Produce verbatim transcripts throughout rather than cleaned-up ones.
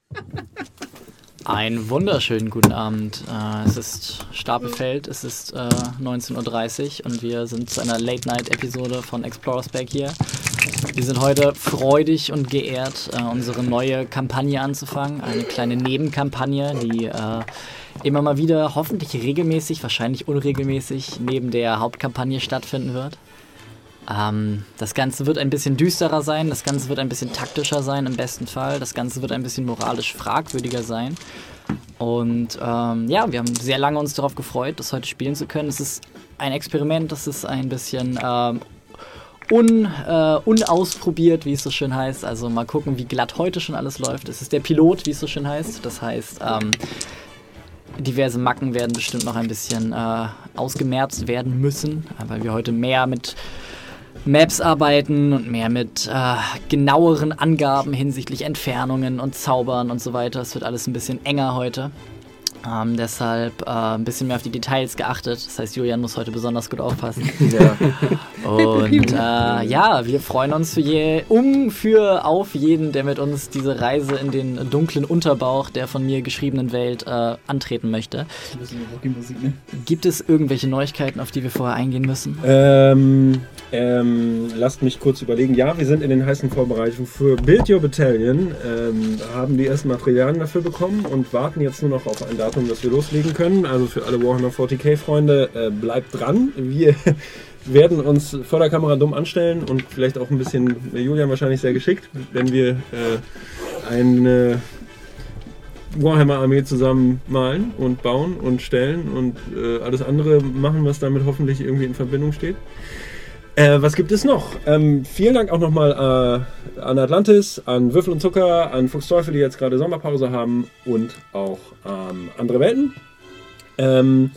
Einen wunderschönen guten Abend. Äh, es ist Stapelfeld, es ist äh, neunzehn Uhr dreißig und wir sind zu einer Late-Night-Episode von Explorers Back hier. Wir sind heute freudig und geehrt, äh, unsere neue Kampagne anzufangen. Eine kleine Nebenkampagne, die äh, immer mal wieder hoffentlich regelmäßig, wahrscheinlich unregelmäßig, neben der Hauptkampagne stattfinden wird. Ähm, das Ganze wird ein bisschen düsterer sein, das Ganze wird ein bisschen taktischer sein im besten Fall, das Ganze wird ein bisschen moralisch fragwürdiger sein. Und ähm, ja, wir haben sehr lange uns darauf gefreut, das heute spielen zu können. Es ist ein Experiment, das ist ein bisschen ähm, un, äh, unausprobiert, wie es so schön heißt. Also mal gucken, wie glatt heute schon alles läuft. Es ist der Pilot, wie es so schön heißt. Das heißt, ähm, diverse Macken werden bestimmt noch ein bisschen äh, ausgemerzt werden müssen, weil wir heute mehr mit Maps arbeiten und mehr mit äh, genaueren Angaben hinsichtlich Entfernungen und Zaubern und so weiter. Es wird alles ein bisschen enger heute. Ähm, deshalb äh, ein bisschen mehr auf die Details geachtet. Das heißt, Julian muss heute besonders gut aufpassen. Ja. Und äh, ja, wir freuen uns für je, um für auf jeden, der mit uns diese Reise in den dunklen Unterbauch der von mir geschriebenen Welt äh, antreten möchte. Ne? Gibt es irgendwelche Neuigkeiten, auf die wir vorher eingehen müssen? Ähm, ähm, lasst mich kurz überlegen. Ja, wir sind in den heißen Vorbereitungen für Build Your Battalion, ähm, haben die ersten Materialien dafür bekommen und warten jetzt nur noch auf ein Datum, dass wir loslegen können. Also für alle Warhammer vierzig K Freunde, äh, bleibt dran. Wir werden uns vor der Kamera dumm anstellen und vielleicht auch ein bisschen, Julian wahrscheinlich sehr geschickt, wenn wir äh, eine Warhammer-Armee zusammen malen und bauen und stellen und äh, alles andere machen, was damit hoffentlich irgendwie in Verbindung steht. Äh, was gibt es noch? Ähm, vielen Dank auch nochmal äh, an Atlantis, an Würfel und Zucker, an Fuchs Teufel, die jetzt gerade Sommerpause haben und auch ähm, andere Welten. Ähm,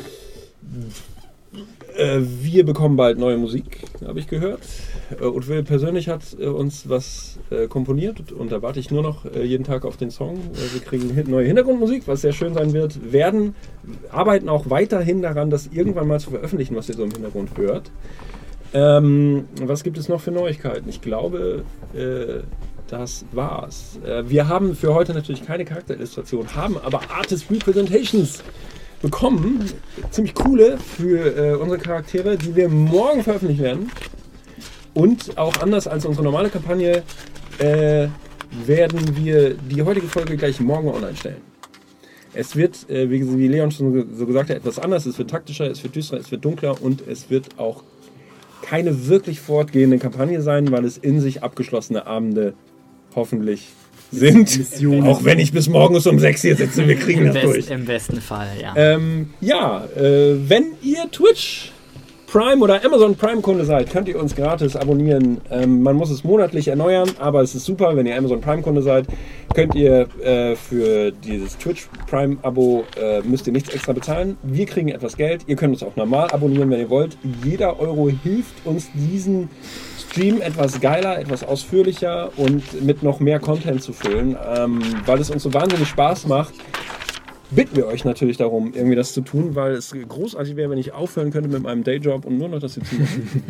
äh, wir bekommen bald neue Musik, habe ich gehört. Äh, und Will persönlich hat äh, uns was äh, komponiert und da warte ich nur noch äh, jeden Tag auf den Song. Äh, wir kriegen hin- neue Hintergrundmusik, was sehr schön sein wird. Werden, arbeiten auch weiterhin daran, das irgendwann mal zu veröffentlichen, was ihr so im Hintergrund hört. Ähm, was gibt es noch für Neuigkeiten? Ich glaube, äh, das war's. Äh, wir haben für heute natürlich keine Charakterillustration, haben aber Artist Representations bekommen. Ziemlich coole für äh, unsere Charaktere, die wir morgen veröffentlichen werden. Und auch anders als unsere normale Kampagne äh, werden wir die heutige Folge gleich morgen online stellen. Es wird, äh, wie, wie Leon schon so gesagt hat, etwas anders. Es wird taktischer, es wird düsterer, es wird dunkler und es wird auch keine wirklich fortgehende Kampagne sein, weil es in sich abgeschlossene Abende hoffentlich sind. Missionen. Auch wenn ich bis morgens um sechs hier sitze, wir kriegen Im das Best, durch. Im besten Fall, ja. Ähm, ja, äh, wenn ihr Twitch Prime oder Amazon Prime Kunde seid, könnt ihr uns gratis abonnieren. Ähm, man muss es monatlich erneuern, aber es ist super, wenn ihr Amazon Prime Kunde seid, könnt ihr äh, für dieses Twitch Prime Abo äh, müsst ihr nichts extra bezahlen. Wir kriegen etwas Geld. Ihr könnt uns auch normal abonnieren, wenn ihr wollt. Jeder Euro hilft uns, diesen Stream etwas geiler, etwas ausführlicher und mit noch mehr Content zu füllen, ähm, weil es uns so wahnsinnig Spaß macht. Bitten wir euch natürlich darum, irgendwie das zu tun, weil es großartig wäre, wenn ich aufhören könnte mit meinem Dayjob und nur noch das hier zu machen.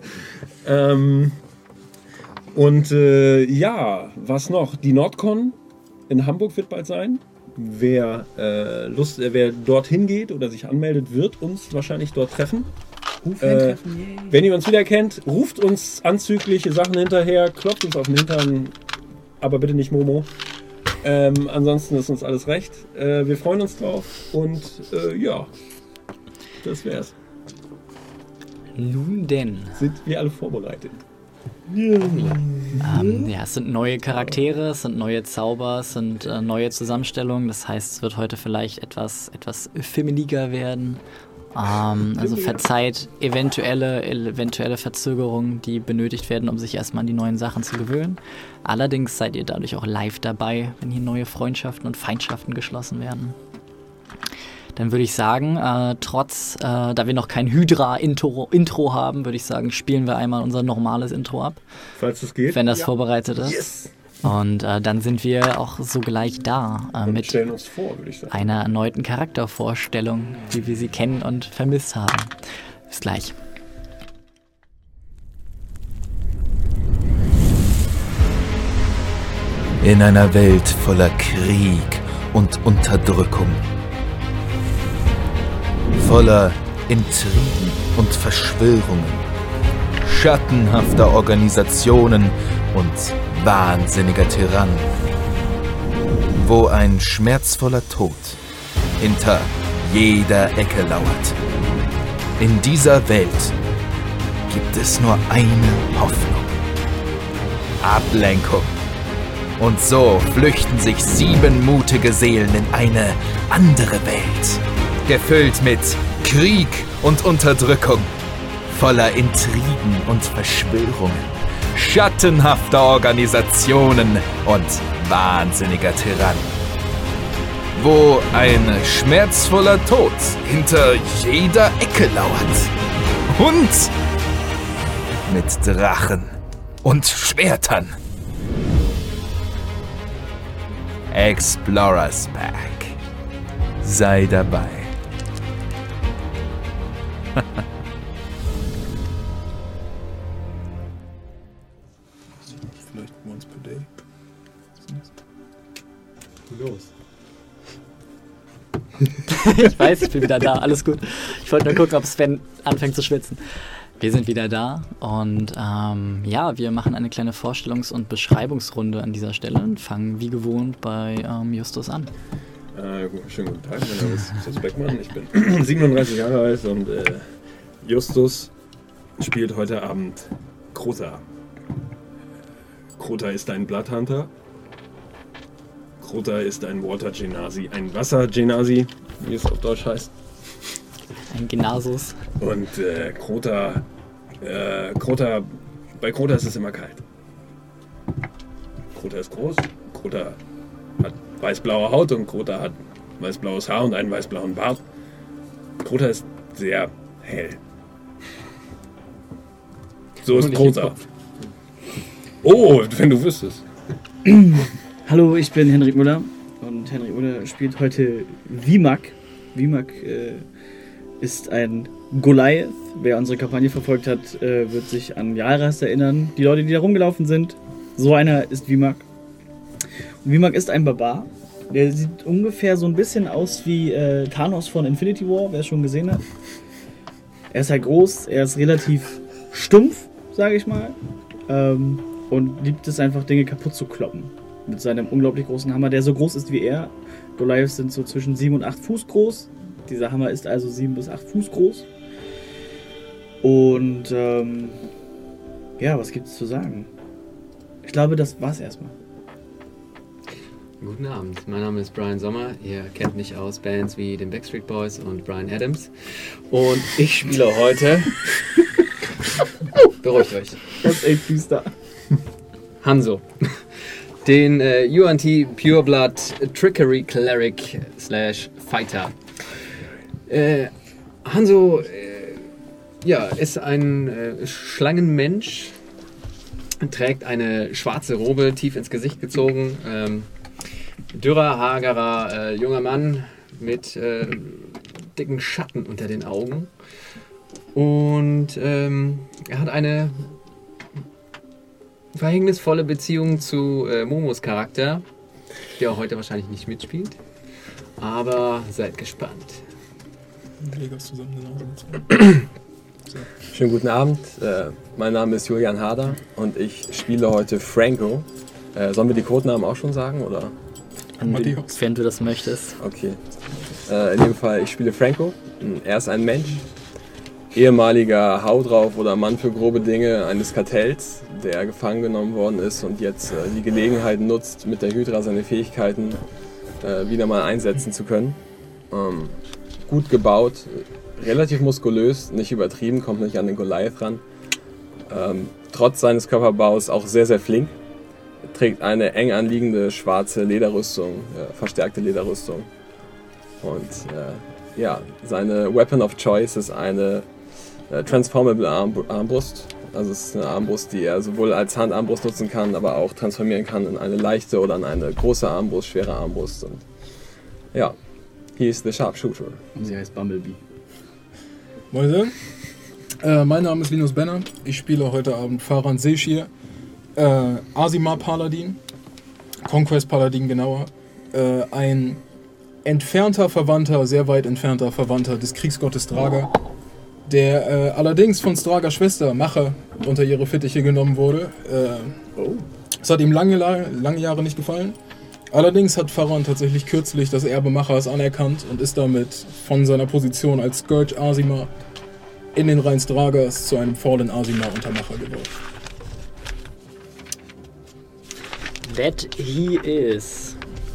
ähm, und äh, ja, was noch? Die Nordcon in Hamburg wird bald sein. Wer, äh, Lust, äh, wer dorthin geht oder sich anmeldet, wird uns wahrscheinlich dort treffen. Äh, wenn ihr uns wieder kennt, ruft uns anzügliche Sachen hinterher, klopft uns auf den Hintern, aber bitte nicht Momo. Ähm, ansonsten ist uns alles recht. Äh, wir freuen uns drauf und äh, ja, das wär's. Nun denn. Sind wir alle vorbereitet? Yeah. Ähm, ja, es sind neue Charaktere, es sind neue Zauber, es sind äh, neue Zusammenstellungen. Das heißt, es wird heute vielleicht etwas, etwas femininer werden. Ähm, also verzeiht eventuelle, eventuelle Verzögerungen, die benötigt werden, um sich erstmal an die neuen Sachen zu gewöhnen. Allerdings seid ihr dadurch auch live dabei, wenn hier neue Freundschaften und Feindschaften geschlossen werden. Dann würde ich sagen, äh, trotz, äh, da wir noch kein Hydra-Intro Intro haben, würde ich sagen, spielen wir einmal unser normales Intro ab. Falls es geht. Wenn das ja. vorbereitet ist. Yes. Und äh, dann sind wir auch sogleich da äh, mit stellen uns vor, würde ich sagen. einer erneuten Charaktervorstellung, wie wir sie kennen und vermisst haben. Bis gleich. In einer Welt voller Krieg und Unterdrückung. Voller Intrigen und Verschwörungen. Schattenhafter Organisationen und wahnsinniger Tyrannen. Wo ein schmerzvoller Tod hinter jeder Ecke lauert. In dieser Welt gibt es nur eine Hoffnung. Ablenkung. Und so flüchten sich sieben mutige Seelen in eine andere Welt. Gefüllt mit Krieg und Unterdrückung. Voller Intrigen und Verschwörungen. Schattenhafter Organisationen und wahnsinniger Tyrannen. Wo ein schmerzvoller Tod hinter jeder Ecke lauert. Und mit Drachen und Schwertern. Explorers Pack. Sei dabei. Vielleicht once per day. Los. Ich weiß, ich bin wieder da, alles gut. Ich wollte nur gucken, ob Sven anfängt zu schwitzen. Wir sind wieder da und ähm, ja, wir machen eine kleine Vorstellungs- und Beschreibungsrunde an dieser Stelle und fangen wie gewohnt bei ähm, Justus an. Äh, schönen guten Tag, mein Name ist Justus Beckmann, ich bin siebenunddreißig Jahre alt und äh, Justus spielt heute Abend Crota. Crota ist ein Bloodhunter. Crota ist ein Water Genasi, ein Wasser Genasi, wie es auf Deutsch heißt. Ein Genasus. Und äh, Crota, äh, Crota, bei Crota ist es immer kalt. Crota ist groß, Crota hat weißblaue Haut und Crota hat weißblaues Haar und einen weißblauen Bart. Crota ist sehr hell. So ist Crota. Oh, wenn du wüsstest. Hallo, ich bin Henrik Müller und Henrik Müller spielt heute Vimak. Vimak äh, ist ein Goliath. Wer unsere Kampagne verfolgt hat, äh, wird sich an Jalras erinnern. Die Leute, die da rumgelaufen sind, so einer ist Vimak. Und Vimak ist ein Barbar. Der sieht ungefähr so ein bisschen aus wie äh, Thanos von Infinity War, wer es schon gesehen hat. Er ist halt groß, er ist relativ stumpf, sage ich mal. Ähm, und liebt es einfach, Dinge kaputt zu kloppen. Mit seinem unglaublich großen Hammer, der so groß ist wie er. Goliaths sind so zwischen sieben und acht Fuß groß. Dieser Hammer ist also sieben bis acht Fuß groß. Und ähm, ja, was gibt es zu sagen? Ich glaube, das war's erstmal. Guten Abend, mein Name ist Brian Sommer. Ihr kennt mich aus Bands wie den Backstreet Boys und Bryan Adams. Und ich spiele heute... Beruhigt euch. Das ist echt düster. Hanzo. Den äh, U N T Pureblood Trickery Cleric slash Fighter. Äh, Hanzo äh, ja, ist ein äh, Schlangenmensch, trägt eine schwarze Robe, tief ins Gesicht gezogen. Ähm, dürrer, hagerer äh, junger Mann mit äh, dicken Schatten unter den Augen. Und ähm, er hat eine verhängnisvolle Beziehung zu äh, Momos Charakter, der auch heute wahrscheinlich nicht mitspielt. Aber seid gespannt. Schönen guten Abend, äh, mein Name ist Julian Harder und ich spiele heute Franco. Äh, sollen wir die Codenamen auch schon sagen, oder? Wenn du das möchtest. Okay. Äh, in dem Fall, ich spiele Franco. Er ist ein Mensch, ehemaliger Hau drauf oder Mann für grobe Dinge eines Kartells, der gefangen genommen worden ist und jetzt äh, die Gelegenheit nutzt, mit der Hydra seine Fähigkeiten äh, wieder mal einsetzen zu können. Ähm, gut gebaut, relativ muskulös, nicht übertrieben, kommt nicht an den Goliath ran. Ähm, trotz seines Körperbaus auch sehr, sehr flink. Trägt eine eng anliegende schwarze Lederrüstung, äh, verstärkte Lederrüstung. Und äh, ja, seine Weapon of Choice ist eine äh, Transformable Arm Armbrust. Also es ist eine Armbrust, die er sowohl als Handarmbrust nutzen kann, aber auch transformieren kann in eine leichte oder in eine große Armbrust, schwere Armbrust. Und ja, he is the Sharpshooter. Und sie heißt Bumblebee. Moin, äh, mein Name ist Linus Benner. Ich spiele heute Abend Farhan Seshir, äh, Asimar Paladin. Conquest Paladin genauer, äh, ein entfernter Verwandter, sehr weit entfernter Verwandter des Kriegsgottes Draga, der äh, allerdings von Stragas Schwester Mache unter ihre Fittiche genommen wurde. Äh, oh. Es hat ihm lange, lange Jahre nicht gefallen. Allerdings hat Farron tatsächlich kürzlich das Erbe Machas anerkannt und ist damit von seiner Position als Scourge Aasimar in den Reihen Dragas zu einem Fallen Aasimar unter Macha geworden. That he is.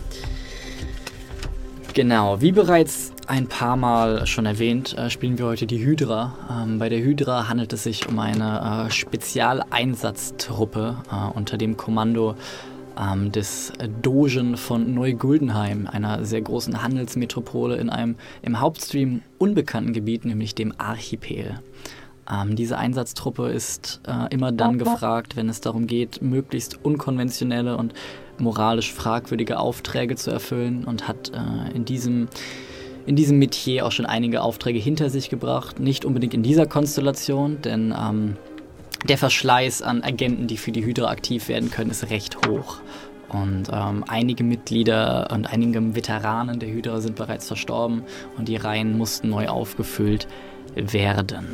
Genau, wie bereits ein paar Mal schon erwähnt, äh, spielen wir heute die Hydra. Ähm, bei der Hydra handelt es sich um eine äh, Spezialeinsatztruppe äh, unter dem Kommando ähm, des Dogen von Neuguldenheim, einer sehr großen Handelsmetropole in einem im Hauptstream unbekannten Gebiet, nämlich dem Archipel. Ähm, diese Einsatztruppe ist äh, immer dann gefragt, wenn es darum geht, möglichst unkonventionelle und moralisch fragwürdige Aufträge zu erfüllen und hat äh, in diesem in diesem Metier auch schon einige Aufträge hinter sich gebracht. Nicht unbedingt in dieser Konstellation, denn ähm, der Verschleiß an Agenten, die für die Hydra aktiv werden können, ist recht hoch. Und ähm, einige Mitglieder und einige Veteranen der Hydra sind bereits verstorben und die Reihen mussten neu aufgefüllt werden.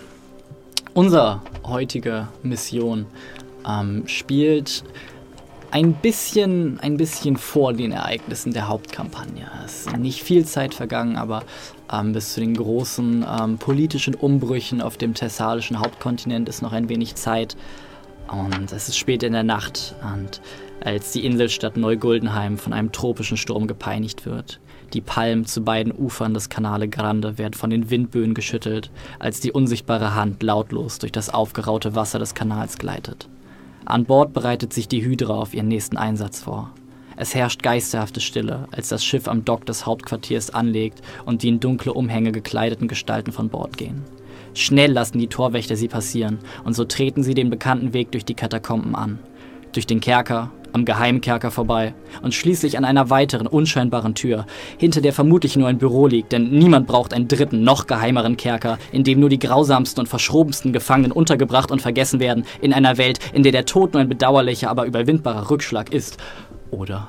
Unsere heutige Mission ähm, spielt ein bisschen, ein bisschen vor den Ereignissen der Hauptkampagne. Es ist nicht viel Zeit vergangen, aber ähm, bis zu den großen ähm, politischen Umbrüchen auf dem thessalischen Hauptkontinent ist noch ein wenig Zeit. Und es ist spät in der Nacht, und als die Inselstadt Neuguldenheim von einem tropischen Sturm gepeinigt wird. Die Palmen zu beiden Ufern des Canale Grande werden von den Windböen geschüttelt, als die unsichtbare Hand lautlos durch das aufgeraute Wasser des Kanals gleitet. An Bord bereitet sich die Hydra auf ihren nächsten Einsatz vor. Es herrscht geisterhafte Stille, als das Schiff am Dock des Hauptquartiers anlegt und die in dunkle Umhänge gekleideten Gestalten von Bord gehen. Schnell lassen die Torwächter sie passieren und so treten sie den bekannten Weg durch die Katakomben an. Durch den Kerker, am Geheimkerker vorbei und schließlich an einer weiteren, unscheinbaren Tür, hinter der vermutlich nur ein Büro liegt, denn niemand braucht einen dritten, noch geheimeren Kerker, in dem nur die grausamsten und verschrobensten Gefangenen untergebracht und vergessen werden, in einer Welt, in der der Tod nur ein bedauerlicher, aber überwindbarer Rückschlag ist. Oder?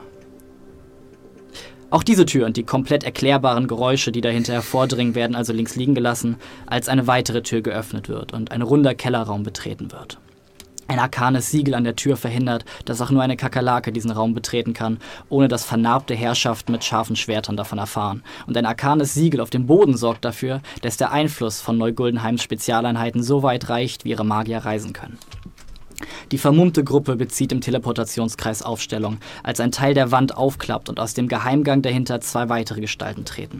Auch diese Tür und die komplett erklärbaren Geräusche, die dahinter hervordringen, werden also links liegen gelassen, als eine weitere Tür geöffnet wird und ein runder Kellerraum betreten wird. Ein arkanes Siegel an der Tür verhindert, dass auch nur eine Kakerlake diesen Raum betreten kann, ohne dass vernarbte Herrschaften mit scharfen Schwertern davon erfahren. Und ein arkanes Siegel auf dem Boden sorgt dafür, dass der Einfluss von Neuguldenheims Spezialeinheiten so weit reicht, wie ihre Magier reisen können. Die vermummte Gruppe bezieht im Teleportationskreis Aufstellung, als ein Teil der Wand aufklappt und aus dem Geheimgang dahinter zwei weitere Gestalten treten.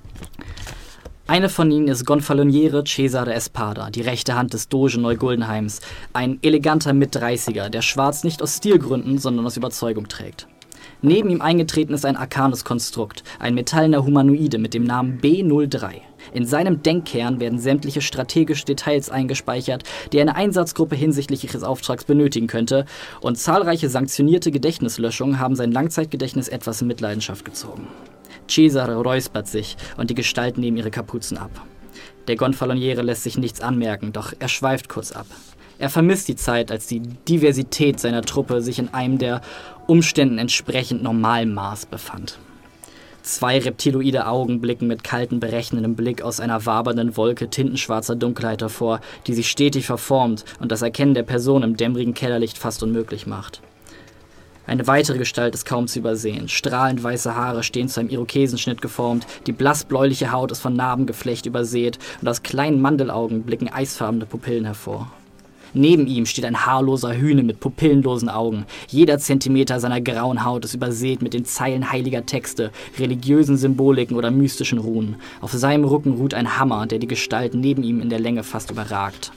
Eine von ihnen ist Gonfaloniere Cesare Espada, die rechte Hand des Dogen Neuguldenheims, ein eleganter Mitdreißiger, der Schwarz nicht aus Stilgründen, sondern aus Überzeugung trägt. Neben ihm eingetreten ist ein arkanes Konstrukt, ein metallener Humanoide mit dem Namen B null drei. In seinem Denkkern werden sämtliche strategische Details eingespeichert, die eine Einsatzgruppe hinsichtlich ihres Auftrags benötigen könnte, und zahlreiche sanktionierte Gedächtnislöschungen haben sein Langzeitgedächtnis etwas in Mitleidenschaft gezogen. Cesare räuspert sich und die Gestalten nehmen ihre Kapuzen ab. Der Gonfaloniere lässt sich nichts anmerken, doch er schweift kurz ab. Er vermisst die Zeit, als die Diversität seiner Truppe sich in einem der Umständen entsprechend normalen Maß befand. Zwei reptiloide Augen blicken mit kaltem, berechnendem Blick aus einer wabernden Wolke tintenschwarzer Dunkelheit hervor, die sich stetig verformt und das Erkennen der Person im dämmerigen Kellerlicht fast unmöglich macht. Eine weitere Gestalt ist kaum zu übersehen. Strahlend weiße Haare stehen zu einem Irokesenschnitt geformt, die blassbläuliche Haut ist von Narbengeflecht übersät und aus kleinen Mandelaugen blicken eisfarbene Pupillen hervor. Neben ihm steht ein haarloser Hühne mit pupillenlosen Augen. Jeder Zentimeter seiner grauen Haut ist übersät mit den Zeilen heiliger Texte, religiösen Symboliken oder mystischen Runen. Auf seinem Rücken ruht ein Hammer, der die Gestalt neben ihm in der Länge fast überragt.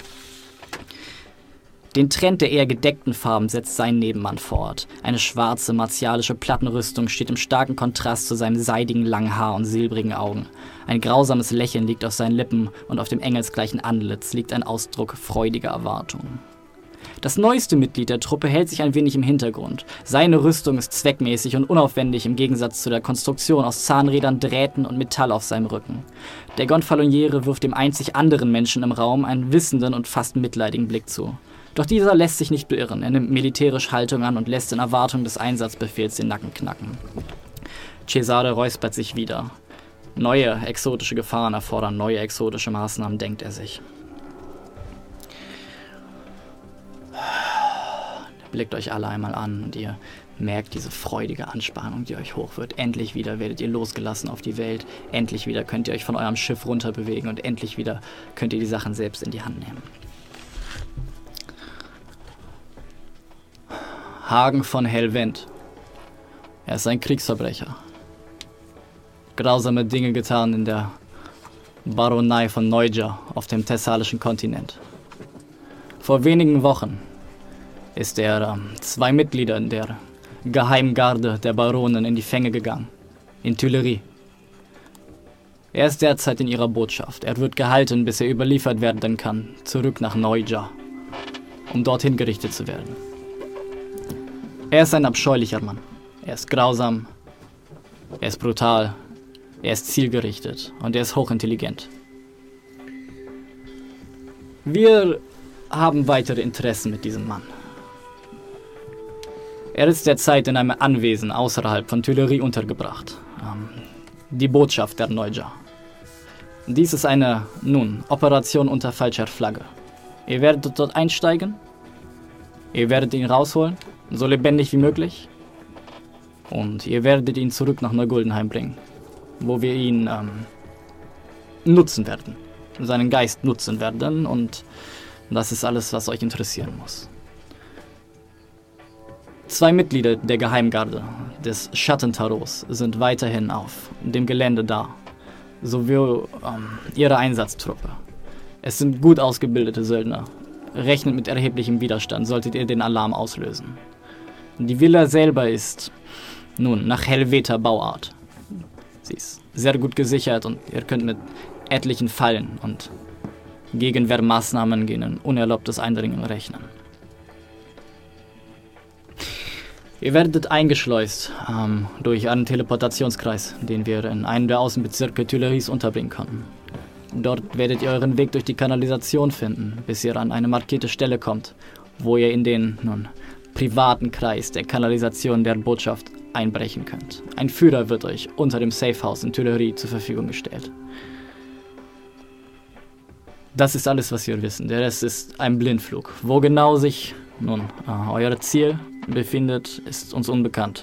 Den Trend der eher gedeckten Farben setzt sein Nebenmann fort. Eine schwarze, martialische Plattenrüstung steht im starken Kontrast zu seinem seidigen langen Haar und silbrigen Augen. Ein grausames Lächeln liegt auf seinen Lippen und auf dem engelsgleichen Antlitz liegt ein Ausdruck freudiger Erwartung. Das neueste Mitglied der Truppe hält sich ein wenig im Hintergrund. Seine Rüstung ist zweckmäßig und unaufwendig im Gegensatz zu der Konstruktion aus Zahnrädern, Drähten und Metall auf seinem Rücken. Der Gonfaloniere wirft dem einzig anderen Menschen im Raum einen wissenden und fast mitleidigen Blick zu. Doch dieser lässt sich nicht beirren. Er nimmt militärisch Haltung an und lässt in Erwartung des Einsatzbefehls den Nacken knacken. Cesare räuspert sich wieder. Neue exotische Gefahren erfordern neue exotische Maßnahmen, denkt er sich. Blickt euch alle einmal an und ihr merkt diese freudige Anspannung, die euch hoch wird. Endlich wieder werdet ihr losgelassen auf die Welt. Endlich wieder könnt ihr euch von eurem Schiff runterbewegen und endlich wieder könnt ihr die Sachen selbst in die Hand nehmen. Hagen von Hellvent. Er ist ein Kriegsverbrecher. Grausame Dinge getan in der Baronei von Neuja auf dem thessalischen Kontinent. Vor wenigen Wochen ist er ähm, zwei Mitgliedern der Geheimgarde der Baronen in die Fänge gegangen, in Tuileries. Er ist derzeit in ihrer Botschaft. Er wird gehalten, bis er überliefert werden kann, zurück nach Neuja, um dorthin gerichtet zu werden. Er ist ein abscheulicher Mann. Er ist grausam, er ist brutal, er ist zielgerichtet und er ist hochintelligent. Wir haben weitere Interessen mit diesem Mann. Er ist derzeit in einem Anwesen außerhalb von Tuileries untergebracht. Ähm, die Botschaft der Neuja. Dies ist eine, nun, Operation unter falscher Flagge. Ihr werdet dort einsteigen. Ihr werdet ihn rausholen, so lebendig wie möglich. Und ihr werdet ihn zurück nach Neuguldenheim bringen, wo wir ihn ähm, nutzen werden. Seinen Geist nutzen werden und das ist alles, was euch interessieren muss. Zwei Mitglieder der Geheimgarde des Schattentaros sind weiterhin auf dem Gelände da, sowie ähm, ihre Einsatztruppe. Es sind gut ausgebildete Söldner. Rechnet mit erheblichem Widerstand, solltet ihr den Alarm auslösen. Die Villa selber ist, nun, nach Helveter Bauart. Sie ist sehr gut gesichert und ihr könnt mit etlichen Fallen und Gegenwehrmaßnahmen gegen unerlaubtes Eindringen rechnen. Ihr werdet eingeschleust ähm, durch einen Teleportationskreis, den wir in einem der Außenbezirke Tuileries unterbringen konnten. Dort werdet ihr euren Weg durch die Kanalisation finden, bis ihr an eine markierte Stelle kommt, wo ihr in den, nun, privaten Kreis der Kanalisation der Botschaft einbrechen könnt. Ein Führer wird euch unter dem Safehouse in Tuileries zur Verfügung gestellt. Das ist alles, was wir wissen. Der Rest ist ein Blindflug. Wo genau sich, nun, äh, euer Ziel befindet, ist uns unbekannt.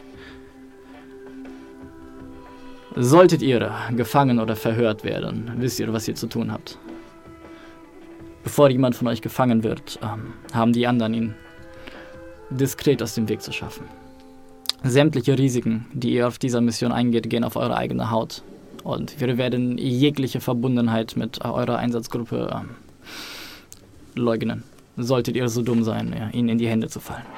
Solltet ihr gefangen oder verhört werden, wisst ihr, was ihr zu tun habt. Bevor jemand von euch gefangen wird, ähm, haben die anderen ihn diskret aus dem Weg zu schaffen. Sämtliche Risiken, die ihr auf dieser Mission eingeht, gehen auf eure eigene Haut. Und wir werden jegliche Verbundenheit mit eurer Einsatzgruppe ähm, leugnen. Solltet ihr so dumm sein, ja, ihnen in die Hände zu fallen.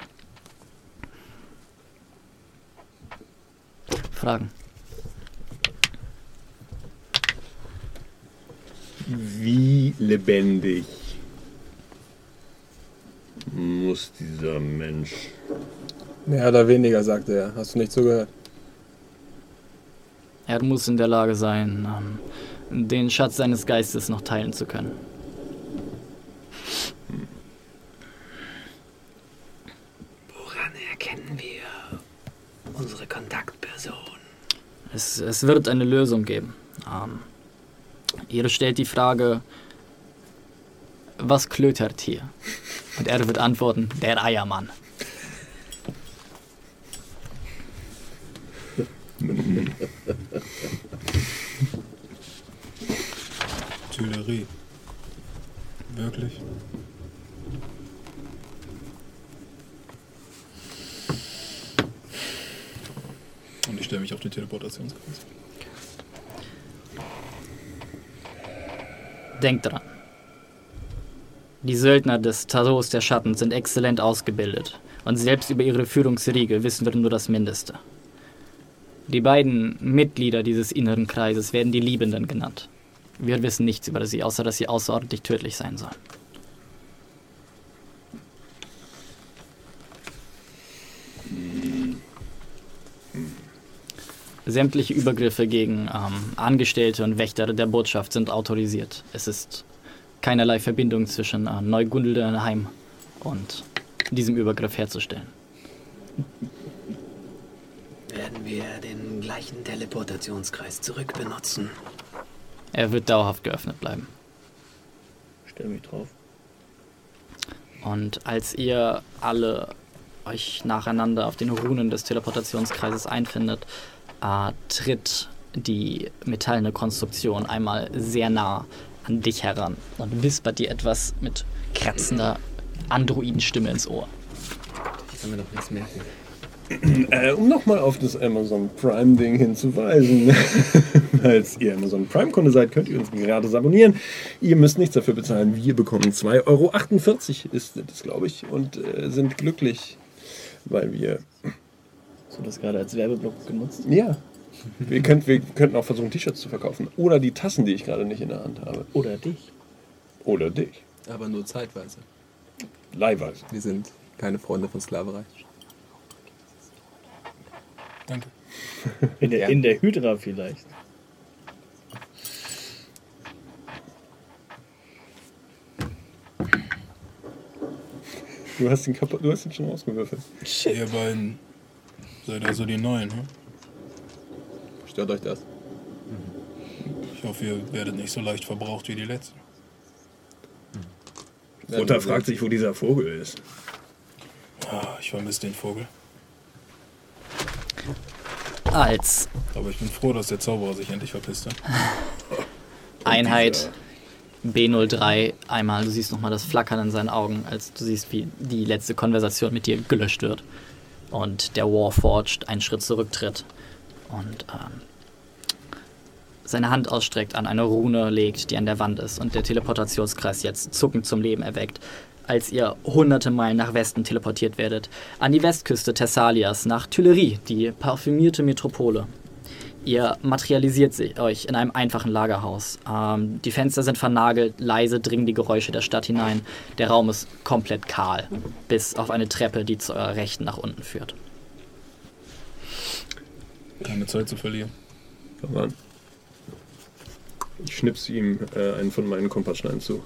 Fragen? Wie lebendig muss dieser Mensch? Mehr oder weniger, sagte er. Hast du nicht zugehört? Er muss in der Lage sein, ähm, den Schatz seines Geistes noch teilen zu können. Woran erkennen wir unsere Kontaktperson? Es, es wird eine Lösung geben. Ähm, ihr stellt die Frage, was klötert hier? Und er wird antworten, der Eiermann. Tuileries. Wirklich? Und ich stelle mich auf den Teleportationskreis. Denkt dran. Die Söldner des Taros der Schatten sind exzellent ausgebildet. Und selbst über ihre Führungsriege wissen wir nur das Mindeste. Die beiden Mitglieder dieses inneren Kreises werden die Liebenden genannt. Wir wissen nichts über sie, außer dass sie außerordentlich tödlich sein sollen. Sämtliche Übergriffe gegen ähm, Angestellte und Wächter der Botschaft sind autorisiert. Es ist keinerlei Verbindung zwischen äh, Neuguldenheim und diesem Übergriff herzustellen. Werden wir den gleichen Teleportationskreis zurück benutzen? Er wird dauerhaft geöffnet bleiben. Stell mich drauf. Und als ihr alle euch nacheinander auf den Runen des Teleportationskreises einfindet, äh, tritt die metallene Konstruktion einmal sehr nah an dich heran und wispert dir etwas mit kratzender Androidenstimme ins Ohr. Ich kann mir doch nichts merken. Äh, um nochmal auf das Amazon Prime-Ding hinzuweisen. Als ihr Amazon Prime-Kunde seid, könnt ihr uns gratis abonnieren. Ihr müsst nichts dafür bezahlen. Wir bekommen zwei Euro achtundvierzig, ist das, glaube ich, und äh, sind glücklich, weil wir... Hast du das gerade als Werbeblock genutzt? Ja. Wir, könnt, wir könnten auch versuchen, T-Shirts zu verkaufen. Oder die Tassen, die ich gerade nicht in der Hand habe. Oder dich. Oder dich. Aber nur zeitweise. Leihweise. Wir sind keine Freunde von Sklaverei. Danke. In der, Ja. in der Hydra vielleicht. Du hast ihn kaputt, du hast ihn schon rausgewürfelt. Ihr beiden seid also die Neuen, hm? Stört euch das? Ich hoffe, ihr werdet nicht so leicht verbraucht wie die Letzten. Mutter fragt sich, wo dieser Vogel ist. Ah, ich vermisse den Vogel. Als Aber ich bin froh, dass der Zauberer sich endlich verpisst hat. Einheit B null drei einmal, du siehst nochmal das Flackern in seinen Augen, als du siehst, wie die letzte Konversation mit dir gelöscht wird. Und der Warforged einen Schritt zurücktritt und ähm, seine Hand ausstreckt, an eine Rune legt, die an der Wand ist und der Teleportationskreis jetzt zuckend zum Leben erweckt, als ihr hunderte Meilen nach Westen teleportiert werdet, an die Westküste Thessalias, nach Tuileries, die parfümierte Metropole. Ihr materialisiert sich euch in einem einfachen Lagerhaus. Ähm, die Fenster sind vernagelt, leise dringen die Geräusche der Stadt hinein. Der Raum ist komplett kahl, bis auf eine Treppe, die zu eurer Rechten nach unten führt. Keine Zeit zu verlieren. Komm an. Ich schnipse ihm äh, einen von meinen Kompasssteinen zu.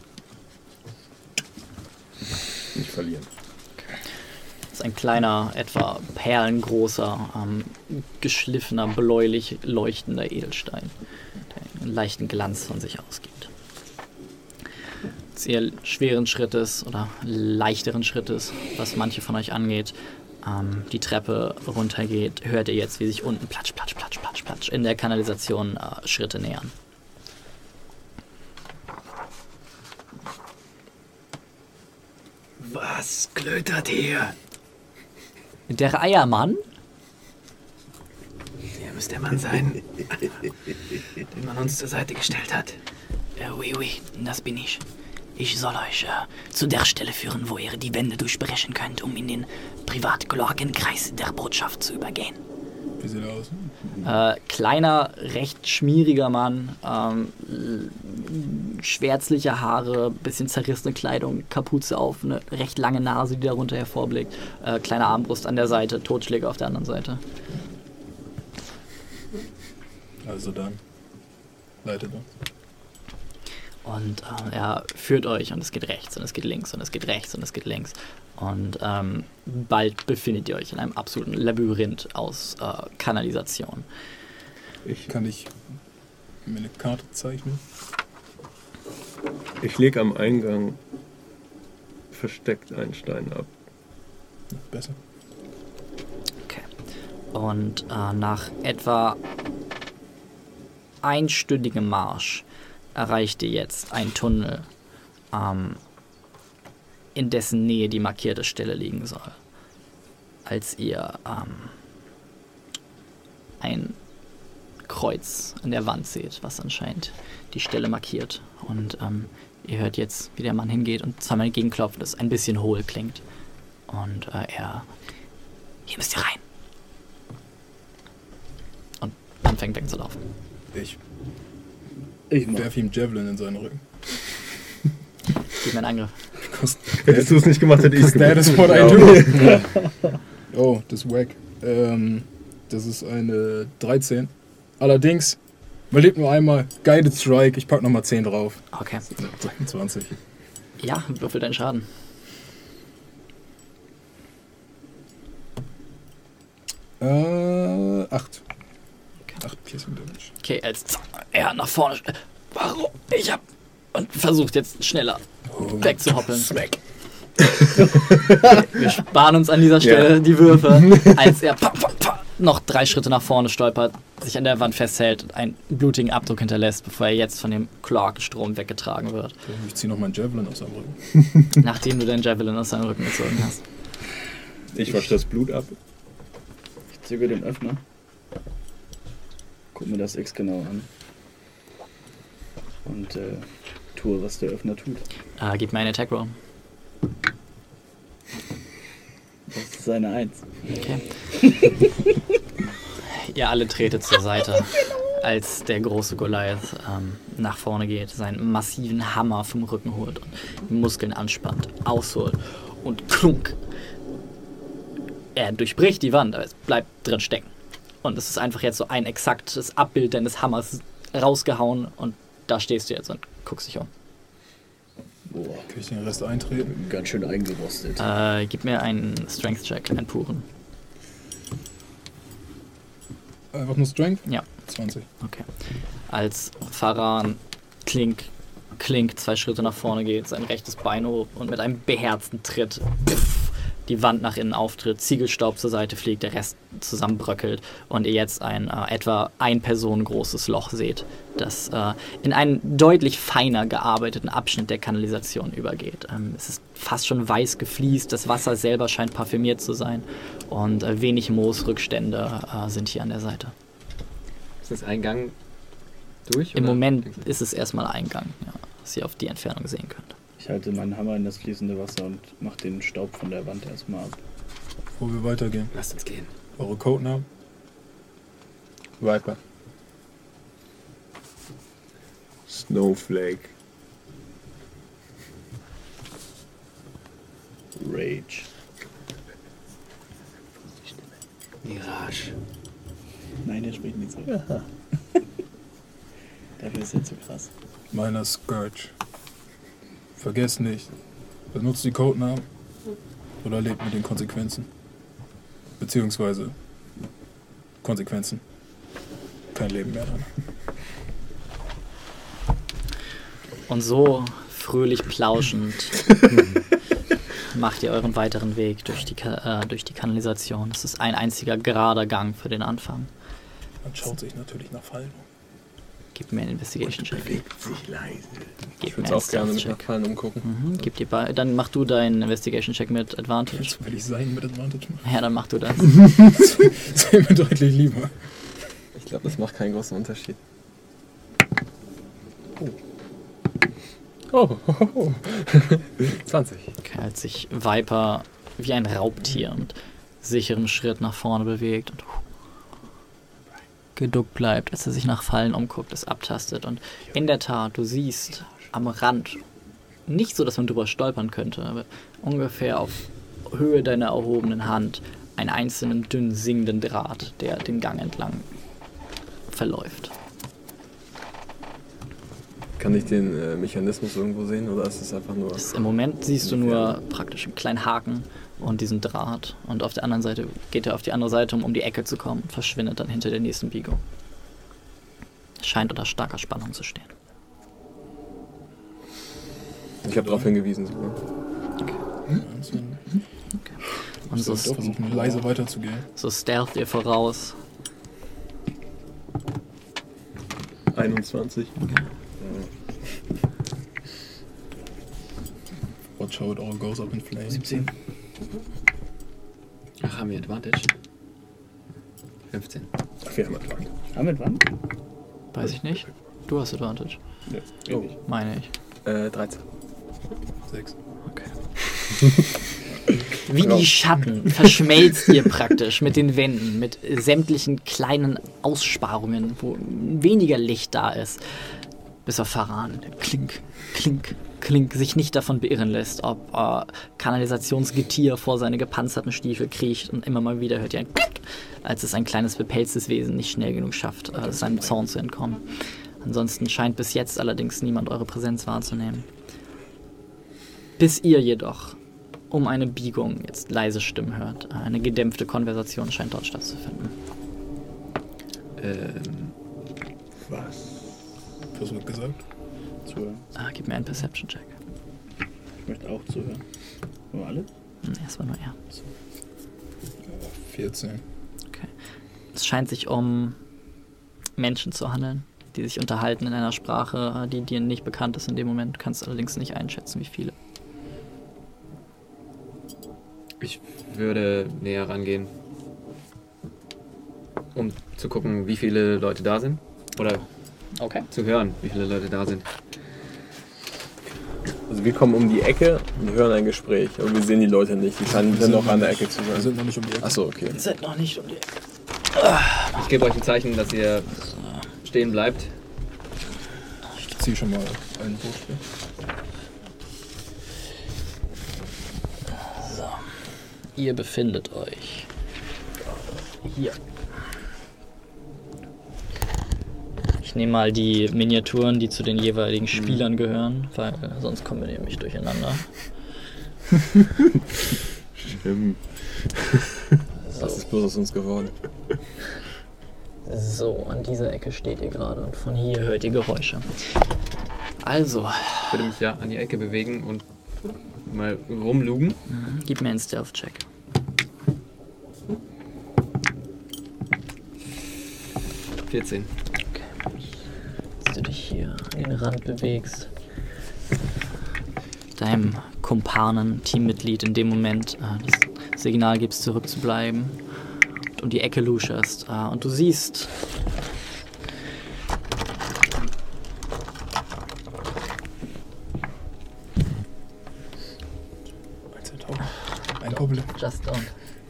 Nicht verlieren. Das ist ein kleiner, etwa perlengroßer, ähm, geschliffener, bläulich leuchtender Edelstein, der einen leichten Glanz von sich ausgibt. Als ihr schweren Schrittes oder leichteren Schrittes, was manche von euch angeht, ähm, die Treppe runtergeht, hört ihr jetzt, wie sich unten platsch, platsch, platsch, platsch, platsch in der Kanalisation äh, Schritte nähern. Was klötert hier? Der Eiermann? Der müsste der Mann sein, den man uns zur Seite gestellt hat. Äh, oui, oui, das bin ich. Ich soll euch äh, zu der Stelle führen, wo ihr die Wände durchbrechen könnt, um in den privatgelogen Kreis der Botschaft zu übergehen. Wie sieht er aus? Äh, kleiner, recht schmieriger Mann, ähm, schwärzliche Haare, bisschen zerrissene Kleidung, Kapuze auf, eine recht lange Nase, die darunter hervorblickt, äh, kleine Armbrust an der Seite, Totschläge auf der anderen Seite. Also dann. Leitet uns. Und äh, er führt euch und es geht rechts und es geht links und es geht rechts und es geht links. Und ähm, bald befindet ihr euch in einem absoluten Labyrinth aus äh, Kanalisation. Ich, Kann ich mir eine Karte zeichnen? ich lege am Eingang versteckt einen Stein ab. Besser. Okay. Und äh, nach etwa einstündigem Marsch erreicht ihr jetzt einen Tunnel, ähm, in dessen Nähe die markierte Stelle liegen soll. Als ihr ähm, ein Kreuz an der Wand seht, was anscheinend die Stelle markiert. Und ähm, ihr hört jetzt, wie der Mann hingeht und zweimal entgegenklopft, das ein bisschen hohl klingt. Und äh, er... Hier müsst ihr rein. Und anfängt wegzulaufen. Ich Ich mach. werfe ihm Javelin in seinen Rücken. Gib mir einen Angriff. Hättest du es nicht gemacht, hätte ich es That is what I do. Oh, das ist wack. Ähm, das ist eine dreizehn. Allerdings, man lebt nur einmal. Guided Strike, ich pack nochmal zehn drauf. Okay. dreiundzwanzig. Ja, würfel deinen Schaden. Äh, acht. acht Piercing Damage. Okay, als er nach vorne... Warum? Ich hab... Und versucht jetzt schneller wegzuhoppeln. Smack. Wir sparen uns an dieser Stelle Ja. die Würfe, als er pa, pa, pa, noch drei Schritte nach vorne stolpert, sich an der Wand festhält und einen blutigen Abdruck hinterlässt, bevor er jetzt von dem Clark-Strom weggetragen wird. Ich ziehe noch meinen Javelin aus seinem Rücken. Nachdem du deinen Javelin aus seinem Rücken gezogen hast. Ich wasche das Blut ab. Ich züge den Öffner. Guck mir das X genau an. Und äh, tue, was der Öffner tut. Äh, gib mir eine Attack Roll. Das ist eine Eins. Okay. Ihr alle tretet zur Seite, als der große Goliath ähm, nach vorne geht, seinen massiven Hammer vom Rücken holt und die Muskeln anspannt, ausholt und klunk. Er durchbricht die Wand, aber es bleibt drin stecken. Und es ist einfach jetzt so ein exaktes Abbild deines Hammers rausgehauen und da stehst du jetzt und guckst dich um. Boah, Kann ich den Rest eintreten? ganz schön eingerostet. Äh, gib mir einen Strength-Check, einen puren. Einfach nur Strength? Ja. zwanzig. Okay. Als Faran klink, klink zwei Schritte nach vorne geht, sein rechtes Bein hoch und mit einem beherzten Tritt pff, die Wand nach innen auftritt, Ziegelstaub zur Seite fliegt, der Rest zusammenbröckelt und ihr jetzt ein äh, etwa ein Personen großes Loch seht, das äh, in einen deutlich feiner gearbeiteten Abschnitt der Kanalisation übergeht. Ähm, es ist fast schon weiß gefliest, das Wasser selber scheint parfümiert zu sein und äh, wenig Moosrückstände äh, sind hier an der Seite. Ist das ein Gang durch? Im oder? Moment ist es erstmal Eingang, ja, was ihr auf die Entfernung sehen könnt. Ich halte meinen Hammer in das fließende Wasser und mache den Staub von der Wand erstmal ab. Bevor wir weitergehen. Lasst uns gehen. Eure Codenamen? Viper. Snowflake. Rage. Mirage. Nein, der spricht nicht so. Dafür ist er zu krass. Meiner Scourge. Vergesst nicht, benutzt die Codenamen oder lebt mit den Konsequenzen. Beziehungsweise Konsequenzen. Kein Leben mehr dann. Und so fröhlich plauschend macht ihr euren weiteren Weg durch die, Ka- äh, durch die Kanalisation. Es ist ein einziger gerader Gang für den Anfang. Man schaut sich natürlich nach Fallen um. Gib mir einen Investigation-Check. Bewegt sich leise. Gib Ich mir würde einen auch gerne mit nach Stealth-Check. Fallen umgucken. Mhm, gib dir bei, dann mach du deinen Investigation-Check mit Advantage. Jetzt will ich sein mit Advantage machen. Ja, dann mach du das. Das wäre mir deutlich lieber. Ich glaube, das macht keinen großen Unterschied. Oh, oh, oh, oh. zwanzig. Okay, als sich Viper wie ein Raubtier mit sicherem Schritt nach vorne bewegt und geduckt bleibt, als er sich nach Fallen umguckt, es abtastet. Und in der Tat, du siehst am Rand, nicht so, dass man drüber stolpern könnte, aber ungefähr auf Höhe deiner erhobenen Hand, einen einzelnen dünn singenden Draht, der den Gang entlang verläuft. Kann ich den äh, Mechanismus irgendwo sehen oder ist es einfach nur... Das, Im Moment siehst du nur praktisch einen kleinen Haken und diesen Draht. Und auf der anderen Seite geht er auf die andere Seite, um um die Ecke zu kommen und verschwindet dann hinter der nächsten Biegung. Scheint unter starker Spannung zu stehen. Ich habe darauf hingewiesen sogar. Und Ich so, sollte versuchen, leise weiterzugehen. so stealth ihr voraus. einundzwanzig. Watch how it all goes up in flames. siebzehn. Ach, haben wir Advantage? fünfzehn. Ach, wir haben Advantage. Damit wann? Weiß ich nicht. Du hast Advantage. Ja. Oh. Meine ich. Äh, dreizehn. Sechs. Okay. Wie die Schatten verschmelzt ihr praktisch mit den Wänden, mit sämtlichen kleinen Aussparungen, wo weniger Licht da ist. Bis auf Faran, der klink, klink, klink, sich nicht davon beirren lässt, ob äh, Kanalisationsgetier vor seine gepanzerten Stiefel kriecht und immer mal wieder hört ihr ein Klick, als es ein kleines bepelztes Wesen nicht schnell genug schafft, äh, seinem Zorn zu entkommen. Ansonsten scheint bis jetzt allerdings niemand eure Präsenz wahrzunehmen. Bis ihr jedoch um eine Biegung jetzt leise Stimmen hört. Eine gedämpfte Konversation scheint dort stattzufinden. Ähm, Was? Was wird gesagt? Zuhören. Ah, gib mir einen Perception-Check. Ich möchte auch zuhören. Nur alle? Hm, erstmal nur er. vierzehn. Okay. Es scheint sich um Menschen zu handeln, die sich unterhalten in einer Sprache, die dir nicht bekannt ist in dem Moment. Du kannst allerdings nicht einschätzen, wie viele. ich würde näher rangehen, um zu gucken, wie viele Leute da sind. Oder okay. zu hören, wie viele Leute da sind. Also wir kommen um die Ecke und hören ein Gespräch, aber wir sehen die Leute nicht. Die scheinen dann noch an der Ecke zu Wir sein. sind noch nicht um die Ecke. Achso, okay. Ihr seid noch nicht um die Ecke. Ich gebe euch ein Zeichen, dass ihr stehen bleibt. Ich ziehe schon mal einen Wurf. So. Ihr befindet euch hier. Ich nehme mal die Miniaturen, die zu den jeweiligen Spielern gehören, weil äh, sonst kommen wir nämlich durcheinander. Stimmt. So. Was ist bloß aus uns geworden? So, an dieser Ecke steht ihr gerade und von hier hört ihr Geräusche. Also, Ich würde mich ja an die Ecke bewegen und mal rumlugen. mhm, gib mir einen Stealth-Check. vierzehn. Dass du dich hier an den Rand bewegst. Deinem Kumpanen, Teammitglied in dem Moment äh, das Signal gibst, zurückzubleiben und um die Ecke luscherst. Äh, und du siehst Ein Goblin. Just don't.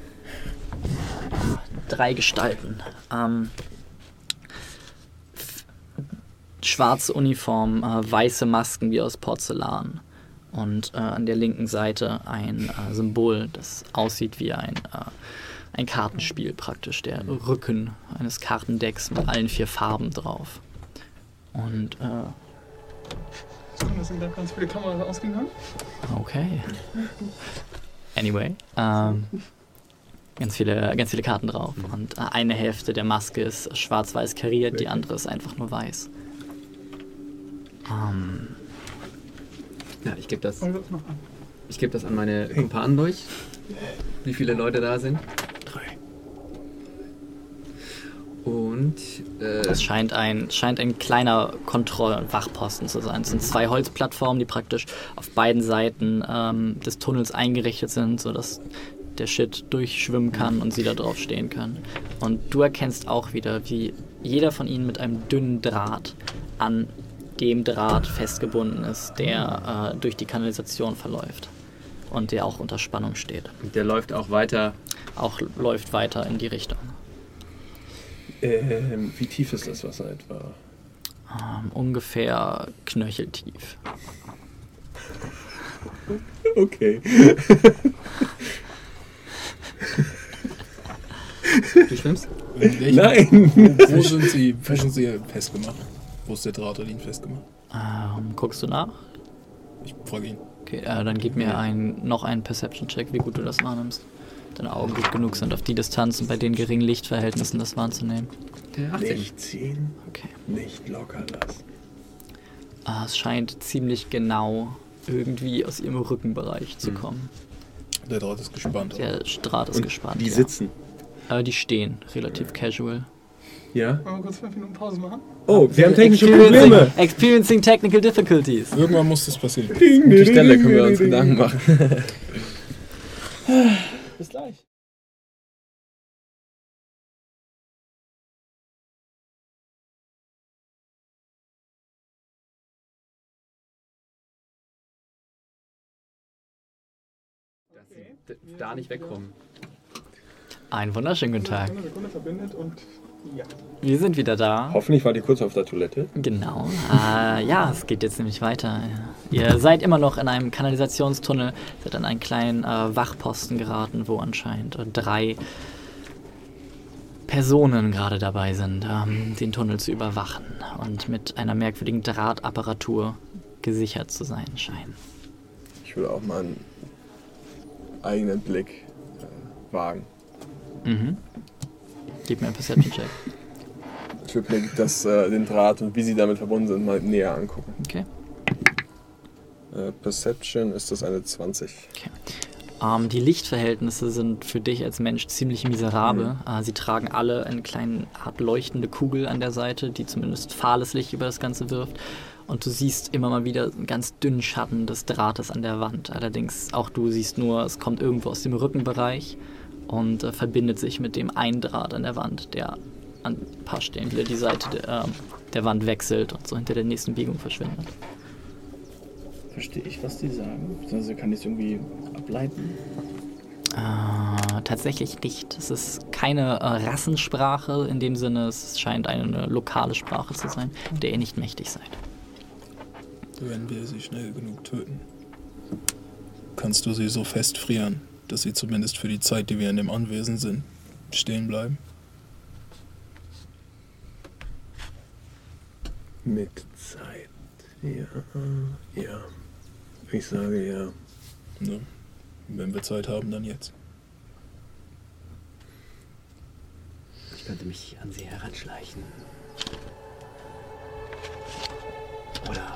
Drei Gestalten. Ähm, f- schwarze Uniform, äh, weiße Masken wie aus Porzellan. Und äh, an der linken Seite ein äh, Symbol, das aussieht wie ein, äh, ein Kartenspiel praktisch. Der Rücken eines Kartendecks mit allen vier Farben drauf. Und äh, Da sind gerade ganz viele Kameras ausgegangen. okay. Anyway, ähm, ganz viele, ganz viele Karten drauf. Und äh, eine Hälfte der Maske ist schwarz-weiß kariert, die andere ist einfach nur weiß. Ähm, Ja, ich gebe das, Und wird's noch an. ich geb das an meine Kumpanen durch. Wie viele Leute da sind. drei. Und äh, Das scheint ein, scheint ein kleiner Kontroll- und Wachposten zu sein. Es sind zwei Holzplattformen, die praktisch auf beiden Seiten ähm, des Tunnels eingerichtet sind, sodass der Shit durchschwimmen kann und sie da drauf stehen können. Und du erkennst auch wieder, wie jeder von ihnen mit einem dünnen Draht an dem Draht festgebunden ist, der äh, durch die Kanalisation verläuft und der auch unter Spannung steht. der läuft auch weiter. Auch läuft weiter in die Richtung. Ähm, wie tief ist das Wasser etwa? Ähm, ungefähr knöcheltief. Okay. Du schwimmst? In welchem- Nein! Wo sind sie, wo sind sie festgemacht? Wo ist der Draht an ihnen festgemacht? Ähm, guckst du nach? Ich frage ihn. Okay, äh, dann gib mir ein, noch einen Perception-Check, wie gut du das wahrnimmst. Deine Augen gut genug sind, auf die Distanz und bei den geringen Lichtverhältnissen das wahrzunehmen. Der achtzehn. Nicht ziehen, Okay. nicht locker lassen. Ah, es scheint ziemlich genau irgendwie aus ihrem Rückenbereich zu Mhm. kommen. Der Draht ist gespannt. Der Draht ist Und gespannt. die ja. sitzen. Äh, die stehen, relativ casual. Ja? Wollen wir kurz fünf Minuten Pause machen? Oh, wir haben technische Experiencing, Probleme. experiencing technical difficulties. Irgendwann muss das passieren. Gute Stelle können wir uns Gedanken machen. Bis gleich. Dass sie d- da nicht wegkommen. Einen wunderschönen guten Tag. Eine Sekunde verbindet und ja. Wir sind wieder da. Hoffentlich wart ihr kurz auf der Toilette. Genau. Äh, ja, es geht jetzt nämlich weiter. Ihr seid immer noch in einem Kanalisationstunnel, seid an einen kleinen äh, Wachposten geraten, wo anscheinend äh, drei Personen gerade dabei sind, ähm, den Tunnel zu überwachen und mit einer merkwürdigen Drahtapparatur gesichert zu sein scheinen. Ich würde auch mal einen eigenen Blick äh, wagen. Mhm. Gib mir einen Perception-Check. Ich würde mir das, äh, den Draht und wie sie damit verbunden sind, mal näher angucken. Okay. Äh, Perception ist das eine zwanzig. Okay. Ähm, die Lichtverhältnisse sind für dich als Mensch ziemlich miserabel. Mhm. Äh, sie tragen alle eine kleine Art leuchtende Kugel an der Seite, die zumindest fahles Licht über das Ganze wirft. Und du siehst immer mal wieder einen ganz dünnen Schatten des Drahtes an der Wand. Allerdings auch du siehst nur, es kommt irgendwo aus dem Rückenbereich und äh, verbindet sich mit dem einen Draht an der Wand, der an ein paar Stellen wieder die Seite der, äh, der Wand wechselt und so hinter der nächsten Biegung verschwindet. Verstehe ich, was die sagen? Also kann ich es irgendwie ableiten? Äh, tatsächlich nicht. Es ist keine äh, Rassensprache in dem Sinne, es scheint eine, eine lokale Sprache zu sein, der ihr nicht mächtig seid. Wenn wir sie schnell genug töten, kannst du sie so festfrieren, dass sie zumindest für die Zeit, die wir in dem Anwesen sind, stehen bleiben? Mit Zeit. Ja, ja. Ich sage ja. Ja. Wenn wir Zeit haben, dann jetzt. Ich könnte mich an sie heranschleichen. Oder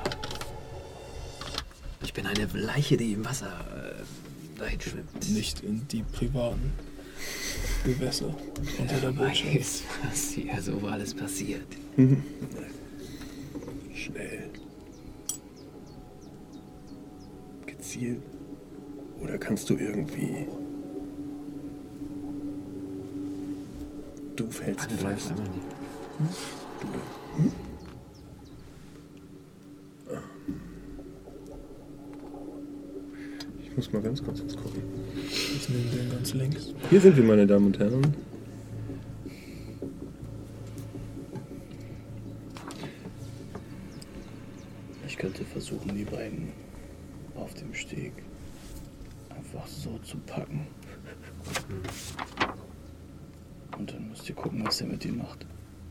ich bin eine Leiche, die im Wasser äh, dahin schwimmt. Nicht in die privaten Gewässer unter der Botschaft. Weiß, was hier so alles passiert. Schnell. Gezielt. Oder kannst du irgendwie... Du fällst fest. Hm? Du. Hm? Ich muss mal ganz kurz jetzt gucken. Ich nehme den ganz links. Hier sind wir, meine Damen und Herren. Ich könnte versuchen, die beiden auf dem Steg einfach so zu packen. Und dann müsst ihr gucken, was ihr mit ihm macht.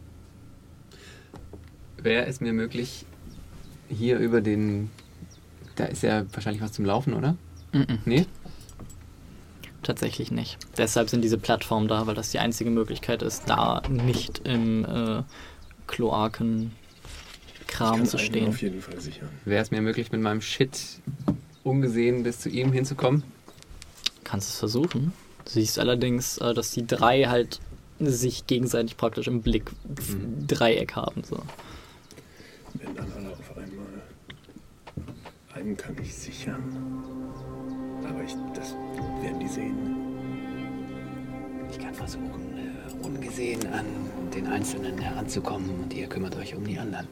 Wäre es mir möglich, hier über den... Da ist ja wahrscheinlich was zum Laufen, oder? Mhm. Nee? Tatsächlich nicht. Deshalb sind diese Plattformen da, weil das die einzige Möglichkeit ist, da nicht im äh, Kloakenkram zu stehen. Auf jeden Fall sicher. Wäre es mir möglich, mit meinem Shit ungesehen bis zu ihm hinzukommen? Kannst es versuchen. Du siehst allerdings, äh, dass die drei halt sich gegenseitig praktisch im Blick Mhm. Dreieck haben. So. Wenn dann alle auf einmal. Einen kann ich sichern. Aber ich, das werden die sehen. Ich kann versuchen, äh, ungesehen an den Einzelnen heranzukommen und ihr kümmert euch um die anderen.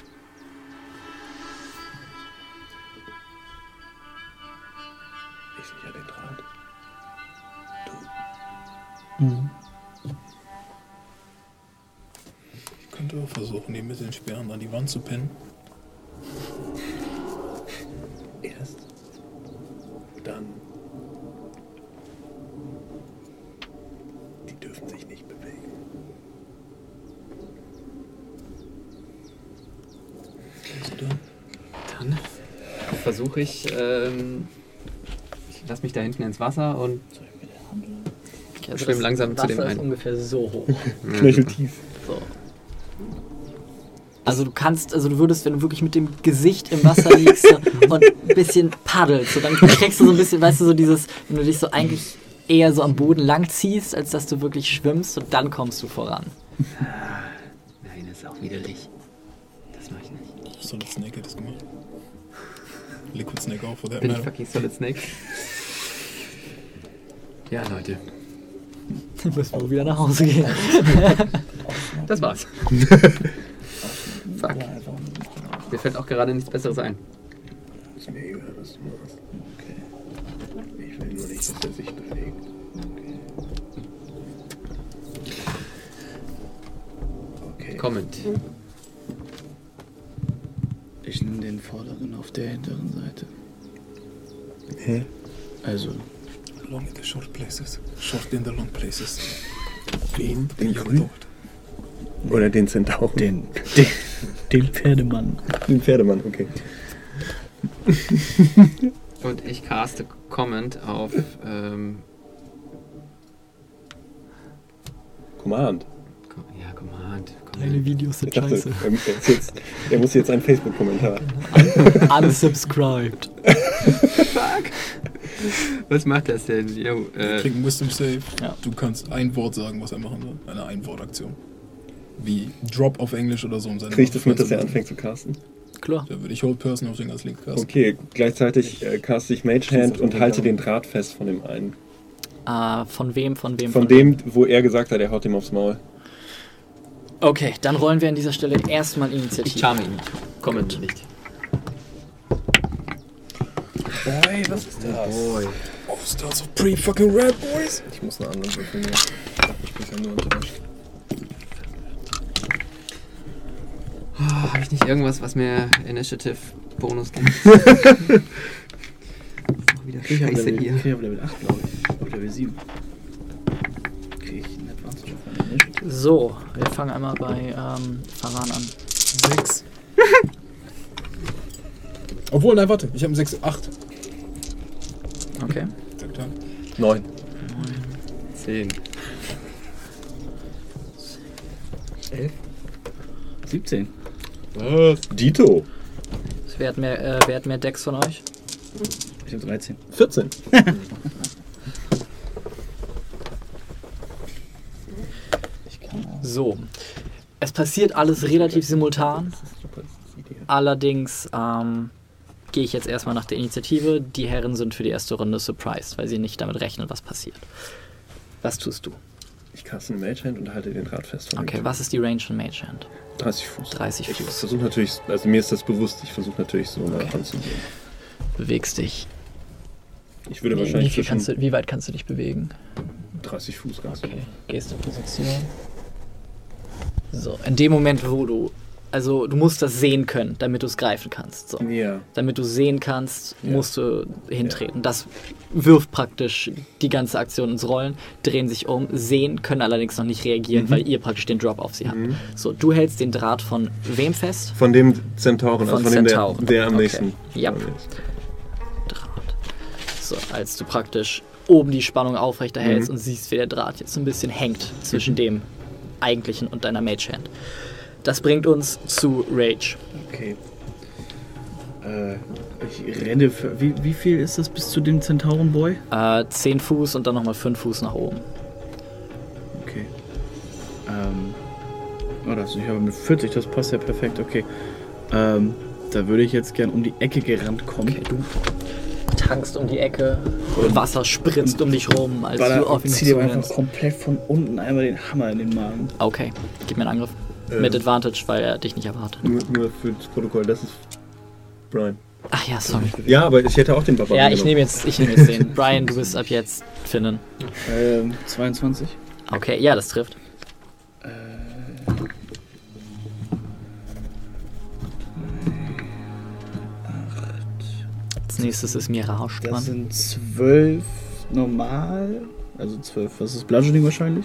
Ich sicher den Draht. Mhm. Ich könnte auch versuchen, ihn mit den Sperren an die Wand zu pinnen. Erst. Dann. Die dürfen sich nicht bewegen. Also dann. Dann versuche ich, ähm, ich lasse mich da hinten ins Wasser und Okay, also schwimm das langsam Wasser zu dem ist einen. ungefähr so hoch. Knöcheltief. So. Also du kannst, also du würdest, wenn du wirklich mit dem Gesicht im Wasser liegst so, und ein bisschen paddelst, so, dann kriegst du so ein bisschen, weißt du, so dieses, wenn du dich so eigentlich eher so am Boden lang ziehst, als dass du wirklich schwimmst und dann kommst du voran. Nein, das ist auch widerlich. Das mache ich nicht. Solid Snake hat das gemacht. Liquid Snake auch, for that Bin ich matter. fucking Solid Snake? Ja, Leute. Dann müssen wir wieder nach Hause gehen. Das war's. Fuck. Mir fällt auch gerade nichts Besseres ein. Ist mir egal, was du machst. Okay. Ich will nur nicht, dass er sich bewegt. Okay. Comment. Ich nehme den vorderen auf der hinteren Seite. Hä? Also, Long in the short places. Short in the long places. Den? Den Ja, Grün? dort. Oder den Zentauren? den, den, den Pferdemann. Den Pferdemann, okay. Und ich caste Comment auf ähm, Command. ja, Command. Deine Videos sind Ich dachte, scheiße. er, er, ist jetzt, er muss jetzt einen Facebook-Kommentar. Unsubscribed. Fuck. Was macht das denn? Yo, äh, Kriegen Wisdom Save. Ja. Du kannst ein Wort sagen, was er machen soll. Eine Ein-Wort-Aktion. Wie Drop auf Englisch oder so. Um seine Kriegt das mit, dass er Waffe anfängt zu casten? Klar. Da würde ich Hold Person auf den als Link casten. Okay, gleichzeitig äh, caste ich Mage Hand und halte den Draht fest von dem einen. Äh, von wem, von wem? Von dem, wo er gesagt hat, er haut ihm aufs Maul. Okay, dann rollen wir an dieser Stelle erstmal Initiative. ich charme ihn nicht. Comment nicht. Boy, was ist das? Boy. Oh, Stars of Pre-fucking Red Boys! Ich muss einen anderen Würfel nehmen. Ich bin ja nur enttäuscht. Oh, habe ich nicht irgendwas, was mir Initiative-Bonus gibt? Wieder Krieg ich auf Scheiße Level, hier. krieg ich auf Level acht, glaube ich. Auf Level sieben. Krieg ich einen Advantage auf meine Initiative. So, wir fangen einmal bei ähm, Faran an. sechs. Obwohl, nein, warte. Ich habe einen sechs, acht. Okay. Tak, tak. Neun. Zehn. siebzehn. Was? Dito. Wer hat mehr, äh, wer hat mehr Decks von euch? Ich habe dreizehn. vierzehn. So. Es passiert alles relativ simultan. Allerdings ähm, gehe ich jetzt erstmal nach der Initiative. Die Herren sind für die erste Runde surprised, weil sie nicht damit rechnen, was passiert. Was tust du? Ich caste eine Mage Hand und halte den Draht fest von Okay, dem. was ist die Range von Mage Hand? dreißig Fuß. dreißig Ich Fuß. versuche natürlich, also mir ist das bewusst, ich versuche natürlich so nah Okay. ranzugehen. Bewegst dich. Ich würde Wie, wahrscheinlich wie, viel zwischen kannst du, wie weit kannst du dich bewegen? dreißig Fuß ganz Okay, gehst in Position. So, in dem Moment, wo du, also du musst das sehen können, damit du es greifen kannst. So. Ja. Damit du sehen kannst, Ja. musst du hintreten. Das wirft praktisch die ganze Aktion ins Rollen, drehen sich um, sehen, können allerdings noch nicht reagieren, Mhm. weil ihr praktisch den Drop auf sie habt. Mhm. So, du hältst den Draht von wem fest? Von dem Zentauren, Von also von dem, der, Zentauren. der am Okay. nächsten. Ja. Draht. So, als du praktisch oben die Spannung aufrechterhältst Mhm. und siehst, wie der Draht jetzt so ein bisschen hängt zwischen dem eigentlichen und deiner Mage Hand. Das bringt uns zu Rage. Okay. Äh, ich renne für, wie, wie viel ist das bis zu dem Zentauren-Boy? Äh, zehn Fuß und dann nochmal fünf Fuß nach oben. Okay. Ähm. Oh, das, ich habe mit vierzig, das passt ja perfekt, okay. Ähm, da würde ich jetzt gern um die Ecke gerannt kommen. Okay, du tankst um die Ecke, Wasser spritzt um dich rum, als Weil du auf ihn zieh dir einfach zurennst. komplett von unten einmal den Hammer in den Magen. Okay, gib mir einen Angriff. Ähm. Mit Advantage, weil er dich nicht erwartet. Nur, nur für das Protokoll, das ist Brian. Ach ja, sorry. Ja, aber ich hätte auch den Baba Ja, ich genommen. nehme jetzt, ich nehme jetzt den. Brian, du bist ab jetzt Finnen. Ähm, zweiundzwanzig. Okay, ja, das trifft. Äh, Als nächstes ist Mirage das dran. sind zwölf normal. Also zwölf, was ist Bludgeoning wahrscheinlich?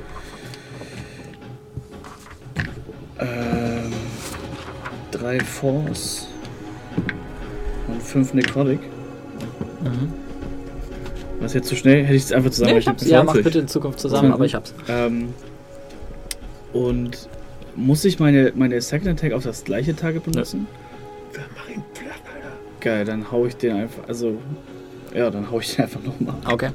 Ähm, drei Force und fünf Necrotic. Mhm. Was jetzt zu schnell? Hätte ich es einfach Nee, ich zusammenrechnen hab's. Ja, mach zwanzig. bitte in Zukunft zusammen, Mhm. aber ich hab's. Ähm, und muss ich meine, meine Second Attack auf das gleiche Target benutzen? Mach ihn platt, Alter. Geil, dann hau ich den einfach, also, ja, dann hau ich den einfach nochmal. Okay.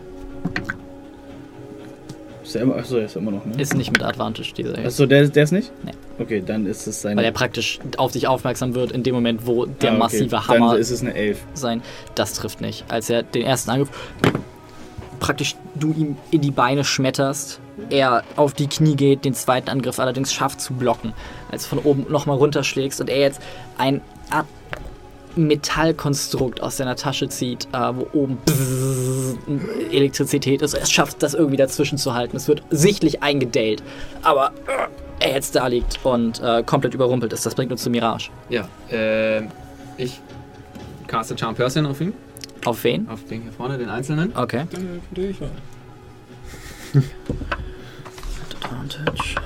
Ist der immer, achso, der ist immer noch, ne? Ist nicht mit Advantage, dieser hier. Achso, der, der ist nicht? Nee. Okay, dann ist es sein. Weil er praktisch auf dich aufmerksam wird, in dem Moment, wo der Ah, okay. massive Hammer Dann ist es eine elf. sein. Das trifft nicht. Als er den ersten Angriff praktisch du ihm in die Beine schmetterst, er auf die Knie geht, den zweiten Angriff allerdings schafft zu blocken, als du von oben nochmal runterschlägst und er jetzt ein Art Metallkonstrukt aus seiner Tasche zieht, äh, wo oben bzzz, Elektrizität ist. Er schafft das irgendwie dazwischen zu halten. Es wird sichtlich eingedellt, aber äh, er jetzt da liegt und äh, komplett überrumpelt ist. Das bringt uns zu Mirage. Ja, äh, ich caste Charm Person auf ihn. Auf wen? Auf den hier vorne, den Einzelnen. Okay. Dann für dich, ja. Advantage.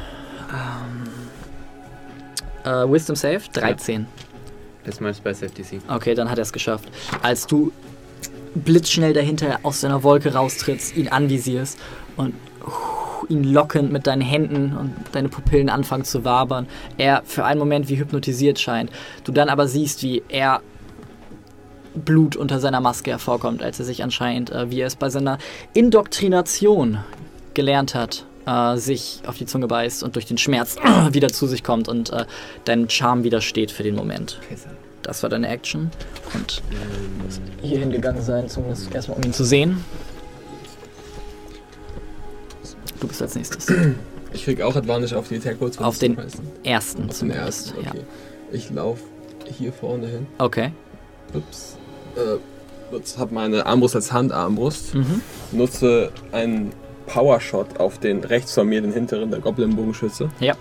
Ähm, äh, Wisdom Save, dreizehn. Das ist mein Spell Save D C. Okay, dann hat er es geschafft. Als du blitzschnell dahinter aus seiner Wolke raustrittst, ihn anvisierst und uh, ihn lockend mit deinen Händen und deine Pupillen anfangen zu wabern. Er für einen Moment wie hypnotisiert scheint. Du dann aber siehst, wie er Blut unter seiner Maske hervorkommt, als er sich anscheinend, äh, wie er es bei seiner Indoktrination gelernt hat, äh, sich auf die Zunge beißt und durch den Schmerz äh, wieder zu sich kommt und äh, deinem Charme widersteht für den Moment. Das war deine Action. Und hier hingegangen sein, zumindest erstmal um ihn zu sehen. Du bist als nächstes. Ich krieg auch Advantage auf die Attack Rolls. Auf den ersten Auf den zumindest. ersten, okay. Ja. Ich laufe hier vorne hin. Okay. Ups. Äh, habe meine Armbrust als Handarmbrust. Mhm. Nutze einen Powershot auf den rechts von mir, den hinteren, der Goblin-Bogenschütze. Ja.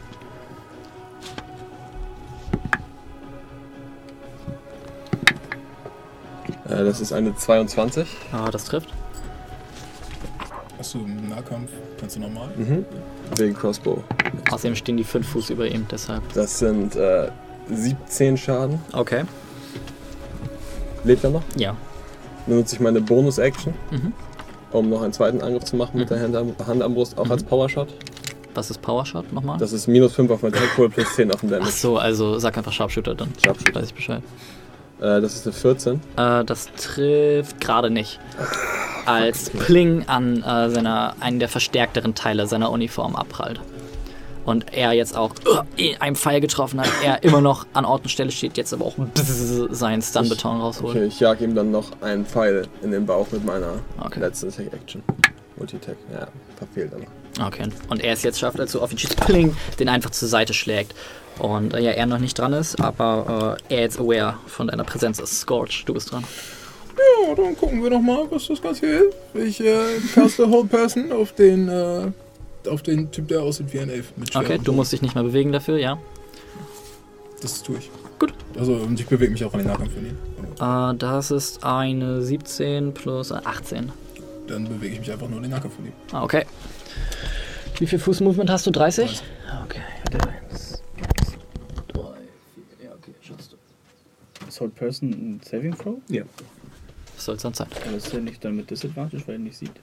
Äh, das ist eine zweiundzwanzig. Ah, das trifft. Hast du im Nahkampf? Kannst du normal? Mhm. Wegen Crossbow. Außerdem stehen die fünf Fuß über ihm, deshalb. Das sind äh, siebzehn Schaden. Okay. Lebt er noch? Ja. Dann nutze ich meine Bonus-Action, Mhm. um noch einen zweiten Angriff zu machen mit Mhm. der Handarm Handarmbrust, auch Mhm. als Powershot. Was ist Powershot nochmal? Das ist minus fünf auf mein Attack Roll plus zehn auf den Ach Damage. so, also sag einfach Sharpshooter dann. Sharpshooter. Weiß ich Bescheid. Äh, das ist eine vierzehn. Äh, das trifft gerade nicht. Als Pling an äh, seiner, einen der verstärkteren Teile seiner Uniform abprallt. Und er jetzt auch uh, in einem Pfeil getroffen hat, er immer noch an Ort und Stelle steht, jetzt aber auch bzzz seinen Stun-Beton rausholt. Okay, ich jag ihm dann noch einen Pfeil in den Bauch mit meiner Okay. letzten Attack-Action. Multi-Attack, ja, verfehlt aber. Okay, und er es jetzt schafft, als du auf ihn schießt, Pling, den einfach zur Seite schlägt. Und äh, ja, er noch nicht dran ist, aber äh, er jetzt aware von deiner Präsenz ist. Scorch, du bist dran. Ja, dann gucken wir doch mal, was das Ganze hilft. Ich äh, caste Hold Person auf den, äh, auf den Typ, der aussieht wie ein Elf. Mit Schwert Okay, und du so. musst dich nicht mehr bewegen dafür, ja? Das tue ich. Gut. Also, und ich bewege mich auch an den Nahkampf von ihm. Äh, das ist eine siebzehn plus achtzehn. Dann bewege ich mich einfach nur an den Nahkampf von ihm. Ah, okay. Wie viel Fuß-Movement hast du? dreißig? dreißig. Okay. eins, drei, vier. Ja, okay, schaffst du. Ist Hold Person ein Saving Throw? Ja. Was soll es dann sein? Aber ist er nicht dann mit Disadvantage, weil er ihn nicht sieht?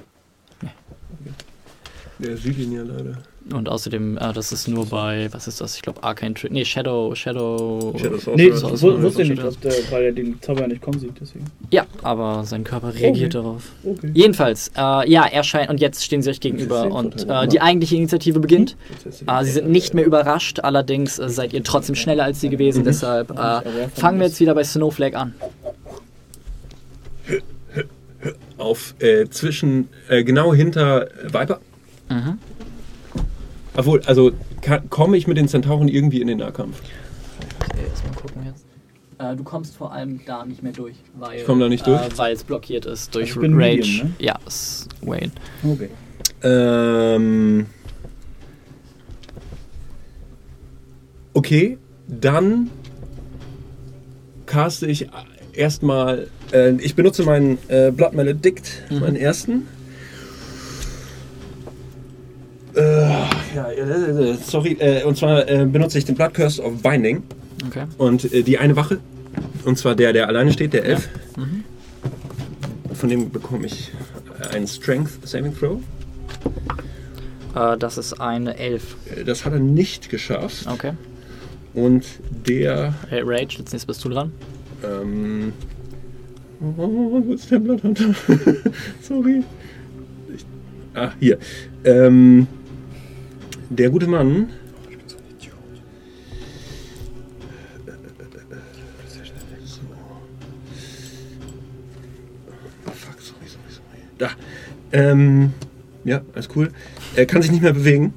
Der sieht ihn ja leider. Und außerdem, äh, das ist nur bei, was ist das? Ich glaube Arcane Trick. Nee, Shadow, Shadow. Shadow Sorcerer. Nee, Sorcerer. das wus- wusste ich Sorcerer. nicht, ob der, weil er den Zauber nicht kommen sieht, deswegen. Ja, aber sein Körper reagiert Okay. darauf. Okay. Jedenfalls, äh, ja, er scheint, und jetzt stehen sie euch gegenüber und äh, die eigentliche Initiative beginnt. Äh, sie sind nicht mehr überrascht, allerdings äh, seid ihr trotzdem schneller als sie gewesen, deshalb äh, fangen wir jetzt wieder bei Snowflake an. Auf, äh, zwischen, äh, genau hinter Viper. Mhm. Obwohl, also kann, komme ich mit den Zentauren irgendwie in den Nahkampf? Okay, erstmal gucken jetzt. Äh, du kommst vor allem da nicht mehr durch, weil Ich komm da nicht durch? Äh, weil es blockiert ist durch Also ich bin Rage. Medium, ne? Ja, ist Wayne. Okay. Ähm. Okay, dann caste ich erstmal. Äh, ich benutze meinen äh, Blood Maledict, Mhm. meinen ersten. Äh, ja, äh, sorry, äh, und zwar äh, benutze ich den Blood Curse of Binding Okay. und äh, die eine Wache, und zwar der, der alleine steht, der Elf. Mhm. Von dem bekomme ich einen Strength Saving Throw. Äh, das ist eine elf. Äh, Das hat er nicht geschafft. Okay. Und der. Hey, Rage, als nächstes bist du dran. Ähm. Oh, wo ist der Bloodhunter? Sorry. Ich, ah, hier. Ähm. Der gute Mann. So. Fuck, sorry, sorry, sorry. Da. Ähm. Ja, alles cool. Er kann sich nicht mehr bewegen.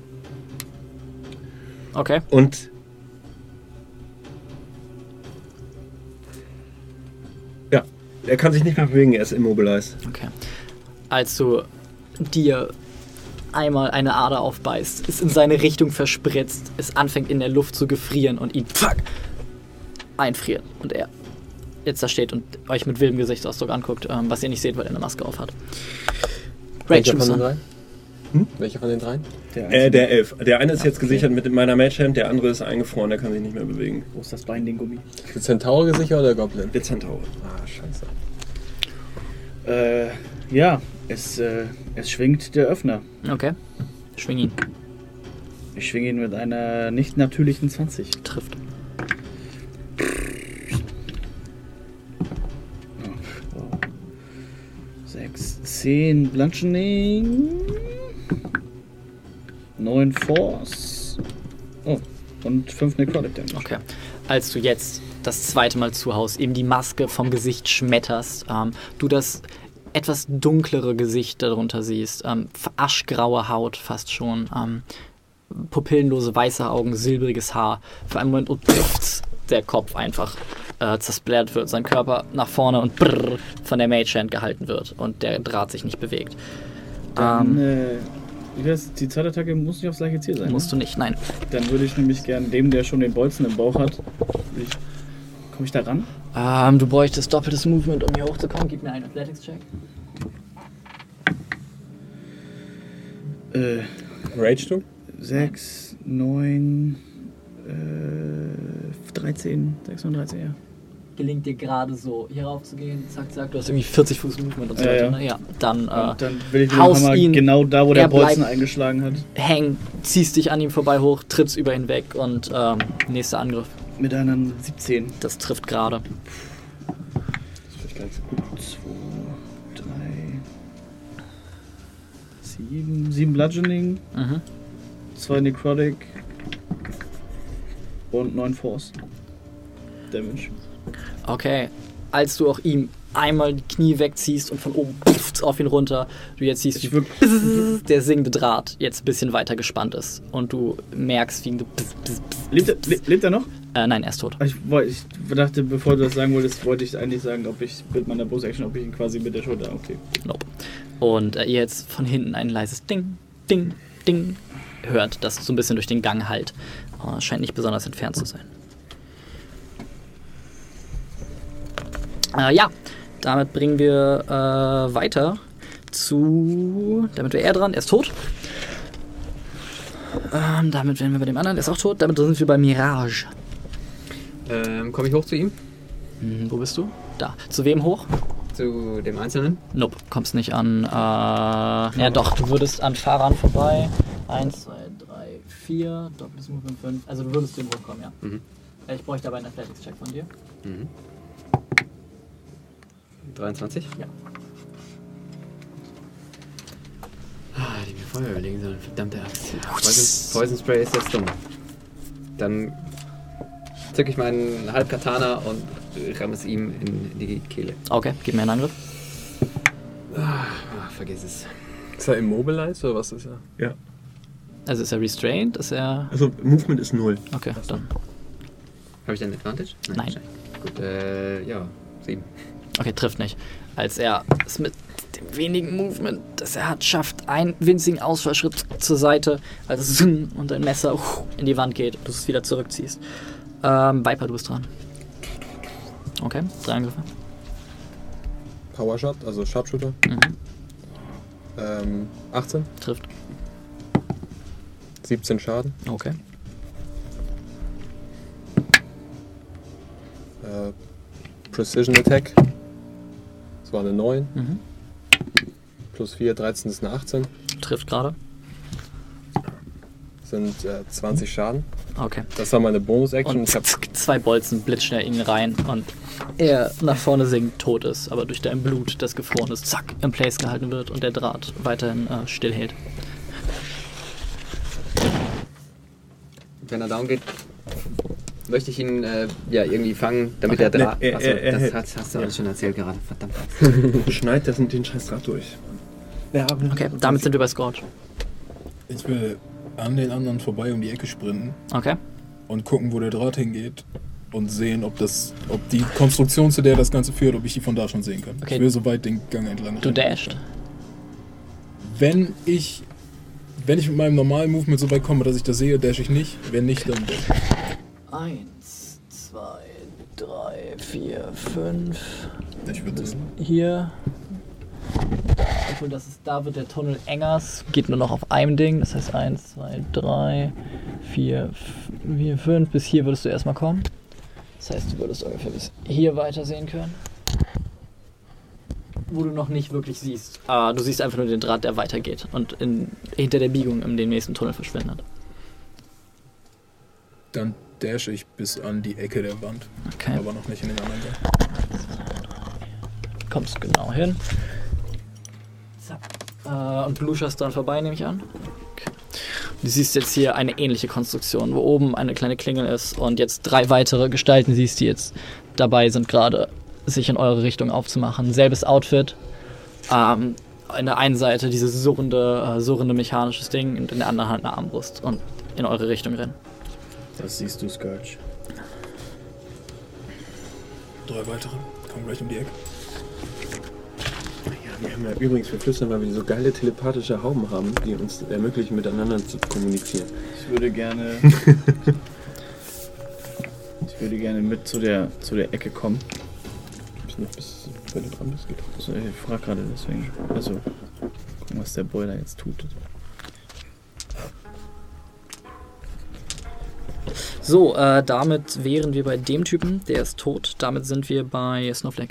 Okay. Und ja, er kann sich nicht mehr bewegen, er ist immobilized. Okay. Als du dir einmal eine Ader aufbeißt, es in seine Richtung verspritzt, es anfängt in der Luft zu gefrieren und ihn fuck, einfriert. Und er jetzt da steht und euch mit wildem Gesichtsausdruck anguckt, ähm, was ihr nicht seht, weil er eine Maske auf hat. Welcher Rage, von den du drei? Hm? Welcher von den dreien? Der, Äh, der Elf. Der eine ist jetzt Okay. gesichert mit meiner Mage Hand, der andere ist eingefroren, der kann sich nicht mehr bewegen. Wo ist das Binding-Gummi? Der Centaur gesichert oder der Goblin? Der Zentaur. Ah, scheiße. Äh, ja, es, äh, es schwingt der Öffner. Okay. Schwing ihn. Ich schwinge ihn mit einer nicht natürlichen zwanzig. Trifft. sechs, zehn Bludgeoning. neun Force. Oh, und fünf Necrotic Damage. Okay. Als du jetzt das zweite Mal zuhaust, eben die Maske vom Gesicht schmetterst, ähm, du das etwas dunklere Gesicht darunter siehst, ähm, aschgraue Haut fast schon, ähm, pupillenlose weiße Augen, silbriges Haar. Für einen Moment und pfft, der Kopf einfach äh, zersplattert wird, sein Körper nach vorne und brrr, von der Magehand gehalten wird und der Draht sich nicht bewegt. Dann, ähm, äh, wie heißt, die zweite Attacke muss nicht aufs gleiche Ziel sein. musst ne? du nicht, nein. Dann würde ich nämlich gern dem, der schon den Bolzen im Bauch hat, ich, komme ich da ran? Ähm, du bräuchtest doppeltes Movement, um hier hochzukommen. Gib mir einen Athletics-Check. Äh, Rage du? sechs, neun, äh, dreizehn, sechs und dreizehn, ja. Gelingt dir gerade so, hier rauf zu gehen, zack, zack, du hast irgendwie vierzig Fuß Movement und so Ja, weiter, ja. ne? Ja, dann, äh, Und dann will ich mit dem haust Hammer ihn, genau da, wo der er bleibt- Bolzen eingeschlagen hat. häng, ziehst dich an ihm vorbei hoch, trittst über ihn weg und ähm, nächster Angriff. Mit einer siebzehn. Das trifft gerade. zwei, drei, sieben, sieben Bludgeoning, Mhm. zwei Necrotic und neun Force Damage. Okay, als du auch ihm einmal die Knie wegziehst und von oben pfft, auf ihn runter, du jetzt siehst, Ich wie würg- der singende Draht jetzt ein bisschen weiter gespannt ist und du merkst, wie du pss, pss, pss, Lebt er, le- lebt er noch? äh, nein, er ist tot. Ich, woll- ich dachte, bevor du das sagen wolltest, wollte ich eigentlich sagen, ob ich mit meiner Bonus-Action, ob ich ihn quasi mit der Schulter, okay. Nope. Und äh, ihr jetzt von hinten ein leises Ding, Ding, Ding hört, das so ein bisschen durch den Gang hallt. Äh, scheint nicht besonders entfernt zu sein. Äh, ja, damit bringen wir äh, weiter zu... Damit wäre er dran, er ist tot. Ähm, damit wären wir bei dem anderen, der ist auch tot. Damit sind wir bei Mirage. Ähm, Komme ich hoch zu ihm? Hm, wo bist du? Da. Zu wem hoch? Zu dem Einzelnen? Nope, kommst nicht an. Äh, ja doch, du würdest an Fahrern vorbei. Eins, zwei, drei, vier, doppeltes Movement fünf. Also du würdest zu ihm hochkommen, ja. Mhm. Äh, Ich bräuchte aber einen Athletics-Check von dir. Mhm. dreiundzwanzig? Ja. Ah, die mir Feuer überlegen sollen, verdammte Axt. Poison, Poison Spray ist jetzt dumm. Dann zücke ich meinen Halbkatana und ramme es ihm in die Kehle. Okay, gib mir einen Angriff. Ah, vergiss es. Ist er immobilized oder was ist er? Ja. Also ist er restrained? Ist er... Also Movement ist null. Okay, dann. Habe ich dann Advantage? Nein. wahrscheinlich. Gut, äh, ja, sieben. Okay, trifft nicht. Als er es mit dem wenigen Movement, das er hat, schafft, einen winzigen Ausfallschritt zur Seite, als es und ein Messer in die Wand geht und du es wieder zurückziehst. Ähm, Viper, du bist dran. Okay, drei Angriffe. Powershot, also Sharpshooter. Mhm. Ähm, achtzehn, Trifft. siebzehn Schaden. Okay. Äh, Precision Attack. Das war eine neun. Mhm. Plus vier, dreizehn ist eine achtzehn. Trifft gerade. Sind äh, zwanzig Schaden. Okay. Das war meine Bonus-Action. Und Ich hab, zwei Bolzen blitzschnell in ihn rein und er nach vorne sinkt, tot ist, aber durch dein Blut, das gefroren ist, zack, im Place gehalten wird und der Draht weiterhin äh, stillhält. Wenn er down geht, möchte ich ihn äh, ja, irgendwie fangen, damit Okay. der Draht... Ne, er- Achso, er- er das hält- hast, hast du alles schon erzählt gerade, verdammt. Schneid das den scheiß Draht durch. Ja, aber Okay, damit sind wir bei Scorch. Ich will an den anderen vorbei um die Ecke sprinten Okay. und gucken, wo der Draht hingeht und sehen, ob das, ob die Konstruktion, zu der das Ganze führt, ob ich die von da schon sehen kann. Okay. Ich will so weit den Gang entlang. Du dasht. Wenn ich, wenn ich mit meinem normalen Movement so weit komme, dass ich das sehe, dash ich nicht. Wenn nicht, dann dash ich. Eins, zwei, drei, vier, fünf. Ich würde das. Hier. Obwohl, das ist, da wird der Tunnel enger. Es geht nur noch auf einem Ding. Das heißt eins, zwei, drei, vier, vier, fünf. Bis hier würdest du erstmal kommen. Das heißt, du würdest ungefähr bis hier weiter sehen können. wo du noch nicht wirklich siehst. Ah, du siehst einfach nur den Draht, der weitergeht und in, hinter der Biegung in den nächsten Tunnel verschwindet. Dann dash ich bis an die Ecke der Wand. Okay. Aber noch nicht in den anderen Gang. Kommst genau hin. Zack. Äh, und blutscherst dran vorbei, nehme ich an. Okay. Du siehst jetzt hier eine ähnliche Konstruktion, wo oben eine kleine Klingel ist und jetzt drei weitere Gestalten siehst, die jetzt dabei sind, gerade sich in eure Richtung aufzumachen. Selbes Outfit. Ähm, in der einen Seite dieses surrende, äh, surrende mechanisches Ding und in der anderen Hand eine Armbrust und in eure Richtung rennen. Das siehst du, Scourge. Drei weitere. Kommen gleich um die Ecke. Wir haben ja übrigens verflüstert, weil wir so geile telepathische Hauben haben, die uns ermöglichen, miteinander zu kommunizieren. Ich würde gerne. ich würde gerne mit zu der, zu der Ecke kommen. Bis noch bis, wenn du dran bist, geht doch. Also, ich frage gerade deswegen. Also, gucken, was der Boiler jetzt tut. So, äh, damit wären wir bei dem Typen, der ist tot. Damit sind wir bei Snowflake.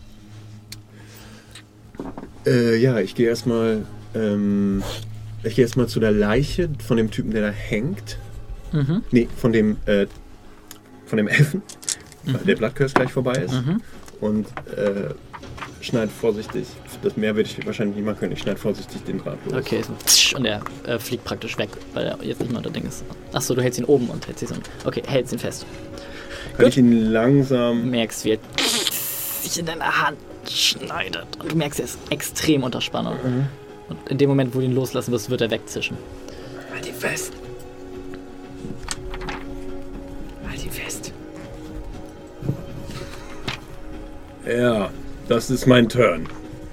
Äh, ja, ich gehe erstmal. Ähm, ich gehe erstmal zu der Leiche von dem Typen, der da hängt. Mhm. Nee, von dem. Äh, von dem Elfen, Mhm. weil der Bloodcurse gleich vorbei ist. Mhm. Und äh, schneid vorsichtig. Das mehr würde ich wahrscheinlich nicht machen können. Ich schneide vorsichtig den Draht los. Okay, so tsch, und er äh, fliegt praktisch weg, weil er jetzt nicht mehr unter Ding ist. Achso, du hältst ihn oben und hältst ihn so. Okay, hältst ihn fest. Kann Gut. ich ihn langsam. Du merkst, wie er sich in deiner Hand schneidet. Und du merkst, er ist extrem unter Spannung. Mhm. Und in dem Moment, wo du ihn loslassen wirst, wird er wegzischen. Halt ihn fest. Halt ihn fest. Ja, das ist mein Turn.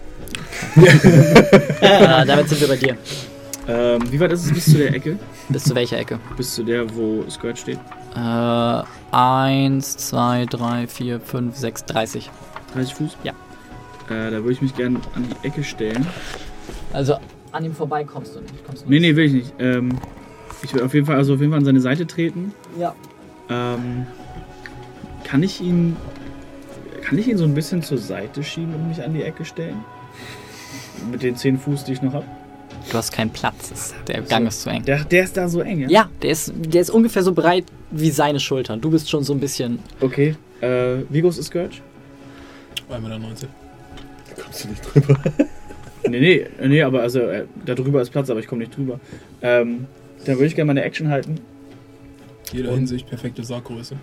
äh, damit sind wir bei dir. Ähm, wie weit ist es bis zu der Ecke? Bis zu welcher Ecke? Bis zu der, wo Scourge steht? Äh, eins, zwei, drei, vier, fünf, sechs, dreißig. dreißig Fuß? Ja. Äh, da würde ich mich gerne an die Ecke stellen. Also an ihm vorbei kommst du nicht. Kommst du Nee, nee, will ich nicht. Ähm, ich will auf jeden Fall, also auf jeden Fall an seine Seite treten. Ja. Ähm, kann ich ihn, kann ich ihn so ein bisschen zur Seite schieben und mich an die Ecke stellen? Mit den zehn Fuß, die ich noch habe? Du hast keinen Platz. Der Gang ist zu eng. Der, der ist da so eng, ja? Ja, der ist, der ist ungefähr so breit wie seine Schultern. Du bist schon so ein bisschen... Okay. Äh, wie groß ist Scourge? zwei Meter neunzig. Da kommst du nicht drüber. Nee, nee, nee, aber also äh, da drüber ist Platz, aber ich komme nicht drüber. Ähm, dann würde ich gerne meine Action halten. Jeder Und- Hinsicht perfekte Sarggröße.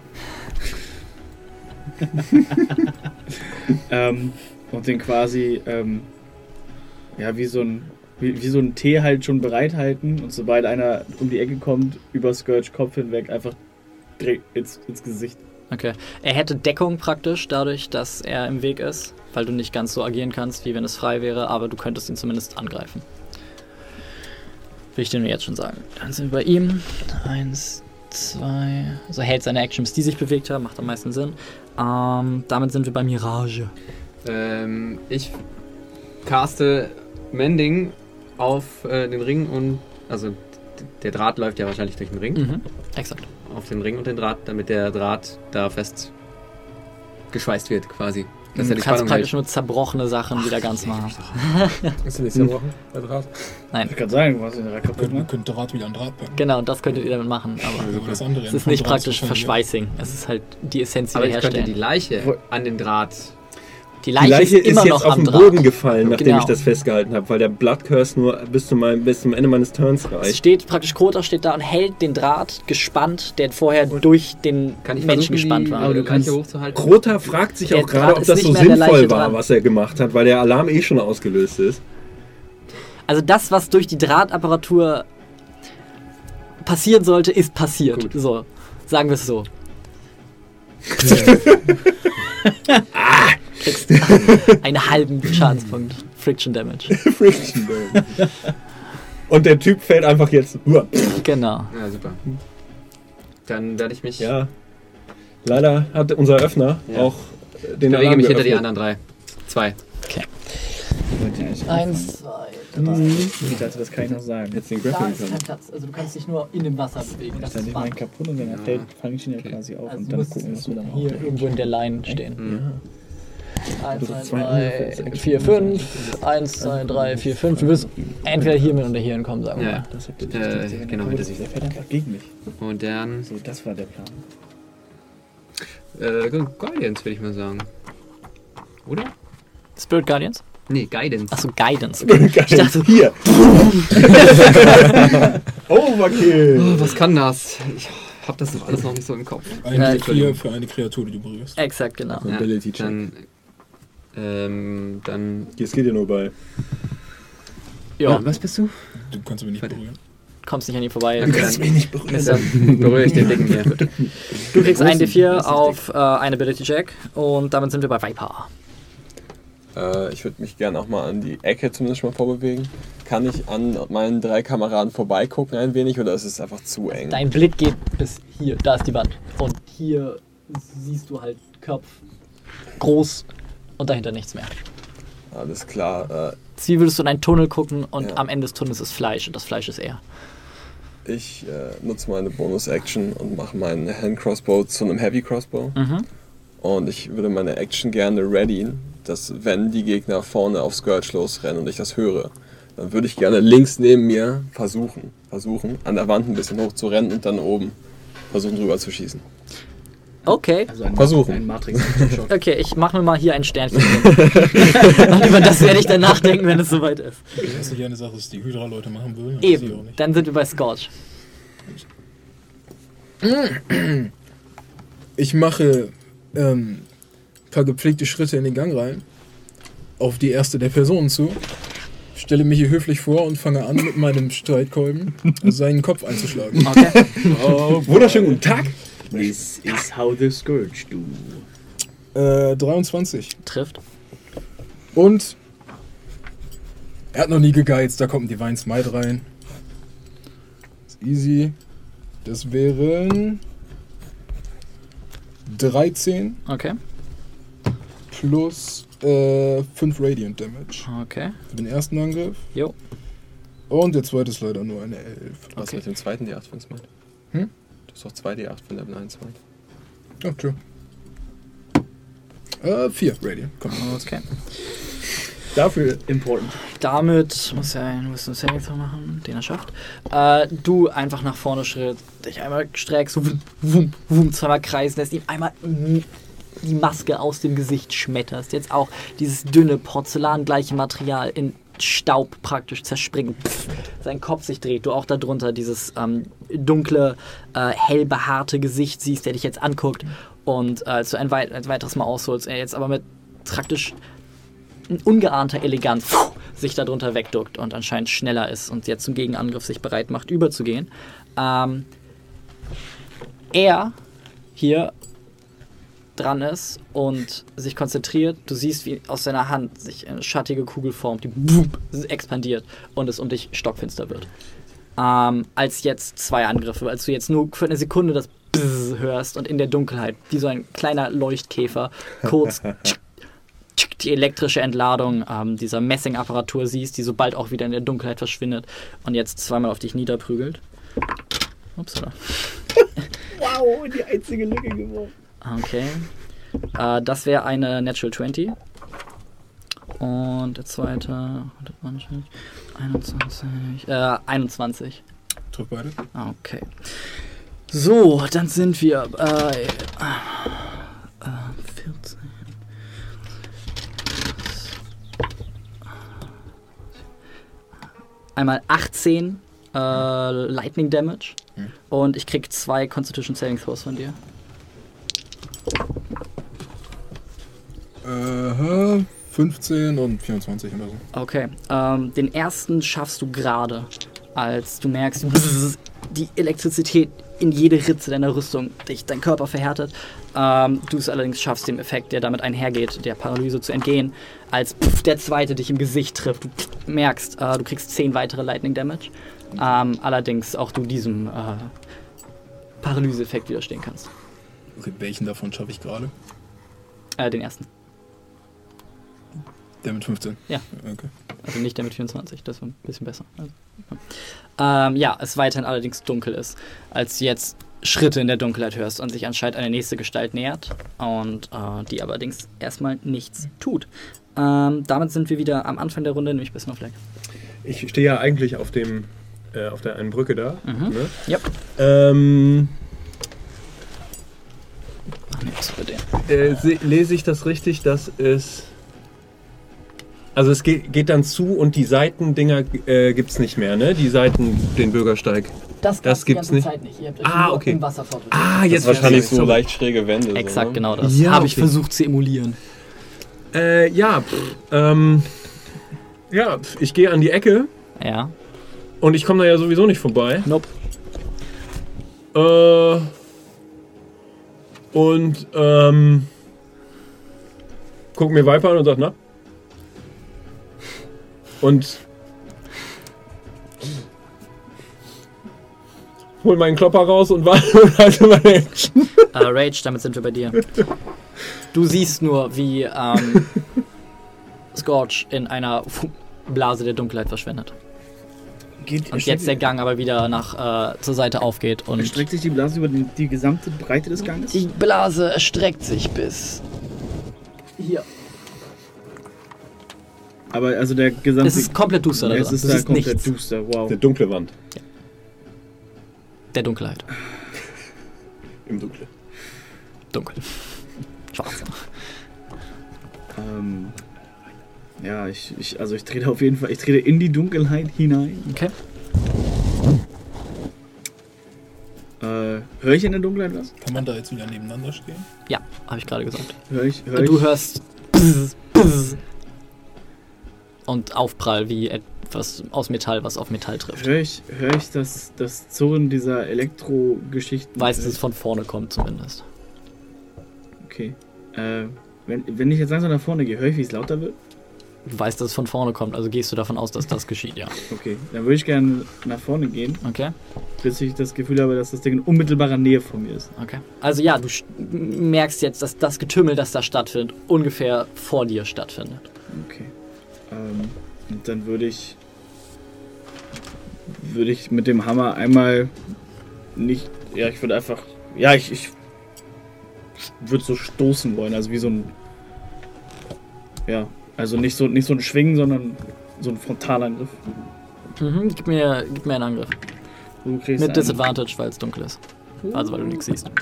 ähm, und den quasi, ähm, ja, wie so ein wie, wie so ein Tee halt schon bereithalten und sobald einer um die Ecke kommt, über Scourge Kopf hinweg, einfach direkt ins, ins Gesicht. Okay. Er hätte Deckung praktisch, dadurch, dass er im Weg ist, weil du nicht ganz so agieren kannst, wie wenn es frei wäre, aber du könntest ihn zumindest angreifen. Will ich dir nur jetzt schon sagen. Dann sind wir bei ihm. Eins, zwei... Also hält seine Action, bis die sich bewegt haben, macht am meisten Sinn. Ähm, damit sind wir bei Mirage. Ähm, ich caste Mending auf äh, den Ring und... Also d- der Draht läuft ja wahrscheinlich durch den Ring. Mhm, exakt. Auf den Ring und den Draht, damit der Draht da fest geschweißt wird quasi. Dass Du er die kannst Spannung praktisch hält. nur zerbrochene Sachen wieder ganz machen. Ist der nicht zerbrochen, der Draht? Nein, Ich kann sagen, du hast den Draht Wir kaputt, können, wir ne? können Draht wieder an Draht packen. genau, und das könntet ihr damit machen, aber Aber das andere es Ende ist vom nicht Draht praktisch ist wahrscheinlich- Verschweißing. Es ist halt die Essenz, die Aber wir ich könnte herstellen. die Leiche an den Draht... Die Die Leiche, Leiche ist immer ist noch jetzt auf am den Draht. Boden gefallen, nachdem Genau. ich das festgehalten habe, weil der Bloodcurse nur bis zum, bis zum Ende meines Turns Es reicht. steht praktisch, Kota steht da und hält den Draht gespannt, der vorher durch den Kann ich Menschen versuchen, gespannt die war. Aber du Du Leiche kannst- hochzuhalten? Krota fragt sich Der auch gerade, Draht ob ist das nicht so mehr an der Leiche sinnvoll war, dran. was er gemacht hat, weil der Alarm eh schon ausgelöst ist. Also das, was durch die Drahtapparatur passieren sollte, ist passiert. Gut. So, sagen wir es so. Kriegst einen halben Schadenspunkt. Friction Damage. Friction Damage. Und der Typ fällt einfach jetzt. Uah. Genau. Ja, super. Dann werde ich mich... Ja. Leider hat unser Öffner Ja. auch äh, den bewege Alarm mich hinter die geöffnet. anderen drei. Zwei. Eins, zwei, Ich dachte, das kann ich noch sagen. Jetzt den Da Grappling ist kein Platz. Also du kannst dich nur in dem Wasser bewegen. Das Dann ist nehme ich meinen Bahn. kaputt und dann Ja. fange ich ihn ja Okay. quasi auf Also und du dann musst gucken, was du dann auch hier denkst. irgendwo in der Line stehen. Mhm. eins, zwei, drei, vier, fünf. eins, zwei, drei, vier, fünf. Du wirst entweder hierhin oder hierhin kommen, sagen wir Ja. mal. Das hat Äh, genau, hinter sich. Der fährt einfach gegen mich. Und dann. So, das war der Plan. Äh, Guardians, würde ich mal sagen. Oder? Spirit Guardians? Nee, Guidance. Achso, Guidance. Ich dachte, hier. Overkill. Oh, was kann das? Ich hab das doch alles noch nicht so im Kopf. Ein Ja, D vier für eine Kreatur, die du berührst. Exakt, genau. Ja, Ability Check. dann. Ähm, dann. Es geht ja nur bei. Ja, Ah, was bist du? Du kannst mich nicht Warte. berühren. kommst nicht an ihn vorbei. Du kannst mich nicht berühren. Mister. Berühre ich den Dicken hier. Du kriegst ein D vier auf äh, ein Ability Check und damit sind wir bei Viper. Äh, ich würde mich gerne auch mal an die Ecke zumindest mal vorbewegen. Kann ich an meinen drei Kameraden vorbeigucken ein wenig oder ist es einfach zu eng? Dein Blick geht bis hier, da ist die Wand. Und hier siehst du halt Kopf groß und dahinter nichts mehr. Alles klar. Äh, Wie würdest du in einen Tunnel gucken und Ja. am Ende des Tunnels ist Fleisch und das Fleisch ist er. ich äh, nutze meine Bonus-Action und mache meinen Hand-Crossbow zu einem Heavy-Crossbow. Mhm. Und ich würde meine Action gerne readyen, dass wenn die Gegner vorne auf Scourge losrennen und ich das höre, dann würde ich gerne links neben mir versuchen, versuchen, an der Wand ein bisschen hoch zu rennen und dann oben versuchen drüber zu schießen. Okay. Also ein, Versuchen. ein Matrix. Okay, ich mache mir mal hier ein Sternchen hin. Und über das werde ich dann nachdenken, wenn es soweit ist. Das ist nicht eine Sache, dass die Hydra-Leute machen würden. und sie auch Eben, nicht. dann sind wir bei Scorch. Ich mache ähm, ein paar gepflegte Schritte in den Gang rein, auf die erste der Personen zu, stelle mich hier höflich vor und fange an, mit meinem Streitkolben seinen Kopf einzuschlagen. Okay. Oh, wunderschönen guten Tag. This is how the Scourge do. Äh, dreiundzwanzig. Trifft. Und er hat noch nie gegeizt, da kommt ein Divine Smite rein. Ist easy. Das wären dreizehn Okay. plus äh, fünf Radiant Damage Okay. für den ersten Angriff. Jo. Und der zweite ist leider nur eine elf. Was Okay. mit dem zweiten D acht von Smite? Hm? Du hast doch zwei D acht von Level eins Smite. Oh, true. Äh, vier Radiant. Komm. Okay. Dafür. Important. Damit muss er einen Wisdom Saving Throw machen, den er schafft. Äh, du einfach nach vorne schritt, dich einmal streckst, so wum, wum, wum, zweimal kreisen lässt, ihm einmal die Maske aus dem Gesicht schmetterst. Jetzt auch dieses dünne, porzellangleiche Material in Staub praktisch zerspringen. Pff, sein Kopf sich dreht, du auch darunter dieses ähm, dunkle, äh, hell behaarte Gesicht siehst, der dich jetzt anguckt und äh, als du ein, weit, ein weiteres Mal ausholst, er jetzt aber mit praktisch ungeahnter Eleganz pff, sich darunter wegduckt und anscheinend schneller ist und jetzt zum Gegenangriff sich bereit macht, überzugehen. Ähm, er hier dran ist und sich konzentriert. Du siehst, wie aus seiner Hand sich eine schattige Kugel formt, die boop, expandiert und es um dich stockfinster wird. Ähm, als jetzt zwei Angriffe, als du jetzt nur für eine Sekunde das Bzzz hörst und in der Dunkelheit, wie so ein kleiner Leuchtkäfer, kurz die elektrische Entladung ähm, dieser Messingapparatur siehst, die sobald auch wieder in der Dunkelheit verschwindet und jetzt zweimal auf dich niederprügelt. Upsala. Wow, die einzige Lücke geworfen. Okay. Äh, das wäre eine Natural zwanzig. Und der zweite. einundzwanzig. Äh, einundzwanzig. Trifft beide. Okay. So, dann sind wir bei. Äh, vierzehn. Einmal achtzehn äh, Lightning Damage. Hm. Und ich krieg zwei Constitution Saving Throws von dir. Äh, fünfzehn und vierundzwanzig oder so. Okay. Ähm, den ersten schaffst du gerade, als du merkst, bzzz, die Elektrizität in jede Ritze deiner Rüstung dich, dein Körper verhärtet. Ähm, du es allerdings schaffst, dem Effekt, der damit einhergeht, der Paralyse zu entgehen, als pff, der zweite dich im Gesicht trifft. Du pff, merkst, äh, du kriegst zehn weitere Lightning Damage. Ähm, allerdings auch du diesem äh, Paralyse-Effekt widerstehen kannst. Okay, welchen davon schaffe ich gerade? Äh, den ersten. Der mit fünfzehn? Ja. Okay. Also nicht der mit vierundzwanzig, das war ein bisschen besser. Also, ja. Ähm, ja, es weiterhin allerdings dunkel ist, als du jetzt Schritte in der Dunkelheit hörst und sich anscheinend eine nächste Gestalt nähert und äh, die allerdings erstmal nichts tut. Ähm, damit sind wir wieder am Anfang der Runde, nämlich bei Snowflake. Ich stehe ja eigentlich auf dem äh, auf der einen Brücke da. Mhm. Ne? Ja. Ähm, Ach nee, was für den? äh, se- lese ich das richtig, dass es also es geht, geht dann zu und die Seitendinger äh, gibt es nicht mehr, ne? Die Seiten, den Bürgersteig. Das, Das die gibt's ganze nicht. Zeit nicht. Ihr habt euch Ah, nur okay. im Wasser vorbereitet. Ah, Das jetzt ist wahrscheinlich so verstehe ich. leicht schräge Wände. Exakt, so, ne? genau das. Ja, Habe ich okay. versucht zu emulieren. Äh, ja, pff, ähm, ja, pff, ich gehe an die Ecke Ja. und ich komme da ja sowieso nicht vorbei. Nope. Äh, und ähm, guck mir Viper an und sag, na? Und hol meinen Klopper raus und warte und halte meine Action. Äh, Rage, damit sind wir bei dir. Du siehst nur, wie ähm, Scorch in einer Blase der Dunkelheit verschwindet. Geht, Und jetzt der Gang aber wieder nach äh, zur Seite aufgeht und Erstreckt sich die Blase über die, die gesamte Breite des Ganges? die Blase erstreckt sich bis hier. Aber also der gesamte... Es ist komplett duster da es drin. ist Du da siehst komplett nichts duster, wow. Eine dunkle Wand. der Dunkelheit. Im Dunkeln. Dunkel. Schwarz. Ähm, ja, ich, ich, also ich trete auf jeden Fall, ich trete in die Dunkelheit hinein. Okay. Äh, höre ich in der Dunkelheit was? Kann man da jetzt wieder nebeneinander stehen? Ja, habe ich gerade gesagt. Hör ich, hör ich, Du hörst Bzz, Bzz und Aufprall wie etwas aus Metall, was auf Metall trifft. hör ich, hör ich das, das Zurren dieser Elektro-Geschichten? Weißt, dass es von vorne kommt zumindest. Okay. Äh, wenn, wenn ich jetzt langsam nach vorne gehe, höre ich, wie es lauter wird? Du weißt, dass es von vorne kommt, also gehst du davon aus, dass das geschieht, ja. Okay, dann würde ich gerne nach vorne gehen, Okay, bis ich das Gefühl habe, dass das Ding in unmittelbarer Nähe von mir ist. okay. Also ja, du sch- merkst jetzt, dass das Getümmel, das da stattfindet, ungefähr vor dir stattfindet. Okay. Ähm, und dann würde ich würde ich mit dem Hammer einmal nicht, ja, ich würde einfach, ja, ich, ich würde so stoßen wollen, also wie so ein, ja, also nicht so, nicht so ein Schwingen, sondern so ein Frontalangriff. Mhm, gib mir, gib mir einen Angriff. Du kriegst Mit einen- Disadvantage, weil es dunkel ist. Also weil du nichts siehst.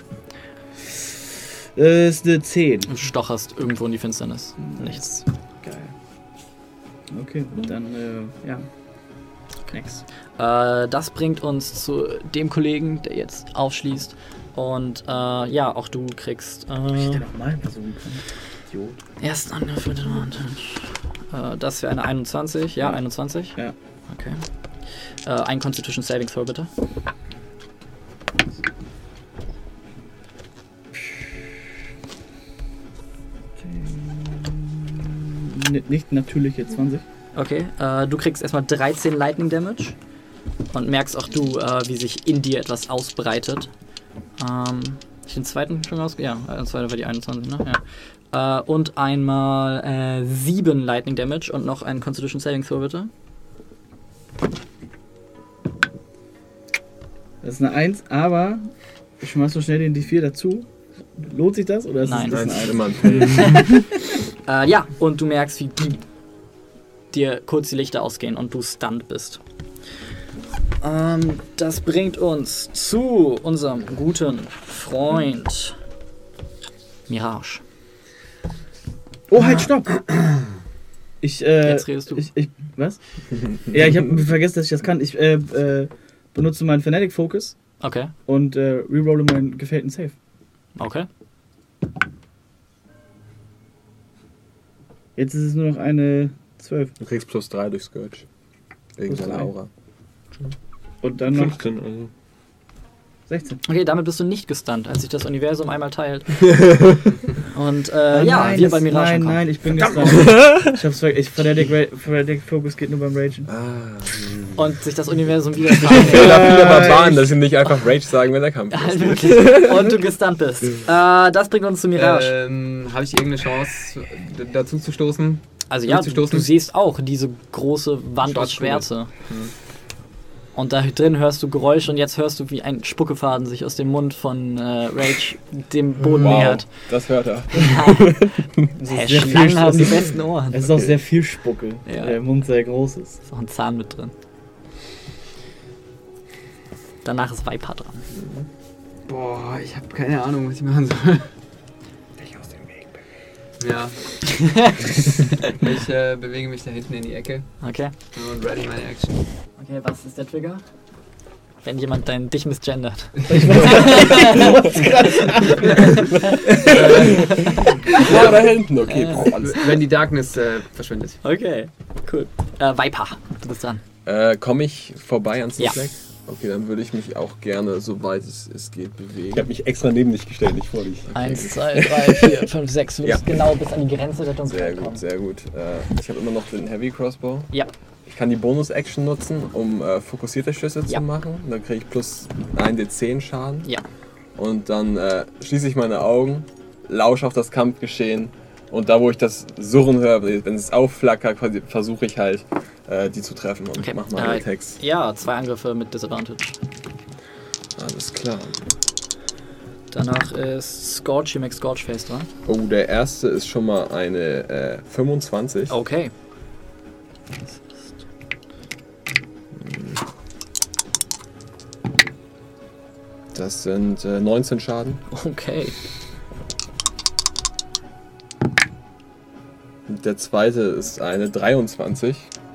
Äh, ist eine zehn. Du stocherst irgendwo in die Finsternis. Nichts. Geil. Okay, dann, äh, ja. Nix. Äh, das bringt uns zu dem Kollegen, der jetzt aufschließt. Und äh, ja, auch du kriegst Ob ich äh, den nochmal versuchen kann? Idiot. ersten Angriff mit Advantage. Äh, das wäre eine einundzwanzig. Ja, einundzwanzig. Ja. Okay. Äh, ein Constitution Saving Throw bitte. N- Nicht natürliche zwanzig. Okay. Äh, du kriegst erstmal dreizehn Lightning Damage. Und merkst auch du, äh, wie sich in dir etwas ausbreitet. Ähm, ich den zweiten schon aus. Ja, der zweite war die einundzwanzig, ne? Ja. Äh, und einmal äh, sieben Lightning Damage und noch ein Constitution Saving Throw bitte. Das ist eine eins, aber ich schmeiß so schnell den D vier dazu. Lohnt sich das? Oder ist Nein. das Nein, ein das ist eins? immer ein Fail. Äh, ja, und du merkst, wie die, dir kurz die Lichter ausgehen und du stunned bist. Ähm, das bringt uns zu unserem guten Freund Mirage. Oh, halt, stopp! Ich, äh. Jetzt redest du. Ich, ich, was? Ja, ich habe vergessen, dass ich das kann. Ich, äh, äh, benutze meinen Fanatic Focus Okay, und, äh, rerolle meinen gefällten Save. okay. Jetzt ist es nur noch eine zwölf. Du kriegst plus drei durch Scourge. Wegen Plus seiner drei. Aura. Und dann noch fünfzehn, also. sechzehn. Okay, damit bist du nicht gestunt, als sich das Universum einmal teilt. Und äh, Oh ja, nein, wir das, bei Mirage Nein, ankommen. nein, ich bin gestunt. Ich hab's ver ich, Fanatic, Ra Fanatic Focus geht nur beim Ragen. Ah. Und sich das Universum wieder Fehler viele Äh, Barbaren, dass sie nicht einfach Rage sagen, wenn der Kampf Halt ist. wirklich. Und du gestunt bist. Äh, das bringt uns zu Mirage. Ähm, habe ich irgendeine Chance, d- dazu zu stoßen? Also ja, du, durchzustoßen? du siehst auch diese große Wand aus Schwarzkugel. Schwärze. Und da drin hörst du Geräusche und jetzt hörst du, wie ein Spuckefaden sich aus dem Mund von äh, Rage dem Boden Wow, nähert. das hört er. Hä, sehr Schlangen viel- haben die es ist- besten Ohren. Es ist auch sehr viel Spucke, Ja. weil der Mund sehr groß ist. Ist auch ein Zahn mit drin. Danach ist Viper dran. Boah, ich habe keine Ahnung, was ich machen soll. Ja. ich äh, bewege mich da hinten in die Ecke Okay. und ready meine Action. Okay, was ist der Trigger? Wenn jemand dein, dich misgendert. Ja, da hinten, okay. Boah, alles. Wenn die Darkness äh, verschwindet. Okay, cool. Äh, Viper, du bist dran. Äh, Komme ich vorbei an Ja. Snowflake? Okay, dann würde ich mich auch gerne, soweit es, es geht, bewegen. Ich habe mich extra neben dich gestellt, nicht vor dich. Eins, zwei, drei, vier, fünf, sechs. Du bist Ja. genau bis an die Grenze der Sehr Dunkelheit gut, kommen. sehr gut. Äh, ich habe immer noch den Heavy Crossbow. Ja. Ich kann die Bonus-Action nutzen, um äh, fokussierte Schüsse Ja. zu machen. Dann kriege ich plus ein D zehn Schaden. Ja. Und dann äh, schließe ich meine Augen, lausche auf das Kampfgeschehen. Und da, wo ich das Surren höre, wenn es aufflackert, quasi versuche ich halt, äh, die zu treffen und Okay. mach meine Äh, Attacks. Ja, zwei Angriffe mit Disadvantage. Alles klar. Danach ist Scorch, hier Max Scorchface dran. Oh, der erste ist schon mal eine äh, fünfundzwanzig. Okay. Das sind äh, neunzehn Schaden. Okay. Und der zweite ist eine dreiundzwanzig.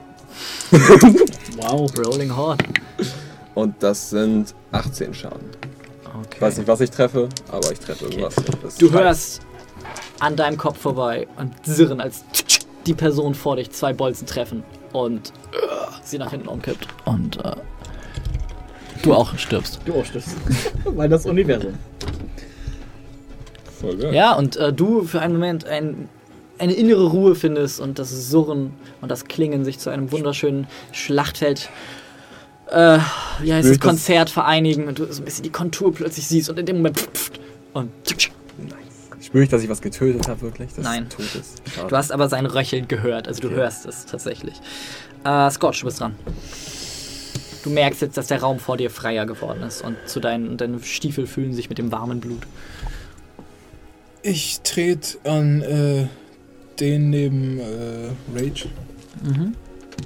Wow. Rolling Horde. Und das sind achtzehn Schaden. Okay. Ich weiß nicht, was ich treffe, aber ich treffe irgendwas. Das Du ist hörst an deinem Kopf vorbei und sirren, als die Person vor dich zwei Bolzen treffen und äh, sie nach hinten umkippt. Und äh, du auch stirbst. Du auch stirbst. Weil das Universum. voll geil. Ja, und äh, du für einen Moment ein, eine innere Ruhe findest und das Surren und das Klingen sich zu einem wunderschönen Schlachtfeld, äh, wie heißt Spür es, ich das- Konzert vereinigen und du so ein bisschen die Kontur plötzlich siehst und in dem Moment pff, und Spüre ich, dass ich was getötet habe, wirklich? Dass Nein. es tot ist? Schade. du hast aber sein Röcheln gehört, also du Okay. hörst es tatsächlich. Äh, Scotch, du bist dran. Du merkst jetzt, dass der Raum vor dir freier geworden ist und zu deinen, deine Stiefel fühlen sich mit dem warmen Blut. Ich trete an äh, den neben äh, Rage Mhm.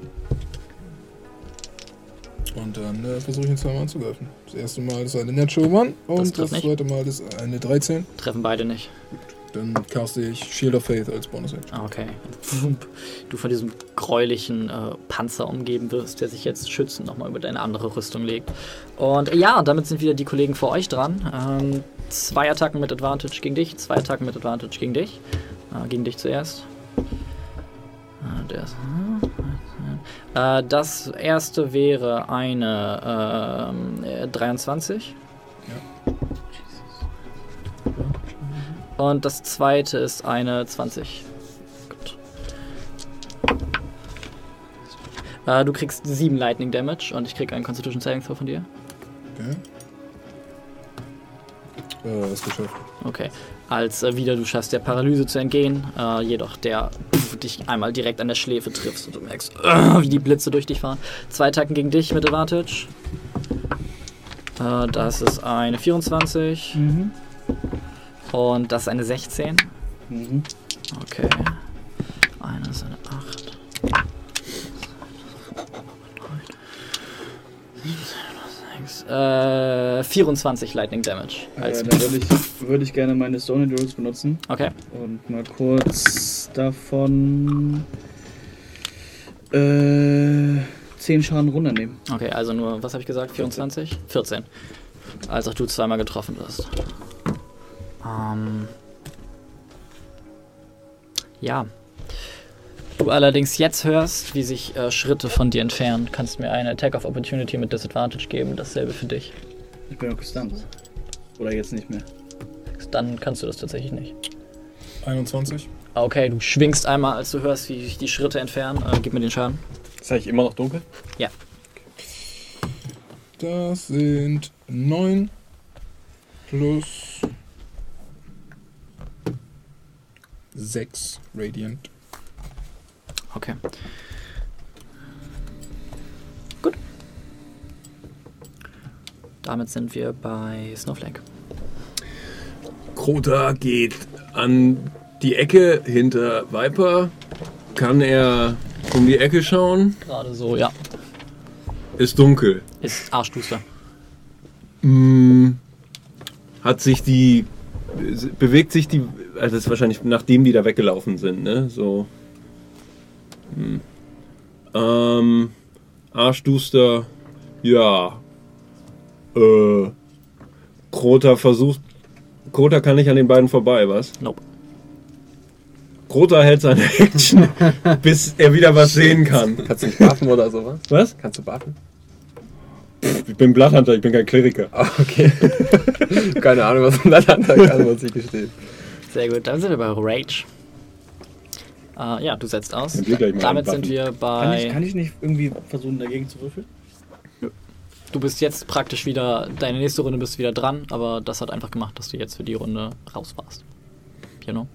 und dann äh, versuche ich ihn zweimal anzugreifen. Das erste Mal ist eine Natural One und trifft das, nicht. zweite Mal ist eine dreizehn. Treffen beide nicht. Dann caste ich Shield of Faith als Bonus-Action. Ah, okay. Du von diesem gräulichen äh, Panzer umgeben wirst, der sich jetzt schützend nochmal über deine andere Rüstung legt. Und äh, ja, damit sind wieder die Kollegen vor euch dran. Ähm, zwei Attacken mit Advantage gegen dich, zwei Attacken mit Advantage gegen dich. Äh, gegen dich zuerst. Äh, der ist, äh, das erste wäre eine ähm, äh, dreiundzwanzig. Und das zweite ist eine zwanzig. Gut. Äh, du kriegst sieben Lightning Damage und ich krieg einen Constitution Saving Throw von dir. Okay. Äh, ist geschafft. Okay. Als äh, wieder du schaffst, der Paralyse zu entgehen, äh, jedoch der pff, dich einmal direkt an der Schläfe triffst und du merkst, äh, wie die Blitze durch dich fahren. Zwei Attacken gegen dich mit Advantage. Äh, das ist eine vierundzwanzig. Mhm. Und das ist eine sechzehn. Mhm. Okay. Eine ist eine acht. Äh, vierundzwanzig Lightning Damage. Als Äh, dann würde ich, würd ich gerne meine Stone Endurance benutzen okay. und mal kurz davon äh, zehn Schaden runternehmen. Okay, also nur, was habe ich gesagt? vierundzwanzig? vierzehn. Als auch du zweimal getroffen wirst. Ähm. Ja. Du allerdings jetzt hörst, wie sich äh, Schritte von dir entfernen, kannst mir eine Attack of Opportunity mit Disadvantage geben. Dasselbe für dich. Ich bin auch gestunt. Oder jetzt nicht mehr. Dann kannst du das tatsächlich nicht. einundzwanzig. Ah, okay, du schwingst einmal, als du hörst, wie sich die Schritte entfernen. Äh, gib mir den Schaden. Ist eigentlich immer noch dunkel? Ja. Das sind neun plus sechs Radiant. Okay. Gut. Damit sind wir bei Snowflake. Krota geht an die Ecke hinter Viper. Kann er um die Ecke schauen? Gerade so, ja. Ist dunkel. Ist arschduster. Mm, hat sich die... Bewegt sich die... Also das ist wahrscheinlich nachdem die da weggelaufen sind, ne? So... Hm. Ähm... Arschduster... Ja... Äh... Krota versucht... Krota kann nicht an den beiden vorbei, was? Nope. Krota hält seine Action, bis er wieder was sehen kann. Kannst du nicht buffen oder sowas? Was? Kannst du buffen? Ich bin Bloodhunter, ich bin kein Kleriker. Ah, okay. Keine Ahnung, was ein Bloodhunter kann, muss ich gestehen. Sehr gut, dann sind wir bei Rage. Uh, ja, du setzt aus. Dann geh gleich mal Damit einen sind wir Kann bei... ich, kann ich nicht irgendwie versuchen, dagegen zu würfeln? Du bist jetzt praktisch wieder... Deine nächste Runde bist du wieder dran, aber das hat einfach gemacht, dass du jetzt für die Runde raus warst. You know?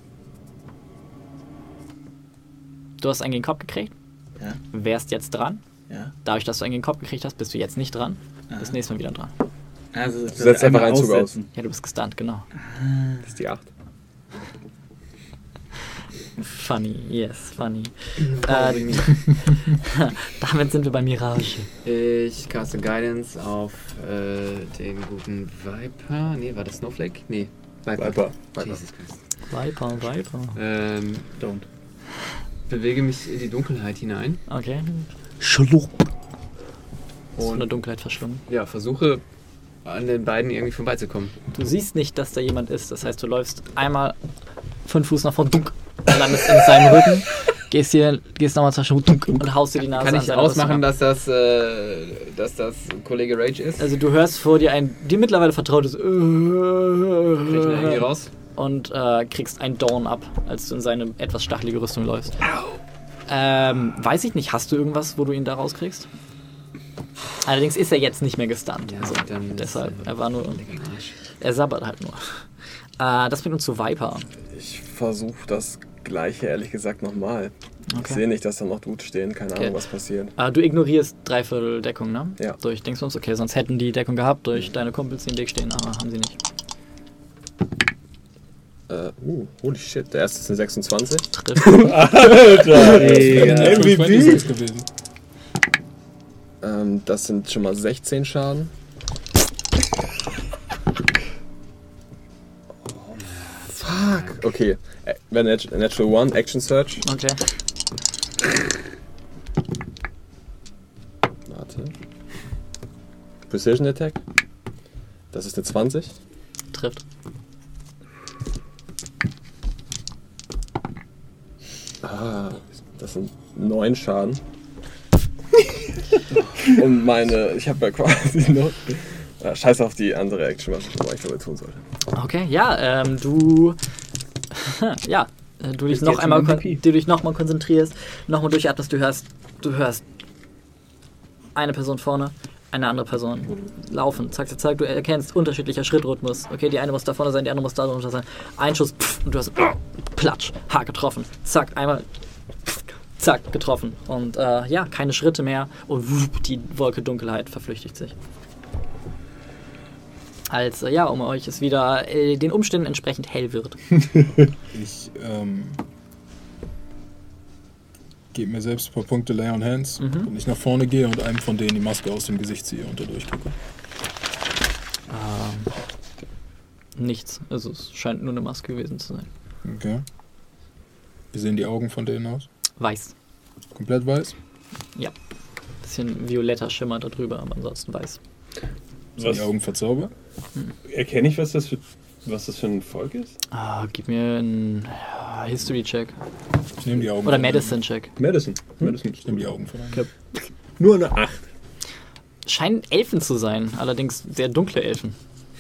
Du hast einen gegen den Kopf gekriegt. Ja. Wärst jetzt dran. Ja. Dadurch, dass du einen gegen den Kopf gekriegt hast, bist du jetzt nicht dran. Aha. Das nächste Mal wieder dran. Also, Du setzt einfach einen Zug aus. aussetzen. Ja, du bist gestunt, genau. Das ist die acht. Funny, yes, funny. äh, damit sind wir bei Mirage. Ich caste Guidance auf äh, den guten Viper. Nee, war das Snowflake? Nee, Viper. Viper. Jesus Christ. Viper, Viper. Ähm, Don't. bewege mich in die Dunkelheit hinein. Okay. Schlupp. Ist von der Und Dunkelheit verschlungen. ja, versuche an den beiden irgendwie vorbeizukommen. Du siehst nicht, dass da jemand ist. Das heißt, du läufst einmal fünf Fuß nach vorne, dunk, landest in seinem Rücken, gehst hier, gehst nochmal zur Schuhe, dunk, und haust dir die Nase Kann an ich seine ausmachen, Rüstung ab. dass das, äh, dass das Kollege Rage ist? Also du hörst vor dir ein, dir mittlerweile vertrautes Krieg ich eine Handy äh, raus? und äh, kriegst ein Dorn ab, als du in seine etwas stachelige Rüstung läufst. Ähm, weiß ich nicht, hast du irgendwas, wo du ihn da rauskriegst? Allerdings ist er jetzt nicht mehr gestunt. Ja, also, dann deshalb, ist, äh, er war nur, Lecker Arsch. er sabbert halt nur. Äh, das bringt uns zu Viper. Ich versuche das Gleiche, ehrlich gesagt, nochmal. Ich Okay. sehe nicht, dass da noch Dudes stehen. Keine Okay. Ahnung, was passiert. Äh, du ignorierst Dreiviertel Deckung, ne? Ja. Durch Dingsbums, okay, sonst hätten die Deckung gehabt durch deine Kumpels, die im Weg stehen, aber haben sie nicht. Äh, uh, holy shit. Der erste ist eine sechsundzwanzig. Trifft. Alter! Ey, M V P! ist gewesen. Ähm, das sind schon mal sechzehn Schaden. Oh, fuck. Okay. Äh, wenn Nat- Natural One, Action Search. Okay. Warte. Precision Attack. Das ist eine zwanzig. Trifft. Ah, das sind neun Schaden. Und meine, ich habe ja quasi noch. Ah, scheiß auf die andere Action, was ich eigentlich dabei tun sollte. Okay, ja, ähm, du. ja, äh, du dich Bist noch jetzt einmal im kon- M V P. du dich nochmal konzentrierst, nochmal durchatmest, du hörst, du hörst eine Person vorne, eine andere Person laufen, zack, zack, zack, du erkennst unterschiedlicher Schrittrhythmus. Okay, die eine muss da vorne sein, die andere muss da drunter sein. Ein Schuss, pff, und du hast Platsch, Haar getroffen, zack, einmal, pff, zack, getroffen. Und äh, ja, keine Schritte mehr und wupp, die Wolke Dunkelheit verflüchtigt sich. Als, äh, ja, um euch es wieder äh, den Umständen entsprechend hell wird. Ich ähm, gebe mir selbst ein paar Punkte Lay on Hands, Mhm. wenn ich nach vorne gehe und einem von denen die Maske aus dem Gesicht ziehe und da durchgucke. Ähm, nichts. Also es scheint nur eine Maske gewesen zu sein. Okay. Wie sehen die Augen von denen aus? Weiß. Komplett weiß? Bisschen violetter Schimmer da drüber, aber ansonsten weiß. Sind Was? die Augen verzaubert? Erkenne ich, was das für, was das für ein Volk ist? Ah, gib mir einen ja, History-Check. Ich nehme die Augen Oder von einem. Medicine-Check. Madison. Madison. Ich nehme die Augen von einem. Okay. Nur eine acht. Scheinen Elfen zu sein, allerdings sehr dunkle Elfen.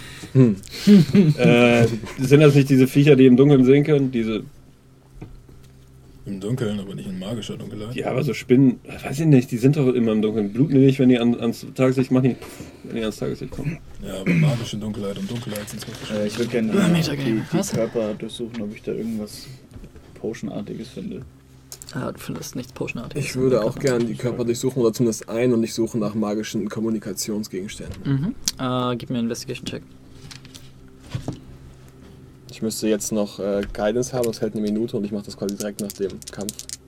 äh, sind das nicht diese Viecher, die im Dunkeln sehen können? Diese, Im Dunkeln, aber nicht in magischer Dunkelheit. ja, aber so Spinnen, weiß ich nicht, die sind doch immer im Dunkeln. Bluten die nicht, wenn die an, ans Tageslicht machen, die, wenn die ans Tageslicht kommen. Ja, aber magische Dunkelheit und Dunkelheit sind zwei verschiedene. Äh, ich würde gerne Ah, äh, Metagame. die, Was? die Körper durchsuchen, ob ich da irgendwas Potion-artiges finde. Äh, du findest nichts Potionartiges. Ich würde auch gerne die Körper durchsuchen oder zumindest ein und ich suche nach magischen Kommunikationsgegenständen. Mhm. Äh, gib mir einen Investigation-Check. Ich müsste jetzt noch äh, Guidance haben, das hält eine Minute und ich mache das quasi direkt nach dem Kampf.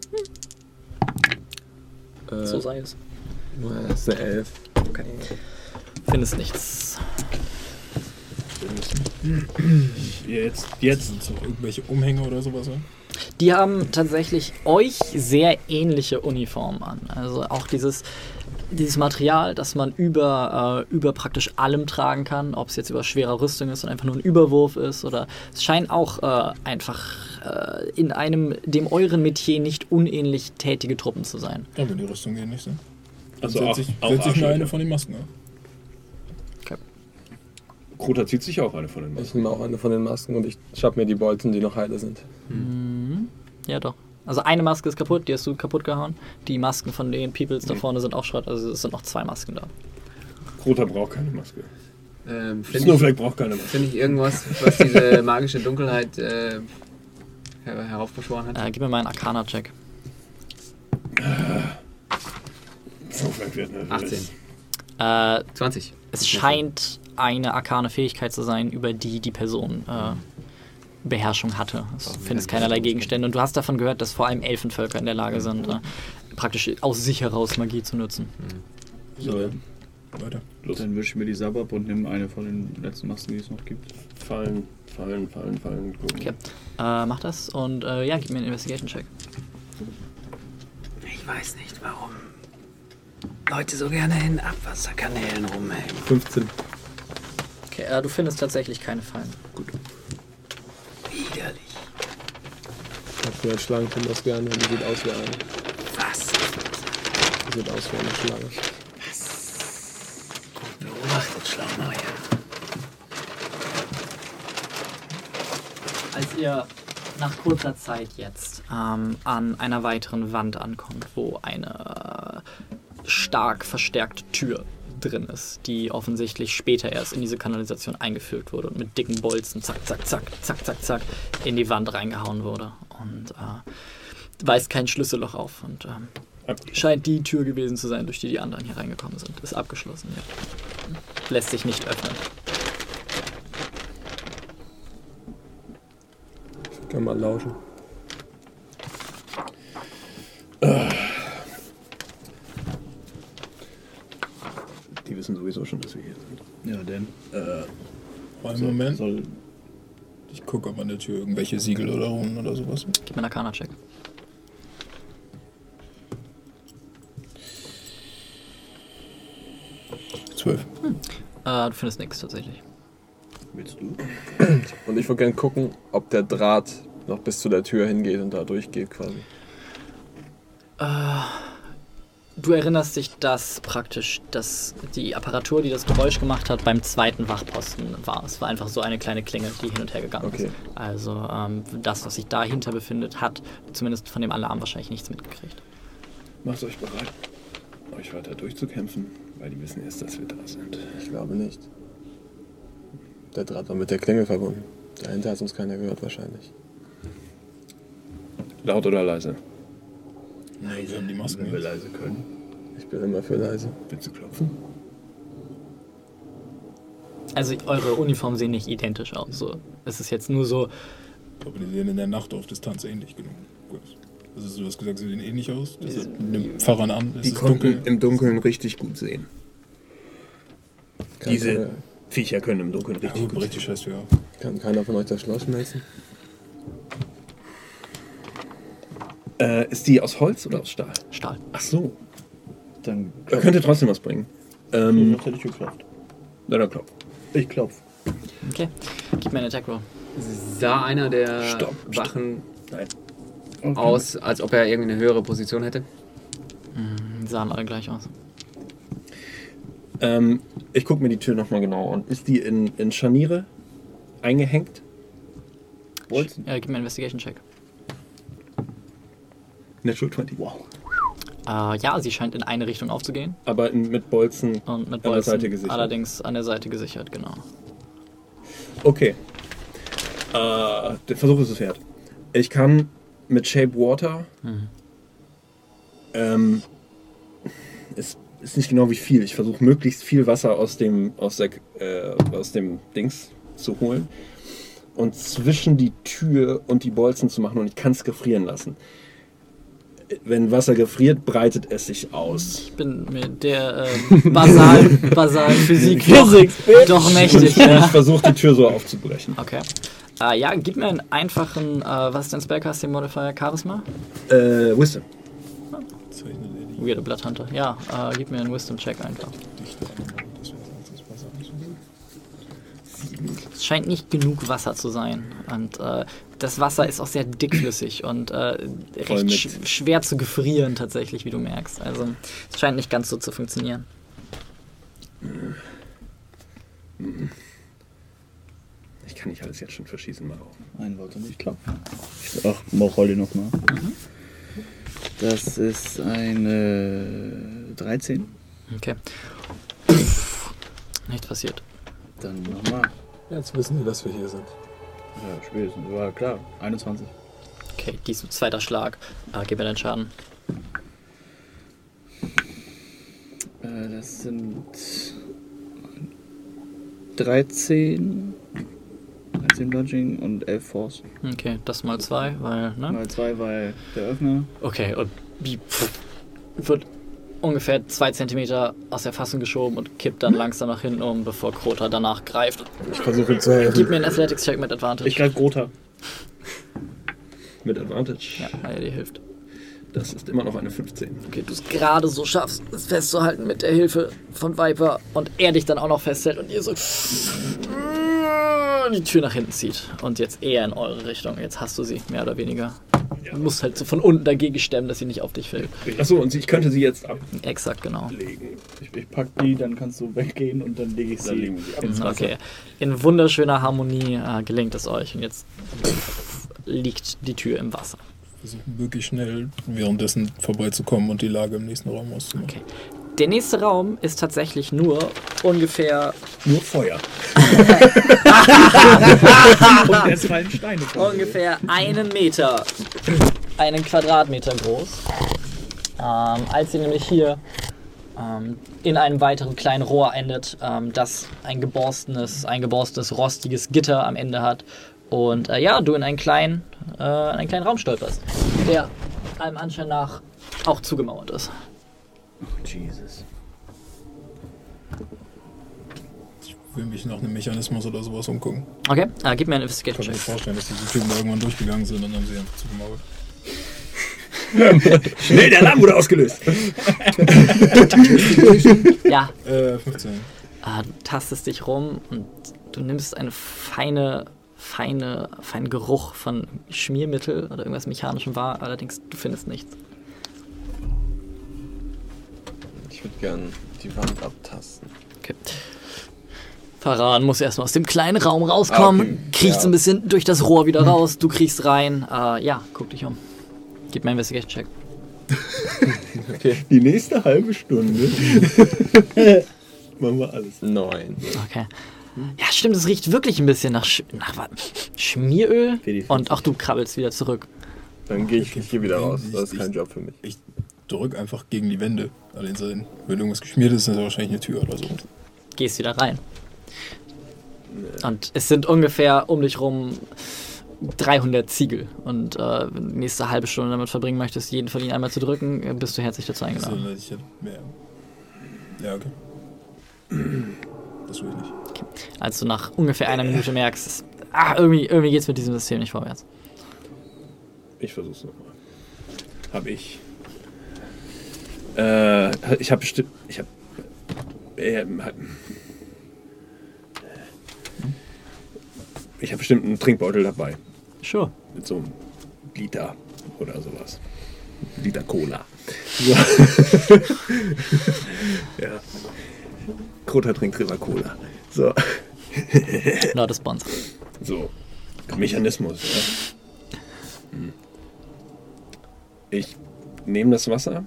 Hm. Äh, so sei es. Das ist eine elf. Okay. Findest nichts. Jetzt, jetzt sind so irgendwelche Umhänge oder sowas, ja? Die haben tatsächlich euch sehr ähnliche Uniformen an. Also auch dieses, dieses Material, das man über, äh, über praktisch allem tragen kann, ob es jetzt über schwerer Rüstung ist und einfach nur ein Überwurf ist oder es scheinen auch äh, einfach äh, in einem dem euren Metier nicht unähnlich tätige Truppen zu sein. Ja, wenn die Rüstung ähnlich sind. Also setzt auch, sich, auch setzt sich nur Arschlöcher. eine von den Masken, ja? Okay. Krota zieht sich auch eine von den Ich Masken. nehme auch eine von den Masken und ich schnapp mir die Bolzen, die noch heile sind. Mhm. Ja, doch. Also eine Maske ist kaputt, die hast du kaputt gehauen. Die Masken von den Peoples da vorne sind auch Schrott, also es sind noch zwei Masken da. Krota braucht keine Maske. Ähm, Finde Snowflake braucht keine Maske. find ich irgendwas, was diese magische Dunkelheit äh, her heraufbeschworen hat? Äh, gib mir mal einen Arcana-Check. Snowflake wird nervös. achtzehn. Äh, zwanzig. es scheint eine arkane Fähigkeit zu sein, über die die Person äh, Beherrschung hatte. Du findest keinerlei Gegenstände und du hast davon gehört, dass vor allem Elfenvölker in der Lage sind, äh, praktisch aus sich heraus Magie zu nutzen. So, Weiter. Los. dann wische ich mir die Sab ab und nehme eine von den letzten Masken, die es noch gibt. Fallen, fallen, fallen, fallen. Gucken. Okay. Äh, mach das und äh, ja, gib mir einen Investigation-Check. Ich weiß nicht, warum Leute so gerne in Abwasserkanälen rumhängen. fünfzehn. Okay, äh, du findest tatsächlich keine Fallen. Gut. Widerlich. Ich hab mir Schlangen finde das gerne, die sieht aus wie eine. Was? Die sieht aus wie eine Schlange. Gut beobachtet, Schlaumeier. Als ihr nach kurzer Zeit jetzt ähm, an einer weiteren Wand ankommt, wo eine äh, stark verstärkte Tür drin ist, die offensichtlich später erst in diese Kanalisation eingefügt wurde und mit dicken Bolzen zack, zack, zack, zack, zack, zack in die Wand reingehauen wurde und äh, weist kein Schlüsselloch auf und ähm, scheint die Tür gewesen zu sein, durch die die anderen hier reingekommen sind. Ist abgeschlossen, ja. Lässt sich nicht öffnen. Ich kann mal lauschen. Die wissen sowieso schon, dass wir hier sind. Ja, denn. Äh, Einen so, Moment. Soll, Ich gucke, ob an der Tür irgendwelche Siegel oder Runen oder sowas sind. Gib mir einen Arcana-Check. Zwölf. Äh, du findest nichts tatsächlich. willst du? Und ich würde gerne gucken, ob der Draht noch bis zu der Tür hingeht und da durchgeht quasi. Äh, du erinnerst dich, dass praktisch dass die Apparatur, die das Geräusch gemacht hat, beim zweiten Wachposten war. Es war einfach so eine kleine Klinge, die hin und her gegangen Okay. ist. Also ähm, das, was sich dahinter befindet, hat zumindest von dem Alarm wahrscheinlich nichts mitgekriegt. Macht euch bereit, euch weiter durchzukämpfen, weil die wissen erst, dass wir da sind. Ich glaube nicht. Der Draht war mit der Klingel verbunden. Dahinter hat uns keiner gehört wahrscheinlich. Laut oder leise? Nein, wir haben die Masken Wenn wir jetzt. leise können. Ich bin immer für leise. Willst du klopfen? Also eure Uniformen sehen nicht identisch aus. So. Es ist jetzt nur so, Aber die sehen in der Nacht auf Distanz ähnlich genug. Gut. Also du hast gesagt, sie sehen ähnlich aus. Das nimmt Pfarrern an. Es Die ist konnten dunkel. im Dunkeln richtig gut sehen. Kann, Diese keiner, Viecher können im Dunkeln richtig Ja, gut richtig sehen. scheiße, ja. kann keiner von euch das Schloss schmelzen? Äh, ist die aus Holz oder aus Stahl? Stahl. Ach so. Dann Er könnte trotzdem was bringen. Ähm, das hätte ich geklopft. na dann klopf. Ich klopf. Okay. Gib mir einen Attack Roll. Sah einer der Stopp, stopp. Wachen Nein. Okay. aus, als ob er irgendwie eine höhere Position hätte? Die sahen alle gleich aus. Ähm, ich gucke mir die Tür nochmal genau an. Ist die in, in Scharniere eingehängt? Bolzen? Ja, gib mir einen Investigation-Check. Natural zwanzig. Wow. Äh, ja, sie scheint in eine Richtung aufzugehen Aber in, mit Bolzen und mit an der Bolzen Seite gesichert. allerdings an der Seite gesichert, genau. Okay. Äh, der Versuch ist es wert. Ich kann mit Shape Water Ähm, es ist nicht genau wie viel. Ich versuche möglichst viel Wasser aus dem, aus der, äh, aus dem Dings zu holen und zwischen die Tür und die Bolzen zu machen und ich kann es gefrieren lassen. Wenn Wasser gefriert, breitet es sich aus. Ich bin mit der äh, basalen, basalen Physik doch, doch mächtig. Und Ja. ich versuche die Tür so aufzubrechen. Okay. Äh, ja, gib mir einen einfachen, äh, was ist dein Spellcasting Modifier? Charisma? Äh, Wisdom. Weirder Bloodhunter. Ja, äh, gib mir einen Wisdom-Check einfach. Es scheint nicht genug Wasser zu sein. Und äh, das Wasser ist auch sehr dickflüssig und äh, recht sch schwer zu gefrieren tatsächlich, wie du merkst. Also es scheint nicht ganz so zu funktionieren. Ich kann nicht alles jetzt schon verschießen, Maro. Ein Wort nicht klar. Ach, mach Holly nochmal. Mhm. Das ist eine dreizehn. Okay. Nichts passiert. Dann nochmal. Jetzt wissen die, dass wir hier sind. Ja, spätestens. War klar. einundzwanzig. Okay, dies zweiter Schlag. Äh, gib mir deinen Schaden. Äh, das sind dreizehn. dreizehn Bludging und elf Force. Okay, das mal zwei, weil, ne? Mal zwei, weil der Öffner. Okay, und wie wird ungefähr zwei Zentimeter aus der Fassung geschoben und kippt dann langsam nach hinten um, bevor Krota danach greift. Ich versuche ihm zu helfen. Gib mir einen Athletics-Check mit Advantage. Ich greife Krota. Mit Advantage? Ja, weil er dir hilft. Das ist immer noch eine fünfzehn. Okay, du es gerade so schaffst, es festzuhalten mit der Hilfe von Viper und er dich dann auch noch festhält und ihr so die Tür nach hinten zieht. Und jetzt eher in eure Richtung. Jetzt hast du sie, mehr oder weniger. Du musst halt so von unten dagegen stemmen, dass sie nicht auf dich fällt. Achso, und ich könnte sie jetzt ablegen. Exakt, genau. Ich, ich pack die, dann kannst du weggehen und dann lege ich sie legen sie ab. ins Wasser. Okay. In wunderschöner Harmonie äh, gelingt es euch und jetzt liegt die Tür im Wasser. Versuchen wirklich schnell währenddessen vorbeizukommen und die Lage im nächsten Raum auszumachen. Okay. Der nächste Raum ist tatsächlich nur ungefähr... Nur Feuer. Und es fallen Steine vor. ungefähr einen Meter, einen Quadratmeter groß. Ähm, als ihr nämlich hier ähm, in einem weiteren kleinen Rohr endet, ähm, das ein geborstenes, ein geborstenes, rostiges Gitter am Ende hat. Und äh, ja, du in einen kleinen, äh, in einen kleinen Raum stolperst, der allem Anschein nach auch zugemauert ist. Oh, Jesus. Ich will mich nach einem Mechanismus oder sowas umgucken. Okay, äh, gib mir einen Ich kann mir Investigation-Check. vorstellen, dass diese Typen da irgendwann durchgegangen sind und dann haben sie einfach zugemauert. Schnell, der Alarm wurde ausgelöst. Ja, Äh, fünfzehn. äh, du tastest dich rum und du nimmst eine feine, feine, feinen Geruch von Schmiermittel oder irgendwas Mechanischem wahr, allerdings du findest nichts. Ich würde gern die Wand abtasten. Okay. Faran muss erstmal aus dem kleinen Raum rauskommen, Ah, okay. kriecht Ja. ein bisschen durch das Rohr wieder raus, du kriechst rein. Äh, ja, guck dich um. Gib mir einen Investigation-Check. Okay. Die nächste halbe Stunde machen wir alles. Neun. Okay. Ja, stimmt, es riecht wirklich ein bisschen nach, Sch nach was? Schmieröl. Und auch du krabbelst wieder zurück. Dann gehe ich hier wieder raus. Das ist Ich- kein Job für mich. Ich drück einfach gegen die Wände an den Seiten. Wenn irgendwas geschmiert ist, ist das wahrscheinlich eine Tür oder so. Gehst wieder rein. Und es sind ungefähr um dich rum dreihundert Ziegel. Und äh, wenn du die nächste halbe Stunde damit verbringen möchtest, jeden von ihnen einmal zu drücken, äh, bist du herzlich dazu So, eingeladen. ich hätte mehr. Ja, okay. Das will ich nicht. Als du nach ungefähr einer Minute merkst, es, ah, irgendwie, irgendwie geht es mit diesem System nicht vorwärts. Ich versuch's nochmal. Hab ich. Äh, ich hab bestimmt. Ich hab. Äh, ich hab bestimmt einen Trinkbeutel dabei. Sure. Mit so einem Liter oder sowas. Liter Cola. So. Ja. Krota trinkt River Cola. So. Not a sponsor. So. Mechanismus. Ja. Hm. Ich nehme das Wasser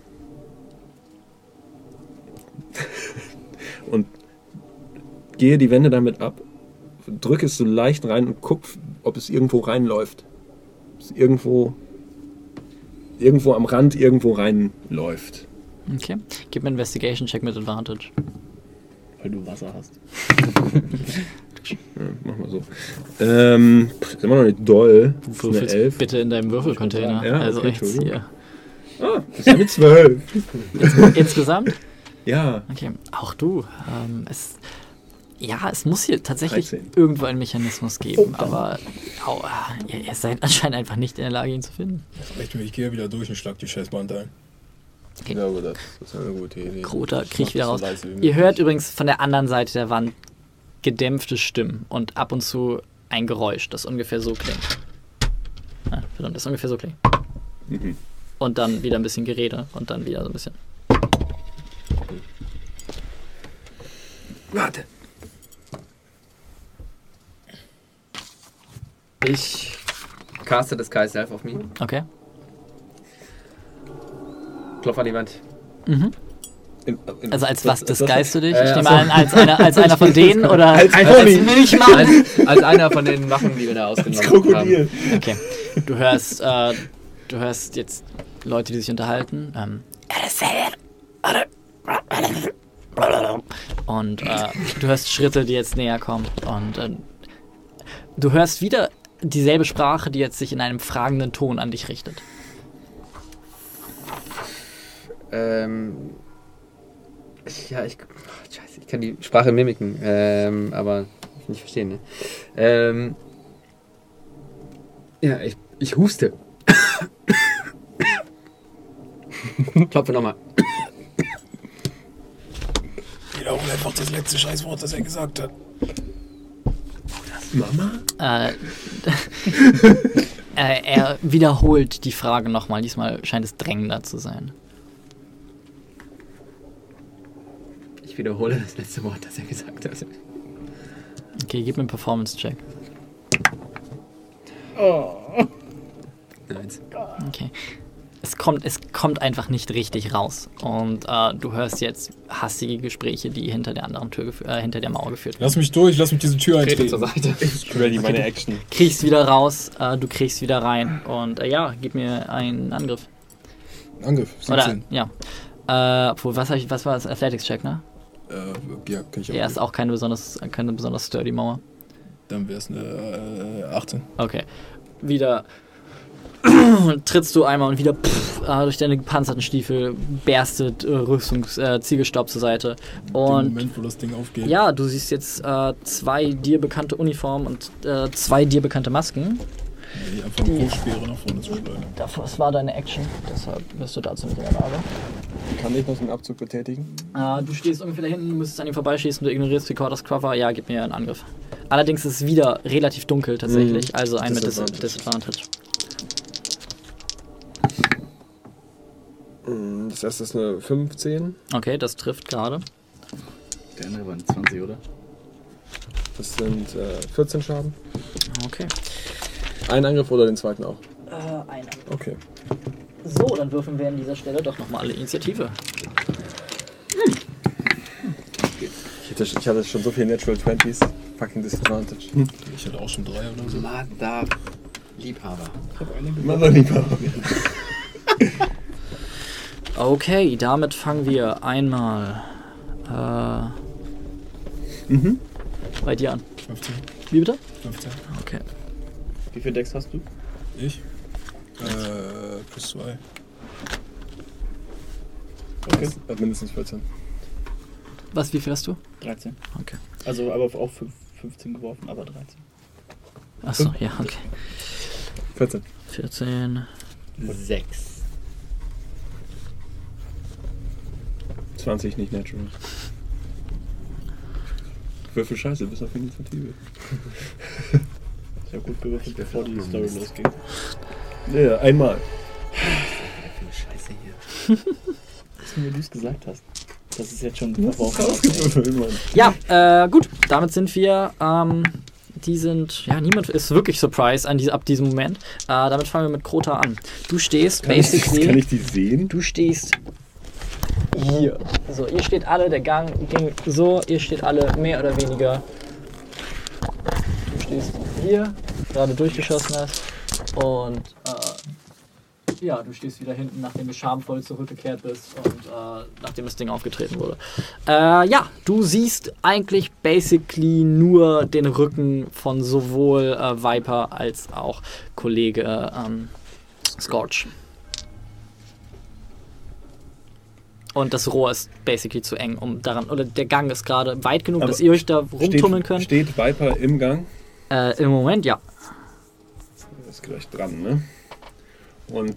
und gehe die Wände damit ab, drücke es so leicht rein und gucke, ob es irgendwo reinläuft. Ob es irgendwo irgendwo am Rand irgendwo reinläuft. Okay. Gib mir einen Investigation-Check mit Advantage. Weil du Wasser hast. Ja, mach mal so. Ähm, ist immer noch nicht doll. Du Das ist eine würfelst elf. bitte in deinem Würfelcontainer. Ja, also okay, echt Entschuldigung. hier. Ah, das ist eine zwölf. Ins Insgesamt? Ja. Okay. Auch du. Ähm, es, ja, es muss hier tatsächlich dreizehn. irgendwo einen Mechanismus geben, aber au, ihr, ihr seid anscheinend einfach nicht in der Lage, ihn zu finden. Echt, ich gehe wieder durch und schlag die Scheißband ein. Okay. Ja, aber das ist eine gute Idee. Kroter Ich kriecht mach wieder das raus. so leise wie Ihr möglich. hört übrigens von der anderen Seite der Wand gedämpfte Stimmen und ab und zu ein Geräusch, das ungefähr so klingt. Ah, verdammt, das ungefähr so klingt. Mhm. Und dann wieder ein bisschen Gerede und dann wieder so ein bisschen. Warte. Ich caste Disguise Self auf mich. Okay. Klopf an die Wand. Mhm. In, in, Also als was disguist du dich? Äh, Ich nehme ach so. an, als einer, als einer von denen oder Als als, Pony. Milchmann? Als, als einer von den Wachen, die wir da als ausgenommen Krokodil. Okay. Du hörst, äh, du hörst jetzt Leute, die sich unterhalten. Ähm, und äh, du hörst Schritte, die jetzt näher kommen. Und äh, du hörst wieder dieselbe Sprache, die jetzt sich in einem fragenden Ton an dich richtet. haben. Ähm. Ich, ja, ich. Ach, scheiße, ich kann die Sprache mimiken, ähm, aber nicht verstehen, ne? Ähm. Ja, ich, ich huste. Klopfe nochmal. Wiederhole einfach das letzte Scheißwort, das er gesagt hat. Mama? Äh, äh, er wiederholt die Frage nochmal. Diesmal scheint es drängender zu sein. Ich wiederhole das letzte Wort, das er gesagt hat. Okay, gib mir einen Performance-Check. Eins. Okay. Es kommt, es kommt einfach nicht richtig raus. Und äh, du hörst jetzt hastige Gespräche, die hinter der anderen Tür, gef- äh, hinter der Mauer geführt werden. Lass mich durch, lass mich diese Tür Trete zur eintreten. Seite. Ready, meine Action. Kriegst wieder raus, äh, du kriegst wieder rein. Und äh, ja, gib mir einen Angriff. Angriff, Oder, siebzehn. ja. Äh, obwohl, was, hab ich, was war das? Athletics-Check, ne? Äh, ja, kann ich auch. Ja, ist auch keine besonders, keine besonders sturdy Mauer. Dann wäre es eine äh, achtzehn. Okay. Wieder trittst du einmal und wieder pff, äh, durch deine gepanzerten Stiefel berstet äh, Rüstungs äh, Ziegelstaub zur Seite. Im Und Moment, wo das Ding aufgeht. ja, du siehst jetzt äh, zwei dir bekannte Uniformen und äh, zwei dir bekannte Masken. Die einfach eine Großspeere nach vorne zu schlagen. Das war deine Action, deshalb bist du dazu nicht in der Lage. Kann ich noch den Abzug betätigen? Äh, du stehst ungefähr da hinten, müsstest an ihm vorbeischießen, du ignorierst Recorders Cover. Ja, gib mir einen Angriff. Allerdings ist es wieder relativ dunkel tatsächlich, Mhm. also ein mit Dis Disadvantage. Disadvantage. Das erste ist eine fünfzehn. Okay, das trifft gerade. Der andere war eine zwanzig, oder? Das sind äh, vierzehn Schaden. Okay. Ein Angriff oder den zweiten auch? Äh, einer. Okay. So, dann würfeln wir an dieser Stelle doch nochmal alle Initiative. Ich hatte, ich hatte schon so viele Natural zwanzigs. Fucking Disadvantage. Ich hatte auch schon drei oder so. Mother Liebhaber. Mother Liebhaber. Okay, damit fangen wir einmal äh, Mhm. bei dir an. fünfzehn. Wie bitte? fünfzehn. Okay. Wie viel Decks hast du? Ich? Äh, plus zwei. Okay. Hat mindestens vierzehn. Was, wie viel hast du? dreizehn. Okay. Also aber auch fünf, fünfzehn geworfen, aber dreizehn. Achso, ja, okay. vierzehn. vierzehn. Sechs. zwanzig nicht natural. Würfel scheiße, bis auf Initiative. Ich habe gut gewürfelt, bevor die Story losging. Ja, einmal. Scheiße hier. Was du mir du es gesagt hast. Das ist jetzt schon verworfen. Ausgewürfelt, Mann. Ja, äh, gut. Damit sind wir, ähm, die sind, ja, niemand ist wirklich surprised an diese, ab diesem Moment. Äh, damit fangen wir mit Krota an. Du stehst Kann ich, basically, kann ich die sehen? du stehst hier. So, ihr steht alle, der Gang ging so, ihr steht alle mehr oder weniger. Du stehst hier, gerade durchgeschossen hast und, äh, ja, du stehst wieder hinten, nachdem du schamvoll zurückgekehrt bist und äh, nachdem das Ding aufgetreten wurde. Äh, ja, du siehst eigentlich basically nur den Rücken von sowohl äh, Viper als auch Kollege ähm, Scorch. Und das Rohr ist basically zu eng, um daran, oder der Gang ist gerade weit genug, Aber dass ihr euch da rumtummeln steht, könnt. Steht Viper im Gang? Äh, Im Moment, ja. Ist gleich dran, ne? Und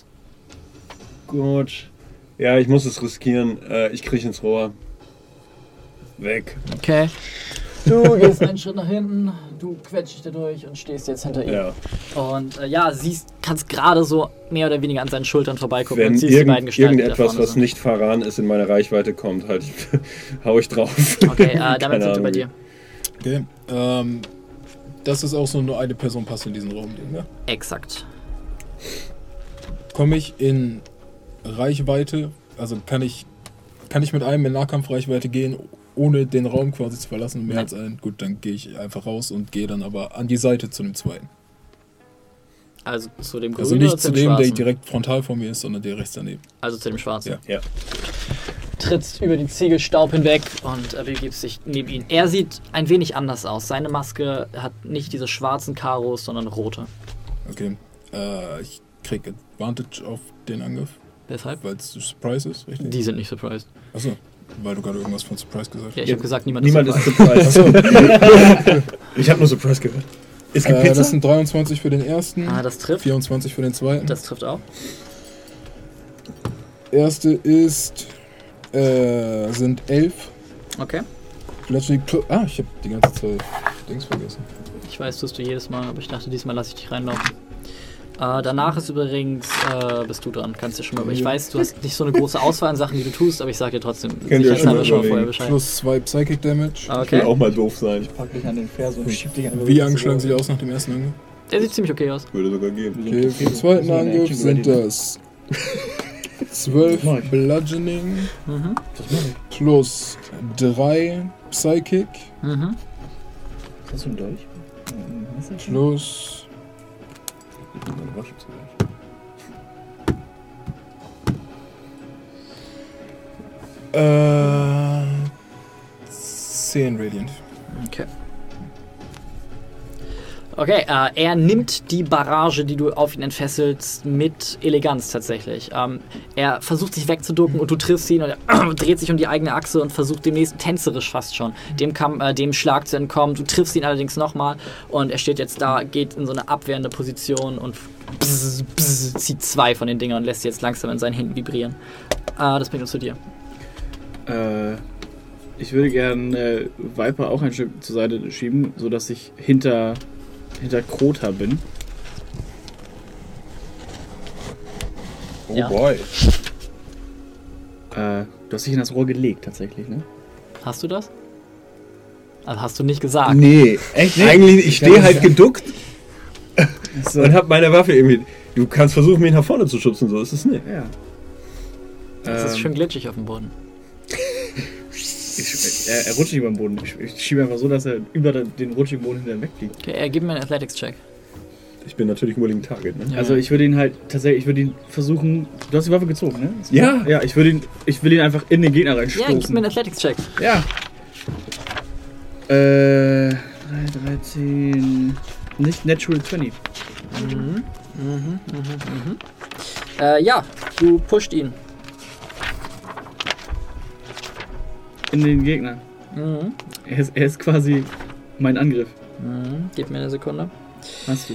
gut. Ja, ich muss es riskieren. Äh, ich kriege ins Rohr. Weg. Okay. Du gehst einen Schritt nach hinten, du quetscht dich da durch und stehst jetzt hinter ihm. Ja. Und äh, ja, siehst, kannst gerade so mehr oder weniger an seinen Schultern vorbeigucken Wenn und siehst die beiden irgend, Gestalten, die da irgendetwas, vorne was sind. nicht Faran ist, in meine Reichweite kommt, halt, hau ich drauf. Okay, äh, damit Keine sind wir bei Ahnung. dir. Okay. Ähm, das ist auch so, nur eine Person passt in diesen Raum, ne? Exakt. Komme ich in Reichweite, also kann ich, kann ich mit einem in Nahkampfreichweite gehen, ohne den Raum quasi zu verlassen? Mehr Nein. als einen? Gut, dann gehe ich einfach raus und gehe dann aber an die Seite zu dem zweiten. Also zu dem Grünen Also oder nicht zu dem dem, der Schwarzen? direkt frontal vor mir ist, sondern der rechts daneben. Also zu dem Schwarzen. Ja. Ja. Trittst über die Ziegelstaub hinweg und äh, begibst dich neben ihn. Er sieht ein wenig anders aus. Seine Maske hat nicht diese schwarzen Karos, sondern rote. Okay. Äh, ich krieg Advantage auf den Angriff, Weshalb? weil es Surprise ist, richtig? Die sind nicht surprised. Achso, weil du gerade irgendwas von Surprise gesagt hast. Ja, ich habe gesagt, niemand, Niemand ist ist surprised. surprised. Ich habe nur Surprise gehört. Es gibt Äh, Pizza? das sind dreiundzwanzig für den ersten, Ah, das trifft. vierundzwanzig für den zweiten. Das trifft auch. Erste ist, äh, sind elf. Okay. Letztlich, ah, ich habe die ganze Zeit Dings vergessen. Ich weiß, tust du jedes Mal, aber ich dachte, diesmal lasse ich dich reinlaufen. Äh, danach ist übrigens, äh, bist du dran, kannst dir schon mal, aber ich weiß, du hast nicht so eine große Auswahl an Sachen, die du tust, aber ich sag dir trotzdem, Könnt ihr euch schon sicherheitshalber mal schon mal vorher überlegen. Bescheid. Plus zwei Psychic Damage. Ich Okay. will auch mal doof sein. Ich Pack dich an den Fersen und schieb dich an den Wie angeschlagen sieht aus nach dem ersten Angriff? Der sieht ziemlich okay aus. würde sogar gehen. Okay, für den zweiten Angriff sind das zwölf Mach ich. Bludgeoning Mhm. Was mach ich? plus drei Psychic Mhm. Hast du einen Dolch? Ein Messer? plus äh, zehn Radiant. Okay. Okay, äh, er nimmt die Barrage, die du auf ihn entfesselst, mit Eleganz tatsächlich. Ähm, er versucht sich wegzuducken und du triffst ihn und er dreht sich um die eigene Achse und versucht demnächst tänzerisch fast schon, dem, Kamm, äh, dem Schlag zu entkommen. Du triffst ihn allerdings nochmal und er steht jetzt da, geht in so eine abwehrende Position und bzz, bzz, zieht zwei von den Dingern und lässt sie jetzt langsam in seinen Händen vibrieren. Äh, das bringt uns zu dir. Äh, ich würde gerne äh, Viper auch ein Stück zur Seite schieben, sodass ich hinter, hinter Krota bin. Oh Ja. boy. Äh, du hast dich in das Rohr gelegt tatsächlich, ne? Hast du das? Also hast du nicht gesagt. Nee, echt? Eigentlich, ich stehe halt geduckt So. und hab meine Waffe irgendwie. Du kannst versuchen, mich nach vorne zu schubsen, so ist es nicht. Ja. Das ist Ähm, schön glitschig auf dem Boden. Ich, er, er rutscht nicht über den Boden. Ich, ich schiebe einfach so, dass er über den rutschigen Boden hinterher wegfliegt. Okay, er gibt mir einen Athletics-Check. Ich bin natürlich ein willing Target, ne? Ja. Also ich würde ihn halt tatsächlich, ich würde ihn versuchen. Du hast die Waffe gezogen, ne? Ja. Ja, ich würde ihn, ich will ihn einfach in den Gegner Ja, gib mir reinstoßen. einen Athletics-Check. Ja. Äh, drei, dreizehn. Nicht Natural zwanzig. Mhm. Mhm, mhm, mhm. Äh, ja, du pusht ihn. In den Gegner. Mhm. Er ist, er ist quasi mein Angriff. Mhm. Gib mir eine Sekunde. Hast du.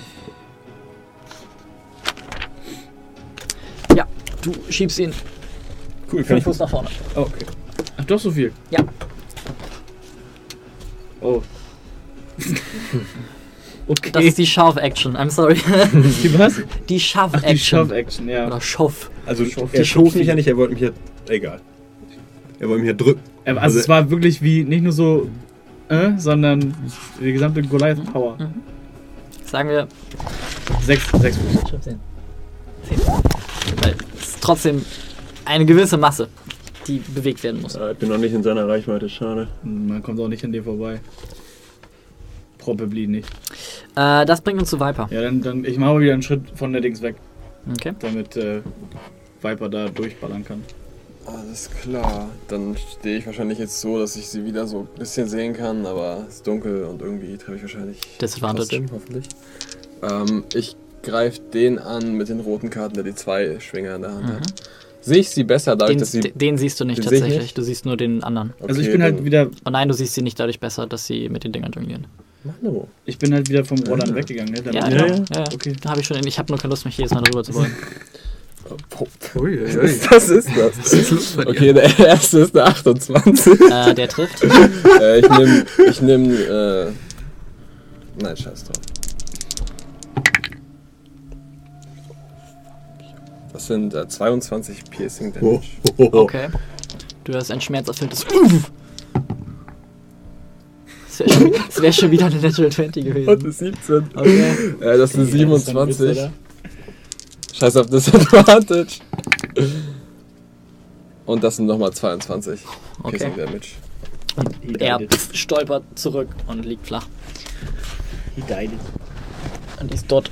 Ja, du schiebst ihn Cool, kann fünf ich. Fuß nach vorne. Oh, okay. Ach, doch so viel? Ja. Oh. Okay. Das ist die Shove-Action, I'm sorry. die was? Die Ach, die Shove-Action. Shove-Action, ja. Oder Shove. Also, Schof- er Schofi. schubst mich ja nicht, er wollte mich ja. Egal. Er wollte mich ja drücken. Ähm, Also es war wirklich wie, nicht nur so, äh, sondern die gesamte Goliath-Power. Mhm. Sagen wir Sechs, sechs Fuß. Ich hab zehn. Zehn. Weil es ist trotzdem eine gewisse Masse, die bewegt werden muss. Ah, ich bin noch nicht in seiner Reichweite, schade. Man kommt auch nicht an dir vorbei. Probably nicht. Äh, das bringt uns zu Viper. Ja, dann, dann ich mache mal wieder einen Schritt von der Dings weg. Okay. damit äh, Viper da durchballern kann. Alles klar. Dann stehe ich wahrscheinlich jetzt so, dass ich sie wieder so ein bisschen sehen kann, aber es ist dunkel und irgendwie treffe ich wahrscheinlich Disadvantage. trotzdem, hoffentlich. Ähm, ich greife den an mit den roten Karten, der die zwei Schwinger in der Hand Mhm. hat. Sehe ich sie besser dadurch, Den, dass sie... d- den siehst du nicht den sehe ich tatsächlich, nicht? du siehst nur den anderen. Also ich Okay, bin halt dann- wieder, Oh nein, du siehst sie nicht dadurch besser, dass sie mit den Dingern jonglieren. Mano. ich bin halt wieder vom Rodan Ah. weggegangen, ne? Damit- Ja, Ja, genau. ja. Ja, ja. Okay. Da habe ich schon, ich habe nur keine Lust, mich jedes Mal darüber zu wollen. Ui, ui, ui. Was ist das? Was ist los bei dir? Okay, der erste ist eine achtundzwanzig. äh, der trifft. äh, ich nehme... Ich nehm, äh, nein, scheiß drauf. Das sind äh, zweiundzwanzig Piercing Damage. Okay. Du hast ein schmerzerfülltes Uff. Das wäre schon, das wär schon wieder eine Natural zwanzig Und gewesen. ist siebzehn. Okay. Äh, das sind siebenundzwanzig. Oder? Scheiß auf Disadvantage. Und das sind nochmal zweiundzwanzig. Okay. Piercing Damage. Und er pf, stolpert zurück und liegt flach. He died. Und die ist dort.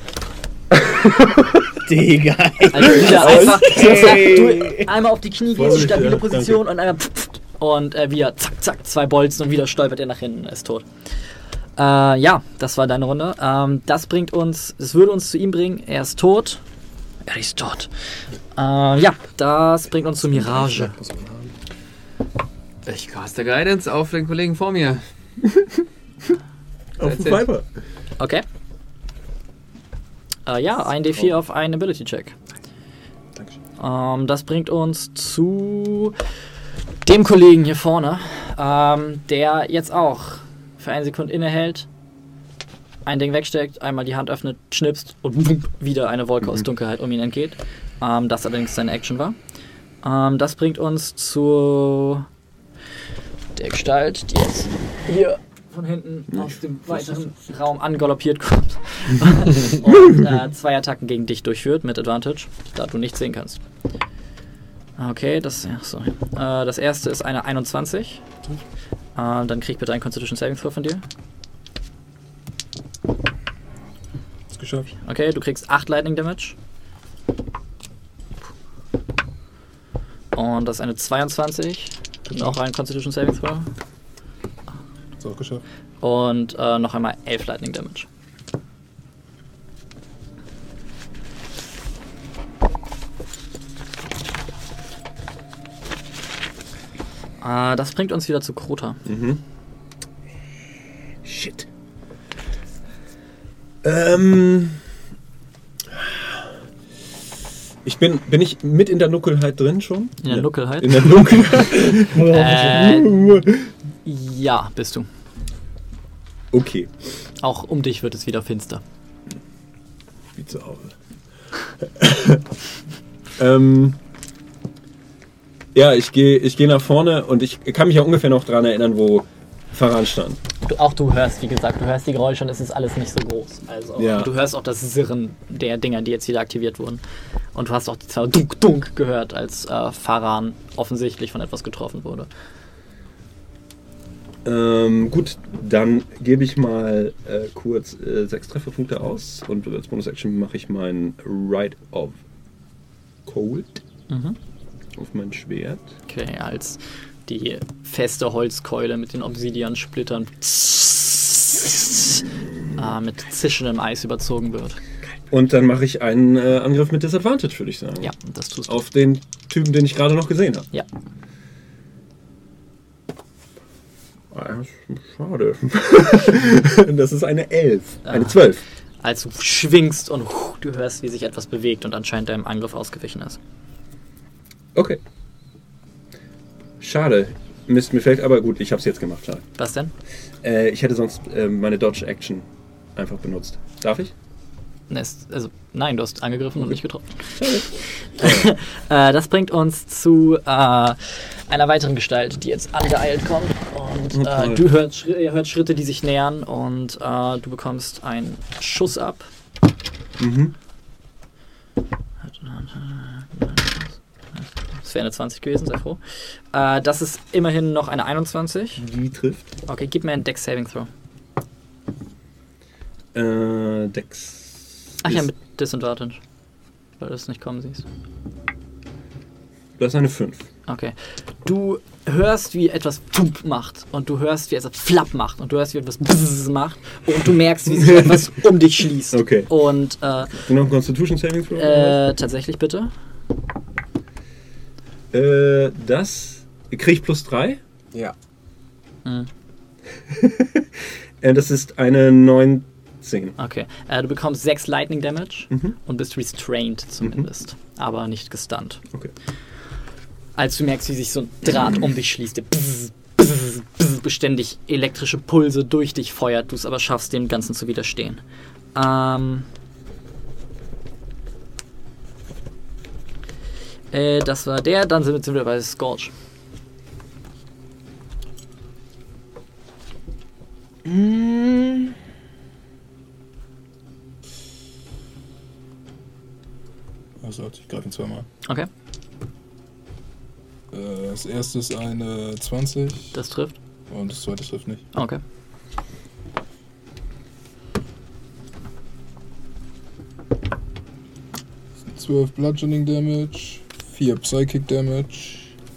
Digga. Also wieder einfach Okay. du, einmal auf die Knie gehst, Vorsicht, stabile ja, Position und einmal pf, pf, und äh, wieder zack, zack, zwei Bolzen und wieder stolpert er nach hinten, ist tot. Äh, ja, das war deine Runde. Ähm, das bringt uns, es würde uns zu ihm bringen, er ist tot. Er ist tot. Äh, ja, das bringt uns zu Mirage. Ich caste Guidance auf den Kollegen vor mir. Auf den Viper. Okay. Äh, ja, ein D vier auf einen Ability-Check. Dankeschön. Ähm, das bringt uns zu dem Kollegen hier vorne, ähm, der jetzt auch für eine Sekunde innehält, ein Ding wegsteckt, einmal die Hand öffnet, schnipst und wupp, wieder eine Wolke aus Dunkelheit um ihn entgeht. Ähm, das allerdings seine Action war. Ähm, das bringt uns zu der Gestalt, die jetzt hier von hinten aus dem weiteren Raum angaloppiert kommt und äh, zwei Attacken gegen dich durchführt mit Advantage, da du nichts sehen kannst. Okay, das, ja, so. äh, das erste ist eine einundzwanzig. Äh, dann krieg bitte einen Constitution Saving Throw von dir. Ist geschafft. Okay, du kriegst acht Lightning Damage. Und das ist eine zweiundzwanzig. Und auch einen Constitution Saving Throw. Ist auch geschafft. Und äh, noch einmal elf Lightning Damage. Äh, das bringt uns wieder zu Krota. Mhm. Shit. Ähm. Ich bin, bin ich mit in der Nuckelheit drin schon? In der Ja. Nuckelheit? In der Nuckelheit. Äh, ja, bist du. Okay. Auch um dich wird es wieder finster. Wie zu Hause. ähm. Ja, ich gehe ich geh nach vorne und ich kann mich ja ungefähr noch daran erinnern, wo Faran stand. Du, auch du hörst, wie gesagt, du hörst die Geräusche und es ist alles nicht so groß. Also Ja. du hörst auch das Sirren der Dinger, die jetzt wieder aktiviert wurden. Und du hast auch die zwei Dunk Dunk gehört, als äh, Faran offensichtlich von etwas getroffen wurde. Ähm, gut, dann gebe ich mal äh, kurz äh, sechs Trefferpunkte aus und als Bonus-Action mache ich meinen Rite of Cold Mhm. auf mein Schwert. Okay, als die feste Holzkeule mit den Obsidian-Splittern äh, mit zischendem Eis überzogen wird. Und dann mache ich einen äh, Angriff mit Disadvantage, würde ich sagen. Ja, das tust du. Auf den Typen, den ich gerade noch gesehen habe. Ja. Ah, schade. Das ist eine elf. Eine Ah. zwölf. Als du schwingst und huh, du hörst, wie sich etwas bewegt und anscheinend deinem Angriff ausgewichen ist. Okay. Schade. Mist, mir fällt aber gut, ich habe es jetzt gemacht. Schade. Was denn? Äh, ich hätte sonst äh, meine Dodge-Action einfach benutzt. Darf ich? Es- Also, nein, du hast angegriffen und nicht getroffen. äh, das bringt uns zu äh, einer weiteren Gestalt, die jetzt angeeilt kommt. Und äh, Okay. du hört, Schri- ihr hört Schritte, die sich nähern und äh, du bekommst einen Schuss ab. Mhm. Das wäre eine zwanzig gewesen, sei froh. Äh, das ist immerhin noch eine einundzwanzig. Die trifft. Okay, gib mir einen Dex Saving Throw. Äh, Dex. Ach ja, ist- mit Disadvantage. weil du es nicht kommen siehst. Das ist eine fünf. Okay. Du hörst, wie etwas Pump macht und du hörst, wie etwas Flapp macht und du hörst, wie etwas Bzzz macht und du merkst, wie sich etwas um dich schließt. Okay. Und äh, Du noch ein Constitution Saving Throw? äh, tatsächlich bitte. Äh, das krieg ich plus drei. Ja. Mhm. äh, das ist eine neunzehn. Okay. Äh, du bekommst sechs Lightning Damage Mhm. und bist restrained zumindest, aber nicht gestunt. Okay. Als du merkst, wie sich so ein Draht um dich schließt, der bzz, bzz, bzz, beständig elektrische Pulse durch dich feuert, du es aber schaffst, dem Ganzen zu widerstehen. Ähm, äh, das war der, dann sind wir, sind wir bei Scorch. Also, ich greife ihn zweimal. Okay, Äh, das erste ist eine zwanzig das trifft. und das zweite trifft nicht. Okay. zwölf Bludgeoning Damage, vier Psychic Damage.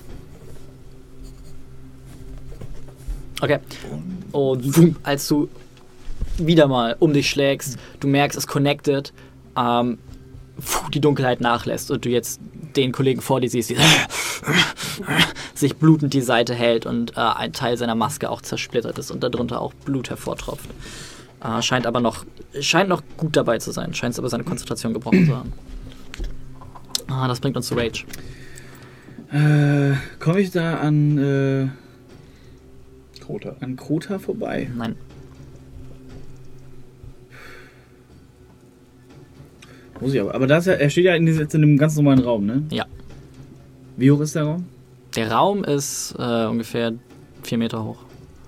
Okay. Und wum, als du wieder mal um dich schlägst, du merkst, es connected, ähm, pfuh, die Dunkelheit nachlässt und du jetzt den Kollegen vor dir siehst, die sich blutend die Seite hält und äh, ein Teil seiner Maske auch zersplittert ist und darunter auch Blut hervortropft. Äh, scheint aber noch, scheint noch gut dabei zu sein, scheint aber seine Konzentration gebrochen zu haben. Ah, das bringt uns zu Rage. Äh, komme ich da an, äh, Krota. an Krota vorbei? Nein. Muss ich aber. Aber das ist ja, er steht ja in, diese, jetzt in einem ganz normalen Raum, ne? Ja. Wie hoch ist der Raum? Der Raum ist äh, ungefähr vier Meter hoch.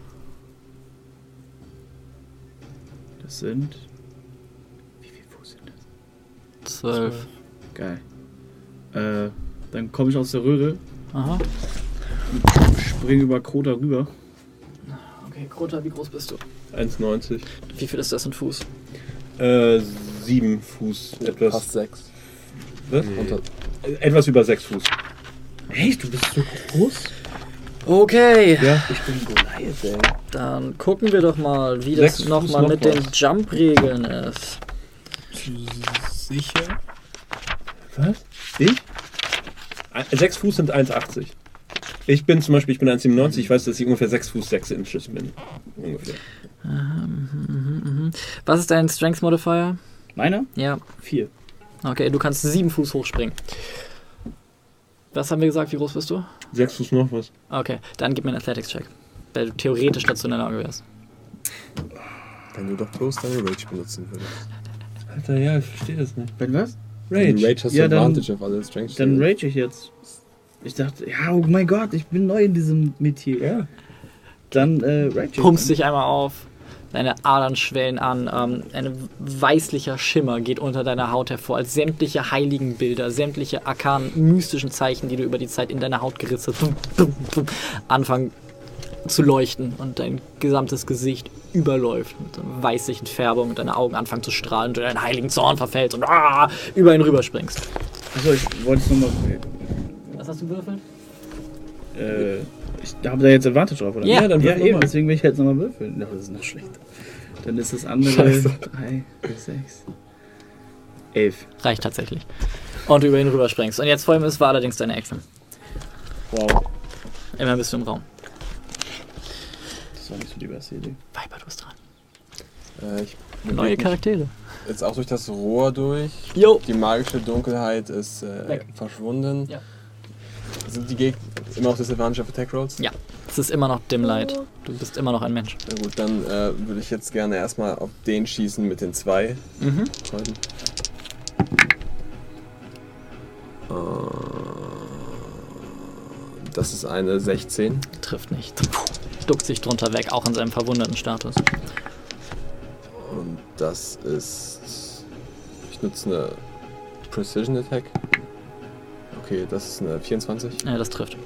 Das sind. Wie viel Fuß sind das? Zwölf. Geil. Äh, dann komme ich aus der Röhre, Aha. springe über Krota rüber. Okay, Krota, wie groß bist du? eins neunzig. Wie viel ist das in Fuß? Äh, sieben Fuß. Etwas. Fast sechs. Was? Unter, Äh, Etwas über sechs Fuß. Echt? Du bist so groß? Okay. Ja. Ich bin Goliath, ey. Dann gucken wir doch mal, wie das Sechs nochmal Fuß mit noch den was. Jump-Regeln ist. Sicher? Was? Ich? Äh, Sechs Fuß sind eins achtzig. Ich bin zum Beispiel, ich bin eins siebenundneunzig, ich weiß, dass ich ungefähr sechs Fuß sechs Inches bin. Ungefähr. Was ist dein Strength Modifier? Meiner? Ja. Vier. Okay, du kannst sieben Fuß hochspringen. Was haben wir gesagt? Wie groß bist du? Sechs Fuß noch was. Okay, dann gib mir einen Athletics-Check. Weil du theoretisch dazu in der Lage wärst. wenn du doch bloß deine Rage benutzen würdest. Alter, ja, ich verstehe das nicht. Wenn was? Rage. Rage. Rage hast du Ja, dann- Advantage auf alle Strength. Dann rage ich jetzt. Ich dachte, ja, oh mein Gott, ich bin neu in diesem Metier. Ja. Dann äh, rage ich. Pumpst dann. dich einmal auf, deine Adern schwellen an, ähm, ein weißlicher Schimmer geht unter deiner Haut hervor, als sämtliche heiligen Bilder, sämtliche arkanen, mystischen Zeichen, die du über die Zeit in deiner Haut geritzt hast, anfangen zu leuchten und dein gesamtes Gesicht überläuft mit einer weißlichen Färbung und deine Augen anfangen zu strahlen und du in einen heiligen Zorn verfällst und ah, über ihn rüberspringst. Achso, ich wollte es nochmal. Was hast du gewürfelt? Äh, ich habe da jetzt Advantage drauf, oder? Ja. Ja, dann ja würfel eben, nochmal. deswegen will ich jetzt nochmal würfeln. Doch, das ist noch schlechter. Dann ist das andere drei, sechs, elf. Reicht tatsächlich. Und du über ihn rüberspringst. Und jetzt vor ihm ist war allerdings deine Action. Wow. Immer bist du im Raum. Das war nicht so die beste Idee. Viper, du bist dran. Äh, ich Neue beweg mich Charaktere. jetzt auch durch das Rohr durch. Jo. Die magische Dunkelheit ist äh, Weg. verschwunden. Ja. Sind die Gegner immer auf Disadvantage of Attack Rolls? Ja. Es ist immer noch Dim Light. Du bist immer noch ein Mensch. Na gut, dann äh, würde ich jetzt gerne erstmal auf den schießen mit den zwei Mhm. Leuten. Äh, das ist eine sechzehn. Trifft nicht. Duckt sich drunter weg, auch in seinem verwunderten Status. Und das ist... Ich nutze eine Precision Attack. Okay, das ist eine vierundzwanzig. Ja, das trifft.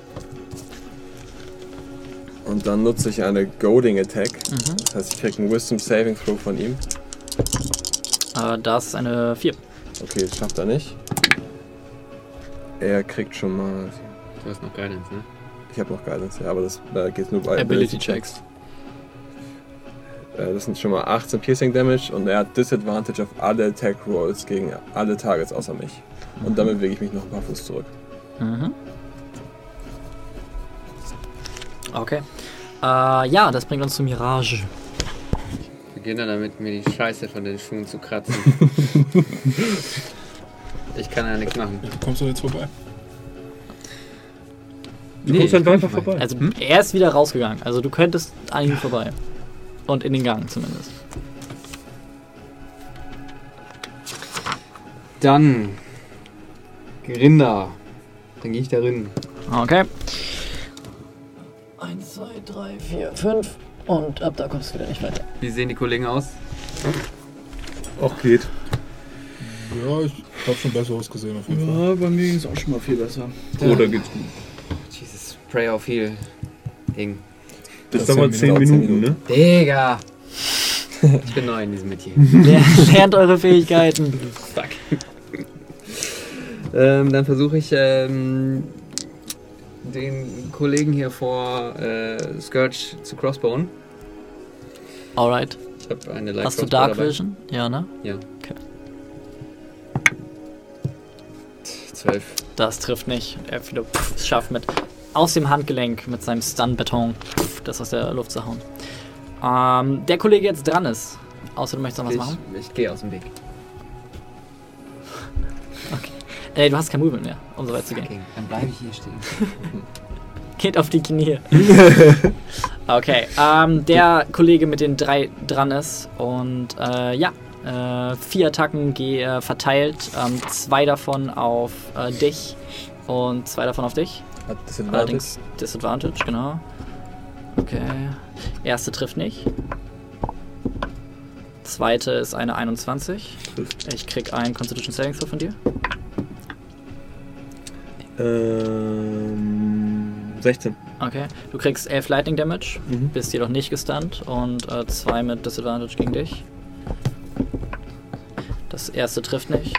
Und dann nutze ich eine Goading Attack. Mhm. Das heißt, ich kriege einen Wisdom Saving Throw von ihm. Äh, das ist eine vier. Okay, das schafft er nicht. Er kriegt schon mal... Du hast noch Guidance, ne? Ich habe noch Guidance, ja, aber das äh, geht nur bei Ability Checks. Äh, das sind schon mal achtzehn Piercing Damage und er hat Disadvantage auf alle Attack Rolls gegen alle Targets außer mich. Und damit bewege ich mich noch ein paar Fuß zurück. Mhm. Okay. Äh, ja, das bringt uns zu Mirage. Ich beginne damit, mir die Scheiße von den Schuhen zu kratzen. Ich kann ja nichts machen. Ja, kommst du jetzt vorbei? Du Nee, kommst dann ich komm einfach nicht rein. vorbei. Also er ist wieder rausgegangen. Also du könntest an ihm vorbei. Und in den Gang zumindest. Dann Grinda. Dann gehe ich da rein. Okay. Eins, zwei, drei, vier, fünf. Und ab da kommst du wieder nicht weiter. Wie sehen die Kollegen aus? Auch geht. Ja, ich hab schon Besseres gesehen auf jeden Fall. Ja, bei mir ging es auch schon mal viel besser. Oder geht's gut? Jesus, Pray auf Heal. Ding. Das, Das dauert sind zehn Minuten, Minuten, ne? Digga! Ich bin neu in diesem Metier. Ler- Lernt eure Fähigkeiten. Fuck. ähm, dann versuche ich ähm, den Kollegen hier vor äh, Scourge zu crossbowen. Alright. Ich habe eine Light Hast du Crossbow Dark dabei. Vision? Ja, ne? Ja. Okay. zwölf. Das trifft nicht. Er wieder pff, es schafft mit aus dem Handgelenk mit seinem Stun-Beton pff, das aus der Luft zu hauen. Ähm, der Kollege jetzt dran ist. Außer du möchtest noch was machen. Ich, ich gehe aus dem Weg. Ey, du hast kein Movement mehr, um so weit zu gehen. Okay, dann bleibe ich hier stehen. Geht auf die Knie. Okay, ähm, der Kollege mit den drei dran ist und äh, ja, äh, vier Attacken ge- äh, verteilt, ähm, zwei davon auf äh, dich und zwei davon auf dich. Hat Disadvantage. Allerdings Disadvantage, genau. Okay, erste trifft nicht. Zweite ist eine einundzwanzig. Ich krieg einen Constitution Saving Throw von dir. Ähm, sechzehn. Okay, du kriegst elf Lightning Damage, Mhm. bist jedoch nicht gestunt und äh, zwei mit Disadvantage gegen dich. Das erste trifft nicht.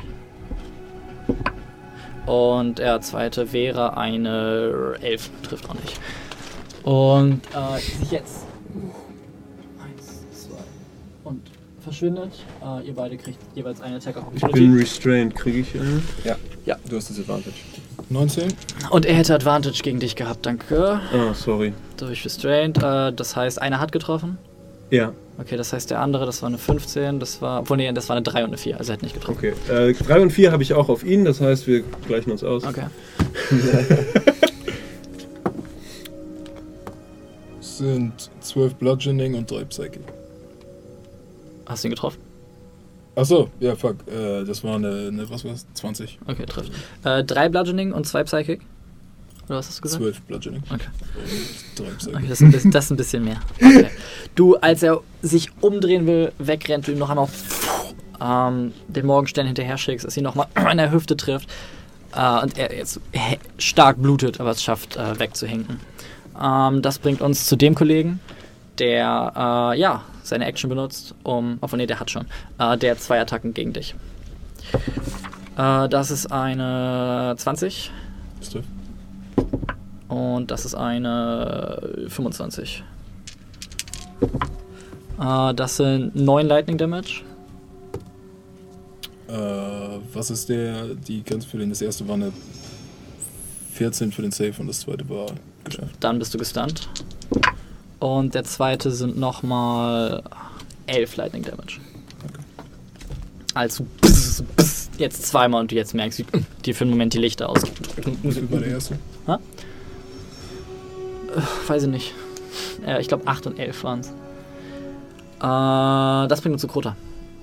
Und der zweite wäre eine elf, trifft auch nicht. Und äh, sich jetzt eins, zwei und verschwindet. Äh, ihr beide kriegt jeweils eine Attack of Ich bin Opportunity. restrained. Kriege ich eine? Ja. Ja, du hast Disadvantage. neunzehn? Und er hätte Advantage gegen dich gehabt, danke. Ah, sorry. Durch Restrained. Äh, das heißt, einer hat getroffen. Ja, Okay, das heißt, der andere, das war eine fünfzehn, das war, obwohl, nee, das war eine drei und eine vier, also er hat nicht getroffen. okay. Äh, drei und vier habe ich auch auf ihn, das heißt, wir gleichen uns aus. Okay. Es sind zwölf Bludgeoning und drei Psychic. Hast du ihn getroffen? Achso, ja, fuck. Äh, das war eine, eine, was war's? zwanzig. Okay, trifft. Äh, drei Bludgeoning und zwei Psychic? Oder was hast du gesagt? zwölf Bludgeoning. Okay. Und drei Psychic. Okay, das ist ein bisschen, das ist ein bisschen mehr. Okay. Du, als er sich umdrehen will, wegrennt, du ihm noch einmal ähm, den Morgenstern hinterher schickst, dass ihn nochmal an der Hüfte trifft äh, und er jetzt he- stark blutet, aber es schafft, äh, wegzuhinken. Ähm, das bringt uns zu dem Kollegen, der äh, ja, seine Action benutzt, um. Obwohl, nee, der hat schon. Äh, der hat zwei Attacken gegen dich. Äh, das ist eine zwanzig. Das trifft. Und das ist eine fünfundzwanzig. Äh, das sind neun Lightning Damage. Äh, was ist der, die Grenze für den? Das erste war eine vierzehn für den Save und das zweite war geschafft. Dann bist du gestunt. Und der zweite sind nochmal elf Lightning Damage. Okay. Also jetzt zweimal und du jetzt merkst, wie dir für einen Moment die Lichter aus. Wie viel war der erste? Weiß ich nicht. Ja, ich glaube acht und elf waren es. Äh, das bringt uns zu Krota.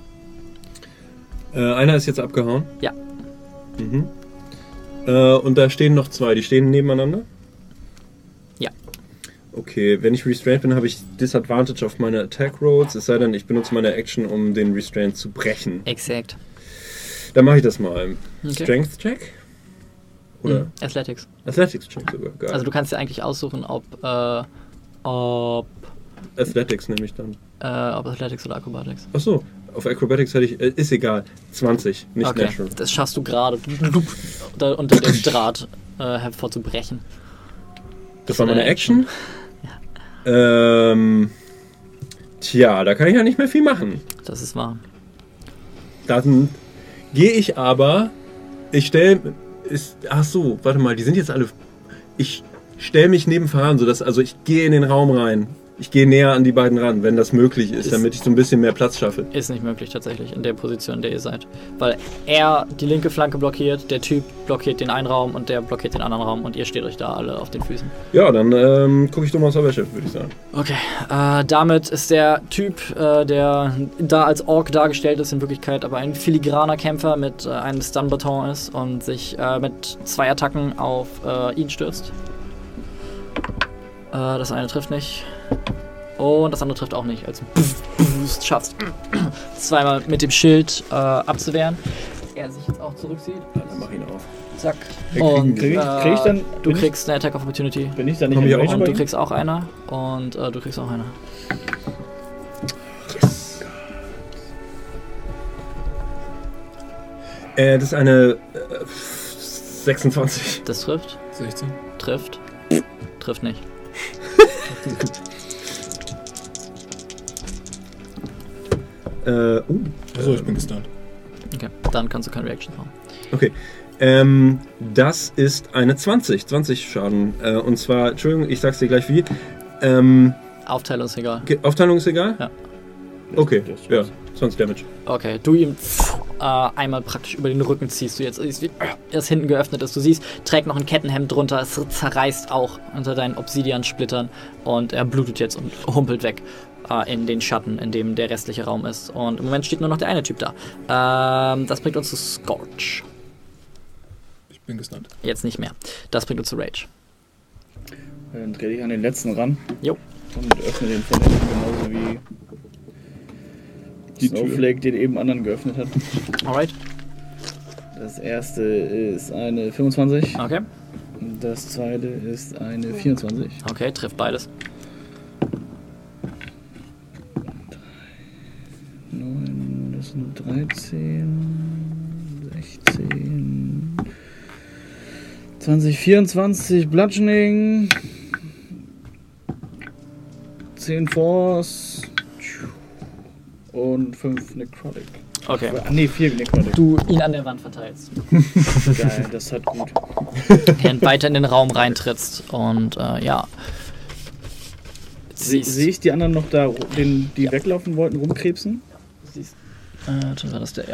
Äh, einer ist jetzt abgehauen. Ja. Mhm. Äh, und da stehen noch zwei, die stehen nebeneinander? Ja. Okay, wenn ich restrained bin, habe ich Disadvantage auf meine Attack Rolls, es sei denn, ich benutze meine Action, um den Restraint zu brechen. Exakt. Dann mache ich das mal. Okay. Strength Check? Oder Mhm. Athletics. Athletics Check sogar, geil. Also du kannst dir eigentlich aussuchen, ob, äh, ob, Athletics nehme ich dann. äh, ob Athletics oder Acrobatics. Achso, Auf Acrobatics hätte ich, äh, ist egal, zwanzig, nicht Okay, natural. das schaffst du gerade, da unter dem Draht äh, hervorzubrechen. Das war meine Action? Ja. Ähm, tja, da kann ich ja nicht mehr viel machen. Das ist wahr. Dann gehe ich aber, ich stelle, ach so, warte mal, die sind jetzt alle, ich stelle mich neben Farhan, sodass, also ich gehe in den Raum rein. Ich gehe näher an die beiden ran, wenn das möglich ist, ist, damit ich so ein bisschen mehr Platz schaffe. Ist nicht möglich tatsächlich in der Position, in der ihr seid. Weil er die linke Flanke blockiert, der Typ blockiert den einen Raum und der blockiert den anderen Raum und ihr steht euch da alle auf den Füßen. Ja, dann ähm, gucke ich doch mal aus der Wäsche, würde ich sagen. Okay, äh, damit ist der Typ, äh, der da als Ork dargestellt ist, in Wirklichkeit aber ein filigraner Kämpfer mit äh, einem Stun-Baton ist und sich äh, mit zwei Attacken auf äh, ihn stürzt. Äh, das eine trifft nicht. Und das andere trifft auch nicht. Also du es schaffst zweimal mit dem Schild äh, abzuwehren. Er sich jetzt auch zurückzieht. Ja, dann mach ihn auf. Zack. Wir Und krieg ich- äh, krieg ich dann- du bin ich- kriegst eine Attack of Opportunity. Bin ich da nicht Komm im ich auch Range Und bei du ihm? kriegst auch einer. Und äh, du kriegst auch einer. Äh, das ist eine äh, sechsundzwanzig. Das trifft. sechzehn. Trifft. Trifft nicht. Äh, uh, Achso, ich bin gestunt. Okay, dann kannst du keine Reaction machen. Okay. Ähm, das ist eine zwanzig. zwanzig Schaden. Äh, und zwar, Entschuldigung, ich sag's dir gleich wie. Ähm, Aufteilung ist egal. Ge- Aufteilung ist egal? Ja. Okay, ja, zwanzig Damage. Okay, du ihm äh, einmal praktisch über den Rücken ziehst. Du jetzt siehst, wie das hinten geöffnet ist. Du siehst, trägt noch ein Kettenhemd drunter. Es zerreißt auch unter deinen Obsidian-Splittern. Und er blutet jetzt und humpelt weg äh, in den Schatten, in dem der restliche Raum ist. Und im Moment steht nur noch der eine Typ da. Ähm, das bringt uns zu Scorch. Ich bin gestunt. Jetzt nicht mehr. Das bringt uns zu Rage. Dann drehe ich an den letzten ran. Jo. Und öffne den von hinten genauso wie Die Tür. Snowflake den eben anderen geöffnet hat. Alright. Das erste ist eine fünfundzwanzig. Okay. Und das zweite ist eine vierundzwanzig. Okay, trifft beides. neun, das sind dreizehn, sechzehn, zwanzig, vierundzwanzig Bludgeoning, zehn Force und fünf Necrotic. Okay. Ah, nee, vier Necrotic. Du ihn an der Wand verteilst. Geil, das hat gut. Während weiter in den Raum reintrittst. Und äh, ja. Se- Sehe ich die anderen noch da, den, die weglaufen wollten, rumkrebsen? Siehst, äh, dann war das der, ja.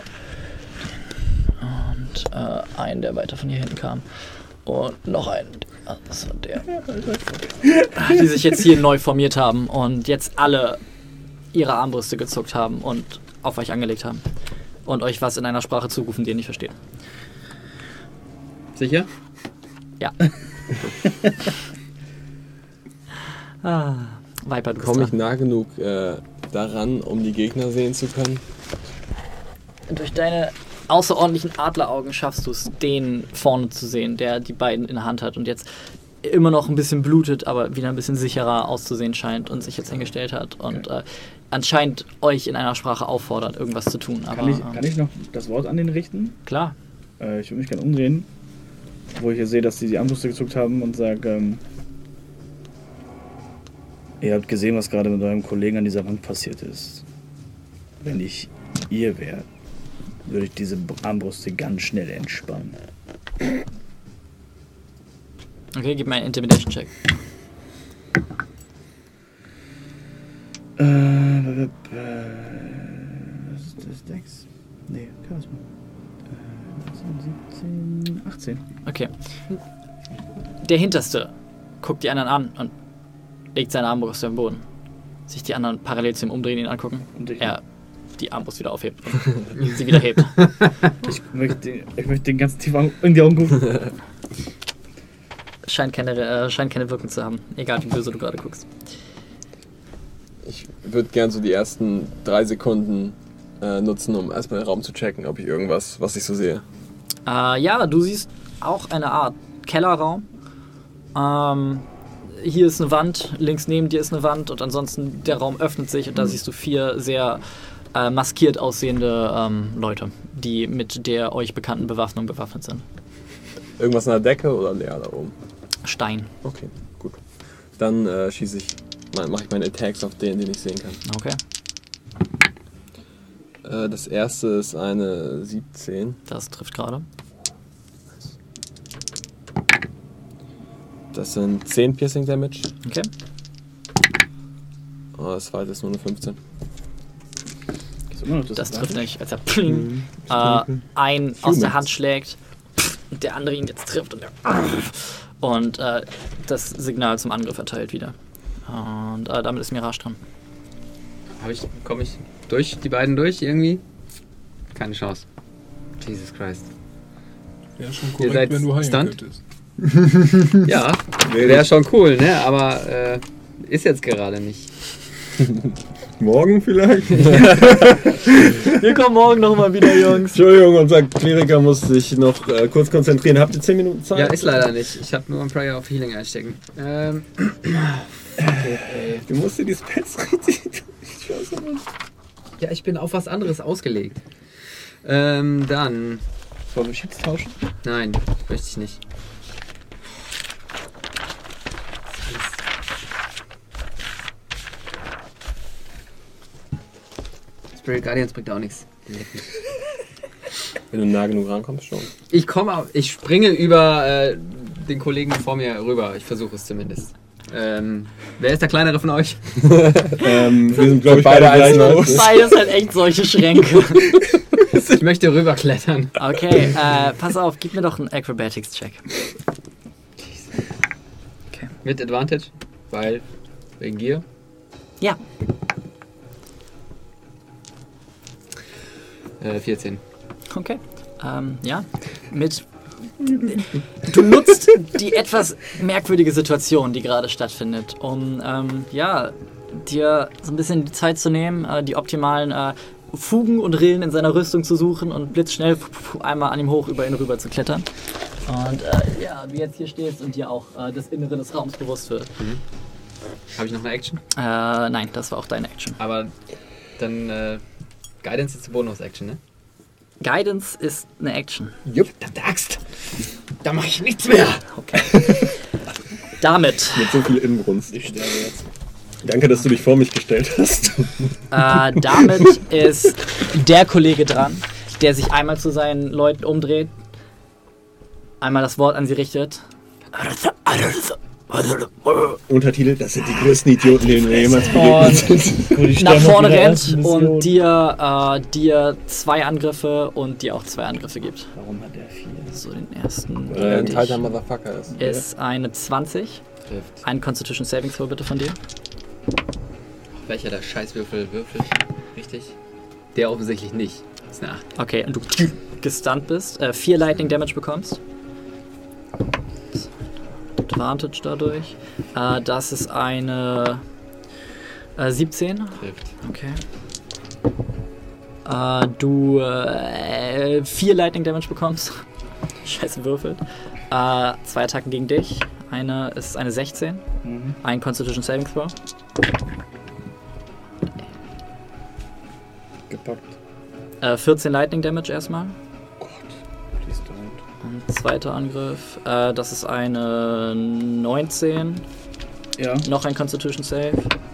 Und äh, einen, der weiter von hier hinten kam. Und noch einen. Ah, das war der. Die sich jetzt hier neu formiert haben und jetzt alle ihre Armbrüste gezuckt haben und auf euch angelegt haben. Und euch was in einer Sprache zurufen, die ihr nicht versteht. Sicher? Ja. ah, Viper, du bist Komme ich dran. nah genug äh, daran, um die Gegner sehen zu können? Durch deine außerordentlichen Adleraugen schaffst du es, den vorne zu sehen, der die beiden in der Hand hat und jetzt immer noch ein bisschen blutet, aber wieder ein bisschen sicherer auszusehen scheint und sich jetzt hingestellt hat und äh, anscheinend euch in einer Sprache auffordert, irgendwas zu tun. Aber Kann ich, äh, kann ich noch das Wort an den richten? klar. Äh, ich würde mich gerne umdrehen, wo ich hier sehe, dass die die Armbrüste gezuckt haben und sage, ähm, ihr habt gesehen, was gerade mit eurem Kollegen an dieser Wand passiert ist. Wenn ich ihr wäre, würde ich diese Armbrüste ganz schnell entspannen. Okay, gib mir einen Intimidation-Check. Äh, äh, äh, was ist das? Dex? Nee, Charisma. Äh, siebzehn, achtzehn. Okay. Der Hinterste guckt die anderen an und legt seine Armbrust auf den Boden. Sich die anderen parallel zu ihm umdrehen, ihn angucken. Und ich, Er die Armbrust wieder aufhebt und sie wieder hebt. ich, möchte, ich möchte den ganzen tief in die Augen gucken. Scheint keine, äh, scheint keine Wirkung zu haben. Egal, wie böse du gerade guckst. Ich würde gern so die ersten drei Sekunden äh, nutzen, um erstmal den Raum zu checken, ob ich irgendwas, was ich so sehe. Äh, ja, du siehst auch eine Art Kellerraum. Ähm, hier ist eine Wand, links neben dir ist eine Wand und ansonsten der Raum öffnet sich und da siehst du vier sehr äh, maskiert aussehende ähm, Leute, die mit der euch bekannten Bewaffnung bewaffnet sind. Irgendwas an der Decke oder leer da oben? Stein. Okay, gut. Dann äh, schieße ich, mache ich meine Attacks auf den, den ich sehen kann. Okay. Äh, das erste ist eine siebzehn. Das trifft gerade. Das sind zehn Piercing Damage. Okay. Oh, das zweite ist nur eine fünfzehn. Das, das trifft nicht, als er pling, mhm. äh, einen aus der Hand schlägt und der andere ihn jetzt trifft und, der, und äh, das Signal zum Angriff erteilt wieder. Und äh, damit ist Mirage dran. Hab ich, komme ich durch die beiden durch irgendwie? Keine Chance. Jesus Christ. Wäre schon korrekt, wenn du heilen könntest. Ja, wäre schon cool, ne? Aber äh, ist jetzt gerade nicht. Morgen vielleicht? Wir kommen morgen nochmal wieder, Jungs. Entschuldigung, unser Kleriker muss sich noch äh, kurz konzentrieren. Habt ihr zehn Minuten Zeit? Ja, ist leider nicht. Ich habe nur ein Prayer of Healing einstecken. Ähm. Okay, ey. Du musst dir die Spells richtig durchschauen. Ja, ich bin auf was anderes ausgelegt. Ähm, dann. Wollen wir Shits tauschen? Nein, möchte ich nicht. Spirit Guardians bringt auch nichts. Wenn du nah genug rankommst, schon. Ich komme, ich springe über äh, den Kollegen vor mir rüber. Ich versuche es zumindest. Ähm, wer ist der kleinere von euch? ähm, wir sind, glaube ich, beide gleich groß. Beides halt echt solche Schränke. Ich möchte rüberklettern. Okay, äh, pass auf, gib mir doch einen Acrobatics-Check. Okay. Mit Advantage, weil wegen Gear. Ja. Äh, vierzehn. Okay. Ähm, ja. Mit. Du nutzt die etwas merkwürdige Situation, die gerade stattfindet, um ähm, ja, dir so ein bisschen die Zeit zu nehmen, äh, die optimalen äh, Fugen und Rillen in seiner Rüstung zu suchen und blitzschnell einmal an ihm hoch über ihn rüber zu klettern. Und äh, ja, wie jetzt hier stehst und dir auch äh, das Innere des Raums bewusst wird. Mhm. Habe ich noch eine Action? Äh, nein, das war auch deine Action. Aber dann äh, Guidance ist die Bonus-Action, ne? Guidance ist eine Action. Jupp, das Axt. Da mache ich nichts mehr. Okay. Damit. Mit so viel Inbrunst. Ich sterbe jetzt. Danke, dass du dich vor mich gestellt hast. Äh, damit ist der Kollege dran, der sich einmal zu seinen Leuten umdreht, einmal das Wort an sie richtet. Untertitel, das sind die größten Idioten, denen wir jemals begegnet sind. Nach vorne rennt und dir, äh, dir zwei Angriffe und dir auch zwei Angriffe gibt. Warum hat der vier? So, den ersten. Weil er ein Tighter Motherfucker ist. Ist eine zwanzig. Trifft. Ein Constitution Saving Throw bitte von dir. Welcher der Scheißwürfel würfelt? Richtig? Der offensichtlich nicht. Das ist eine acht. Okay, und du gestunt bist, äh, vier Lightning Damage bekommst. Advantage dadurch. Äh, das ist eine äh, siebzehn. Trifft. Okay. Äh, du äh, vier Lightning Damage bekommst. Scheiße würfelt. Äh, zwei Attacken gegen dich. Eine ist eine sechzehn. Mhm. Ein Constitution Saving Throw. Gepackt. Äh, vierzehn Lightning Damage erstmal. Gott, please don't. Und zweiter Angriff. Äh, das ist eine neunzehn. Ja. Noch ein Constitution Save.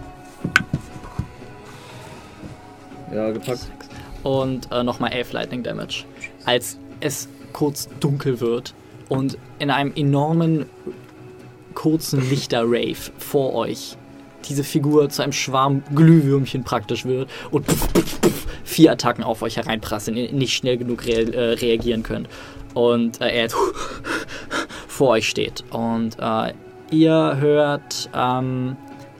Ja, gepackt. Und äh, nochmal elf Lightning Damage. Als es kurz dunkel wird und in einem enormen kurzen Lichter-Rave vor euch diese Figur zu einem Schwarm Glühwürmchen praktisch wird und puff, puff, puff, vier Attacken auf euch hereinprasseln, ihr nicht schnell genug rea äh, reagieren könnt. Und äh, er jetzt vor euch steht. Und äh, ihr hört ähm,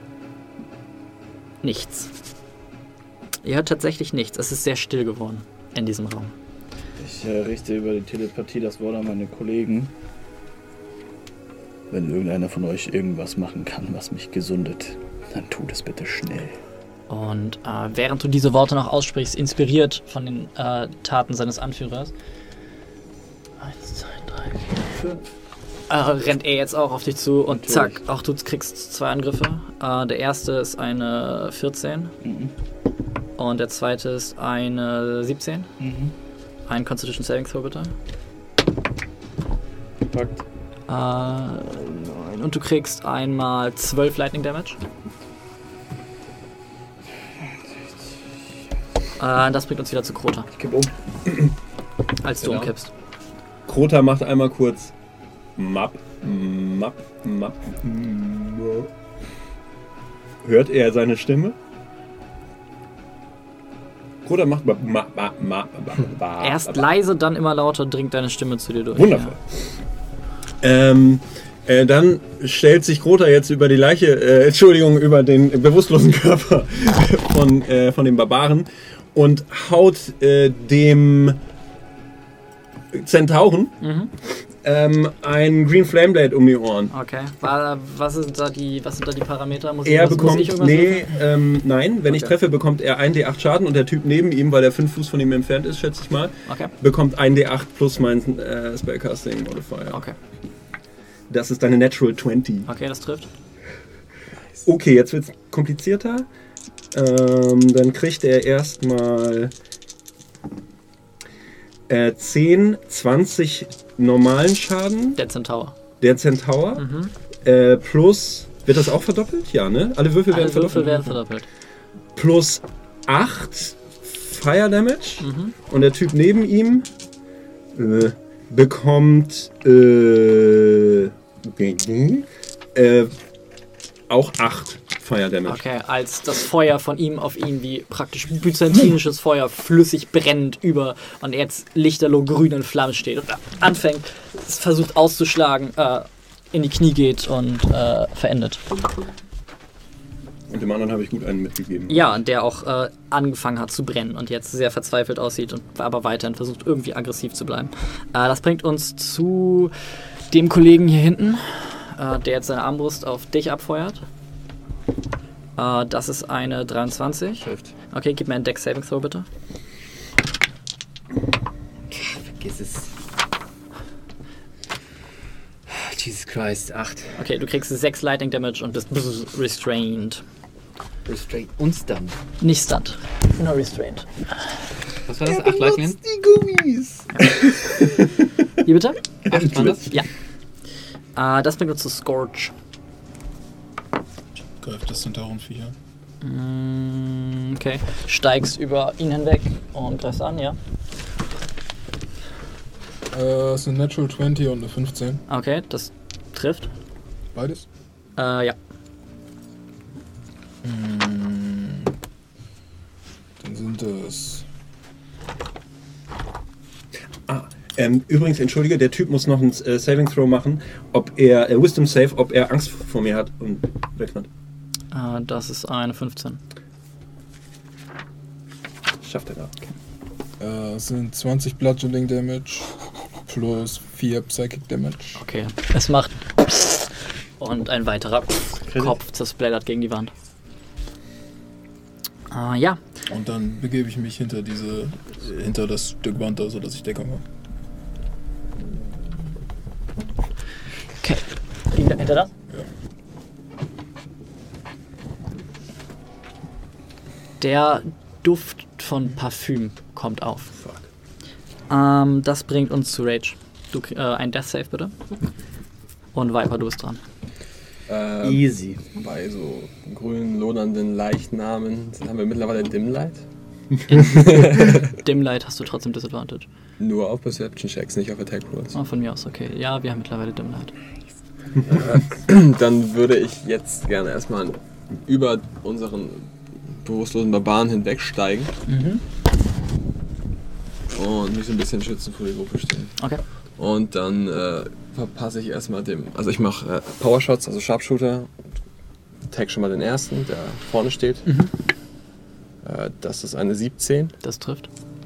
nichts. Ihr hört tatsächlich nichts. Es ist sehr still geworden in diesem Raum. Ich äh, richte über die Telepathie das Wort an meine Kollegen. Wenn irgendeiner von euch irgendwas machen kann, was mich gesundet, dann tut es bitte schnell. Und äh, während du diese Worte noch aussprichst, inspiriert von den äh, Taten seines Anführers, eins, zwei, drei, vier, fünf, äh, rennt er jetzt auch auf dich zu und Natürlich. zack, auch du kriegst zwei Angriffe. Äh, der erste ist eine vierzehn. Mhm. Und der zweite ist eine siebzehn. Mhm. Ein Constitution Saving Throw, bitte. Packt. Äh, und du kriegst einmal zwölf Lightning Damage. Äh, das bringt uns wieder zu Krota. Ich kipp um. Als du Genau. umkippst. Krota macht einmal kurz Map, Map, Map, Map. Hört er seine Stimme? Krota macht Map, Map, Map, Map, Map. Erst leise, dann immer lauter dringt deine Stimme zu dir durch. Wundervoll. Ähm, äh, dann stellt sich Krota jetzt über die Leiche, äh, Entschuldigung, über den bewusstlosen Körper von, äh, von dem Barbaren und haut äh, dem Zentauren Mhm. ähm, ein Green Flame Blade um die Ohren. Okay. War, was, sind da die, was sind da die Parameter? Muss ich, Er was, muss bekommt, ich irgendwas nee, würfeln? ähm, nein, wenn ich Okay. treffe, bekommt er ein D acht Schaden und der Typ neben ihm, weil er fünf Fuß von ihm entfernt ist, schätze ich mal, Okay. bekommt ein D acht plus mein äh, Spellcasting Modifier. Okay. Das ist deine Natural zwanzig. Okay, das trifft. Okay, jetzt wird es komplizierter. Ähm, dann kriegt er erstmal äh, zehn, zwanzig normalen Schaden. Der Centaur. Der Centaur. Mhm. Äh, plus. Wird das auch verdoppelt? Ja, ne? Alle Würfel werden Alle Würfel verdoppelt. werden verdoppelt. Plus acht Fire Damage. Mhm. Und der Typ neben ihm äh, bekommt äh, äh, auch acht Fire Damage. Okay, als das Feuer von ihm auf ihn wie praktisch byzantinisches Feuer flüssig brennt über und jetzt lichterloh grün in Flammen steht und anfängt, es versucht auszuschlagen, äh, in die Knie geht und äh, verendet. Und dem anderen habe ich gut einen mitgegeben. Ja, und der auch äh, angefangen hat zu brennen und jetzt sehr verzweifelt aussieht und aber weiterhin versucht, irgendwie aggressiv zu bleiben. Äh, das bringt uns zu dem Kollegen hier hinten, äh, der jetzt seine Armbrust auf dich abfeuert. Äh, das ist eine dreiundzwanzig. Trifft. Okay, gib mir einen Dex Saving Throw, bitte. Vergiss es. Jesus Christ, acht. Okay, du kriegst sechs Lightning Damage und bist restrained. Restraint und Stun. Nicht stunned, nur restrained. Was war das? acht Lightning? Die Gummis! Wie bitte? acht waren das? Ja. Äh, das bringt uns zu Scorch. Greift das Zentaurenvieh an. Mm, okay. Steigst über ihn hinweg und greifst an, ja. Äh, es ist eine Natural zwanzig und eine fünfzehn. Okay, das trifft. Beides? Äh, ja. Hm. Dann sind es. Ah, ähm, übrigens, entschuldige, der Typ muss noch einen äh, Saving Throw machen, ob er, äh, Wisdom Save, ob er Angst vor mir hat und wegrennt. Äh, das ist eine fünfzehn. Schafft er da. Äh, es sind zwanzig Bludgeoning Damage plus vier Psychic Damage. Okay. Es macht und ein weiterer Kopf zersplattert gegen die Wand. Äh, ja. Und dann begebe ich mich hinter diese, hinter das Stück Wand, da, sodass ich Deckung habe. Okay. Hinter, hinter das? Ja. Der Duft von Parfüm kommt auf. Ähm, das bringt uns zu Rage. Du, äh, ein Death Save bitte. Und Viper, du bist dran. Ähm, Easy. Bei so grün lodernden Leichnamen haben wir mittlerweile Dimlight. Dim Light hast du trotzdem Disadvantage. Nur auf Perception Checks, nicht auf Attack Rolls. Oh, von mir aus, okay. Ja, wir haben mittlerweile Dim Light. Dann würde ich jetzt gerne erstmal über unseren bewusstlosen Barbaren hinwegsteigen Mhm. und mich so ein bisschen schützen vor die Gruppe stellen. Okay. Und dann äh, verpasse ich erstmal dem, also ich mache äh, Powershots, also Sharpshooter, tag schon mal den ersten, der vorne steht. Mhm. Äh, das ist eine siebzehn, Das trifft.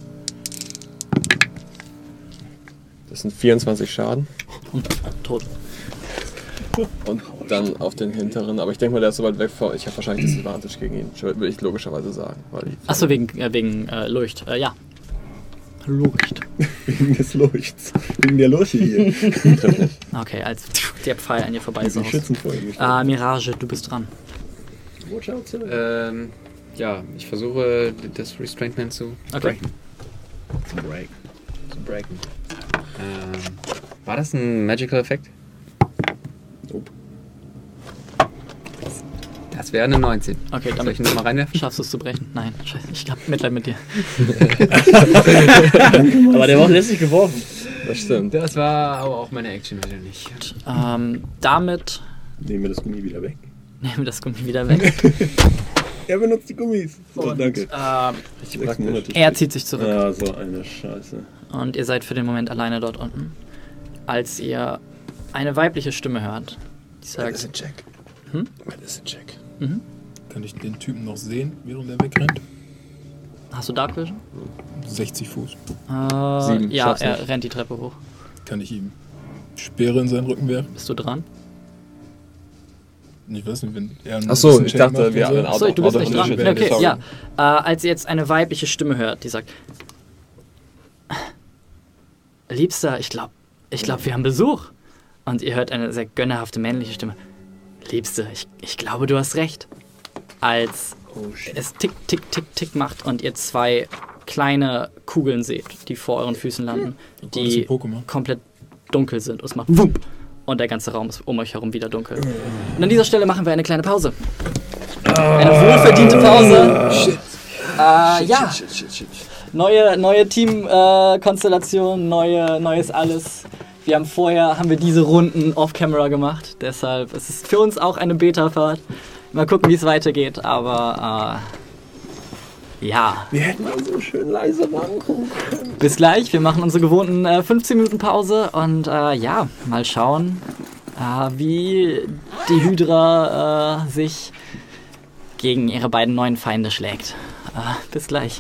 das sind vierundzwanzig Schaden. Und tot. Und dann auf den hinteren, aber ich denke mal, der ist so weit weg vor, ich habe wahrscheinlich das Advantage gegen ihn, würde ich logischerweise sagen. Weil ich Achso, wegen, äh, wegen äh, Leucht. Äh, ja. Leucht. Wegen des Leuchts. Wegen der Leuchte hier. Okay, als der Pfeil an ihr vorbei Die saust. Schützen vor ihr Äh, Mirage, du bist dran. Watch out, Sir. Ähm, Ja, ich versuche das Restraintment zu Okay. breaken. Zum Break. Zu breaken. Ähm, war das ein Magical Effekt? Nope. Das wäre eine neunzehn. Okay, Soll damit ich ihn nochmal reinwerfen? schaffst du es zu brechen. Nein, scheiße, ich hab Mitleid mit dir. Aber der war auch lässig geworfen. Das stimmt. Das war aber auch meine Action wieder nicht. Ähm, damit Nehmen wir das Gummi wieder weg. nehmen wir das Gummi wieder weg. Er benutzt die Gummis. So, Und, danke. ähm, Sechs Monate er zieht sich zurück. Ja, so eine Scheiße. Und ihr seid für den Moment alleine dort unten. Als ihr eine weibliche Stimme hört, die Das ist sagt, ein Check. Hm? Das ist ein Check. mhm. Kann ich den Typen noch sehen, während er wegrennt? Hast du Dark Vision? sechzig Fuß. Äh, Sieben, ja, schaff's er nicht. rennt die Treppe hoch. Kann ich ihm Speere in seinen Rücken werfen? Bist du dran? Ich weiß nicht, wenn er einen Ach so, Medicine ich Check dachte, macht wir und so. alle Achso, du bist Auto- nicht dran. Auto- Okay, sorry. ja. Äh, als ihr jetzt eine weibliche Stimme hört, die sagt, Liebster, ich glaube, ich glaub, wir haben Besuch. Und ihr hört eine sehr gönnerhafte männliche Stimme. Liebste, ich, ich glaube, du hast recht. Als es tick, tick, tick, tick macht und ihr zwei kleine Kugeln seht, die vor euren Füßen landen, Oh Gott, das ist die ein Pokémon. komplett dunkel sind. Und es macht Wump. Und der ganze Raum ist um euch herum wieder dunkel. Und an dieser Stelle machen wir eine kleine Pause. Eine wohlverdiente Pause. Shit. Äh, ja, Shit, shit, shit. neue, neue Team-Konstellation, neue, neues alles. Wir haben vorher, haben wir diese Runden off-camera gemacht. Deshalb ist es für uns auch eine Beta-Fahrt. Mal gucken, wie es weitergeht. Aber, äh, ja. Wir hätten mal so schön leise machen können. Bis gleich. Wir machen unsere gewohnten äh, fünfzehn Minuten Pause. Und, äh, ja, mal schauen, äh, wie die Hydra äh, sich gegen ihre beiden neuen Feinde schlägt. Äh, bis gleich.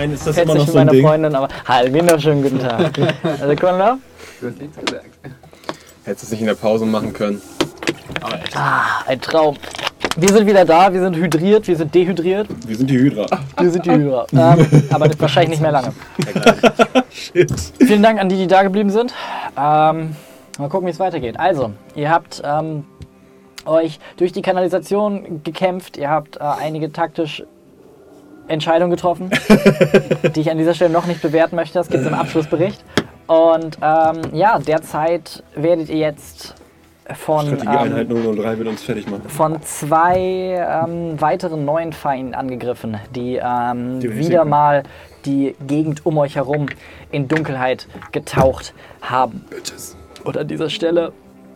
Nein, ist das fetze immer noch ich so mit ein meiner Ding? Freundin, aber halt, wunderschönen guten Tag. Sekunde. Du hast nichts gesagt. Hättest du es nicht in der Pause machen können. Ah, ein Traum. Wir sind wieder da, wir sind hydriert, wir sind dehydriert, Wir sind die Hydra. wir sind die Hydra. ähm, aber das wahrscheinlich nicht mehr lange. Shit. Vielen Dank an die, die da geblieben sind. Ähm, mal gucken, wie es weitergeht. Also, ihr habt ähm, euch durch die Kanalisation gekämpft, ihr habt äh, einige taktisch Entscheidungen getroffen, die ich an dieser Stelle noch nicht bewerten möchte. Das gibt es im Abschlussbericht. Und ähm, ja, derzeit werdet ihr jetzt von, Strategieeinheit ähm, null null drei wird uns fertig machen. von zwei ähm, weiteren neuen Feinden angegriffen, die, ähm, Die wir wieder sehen mal die Gegend um euch herum in Dunkelheit getaucht haben. Und an dieser Stelle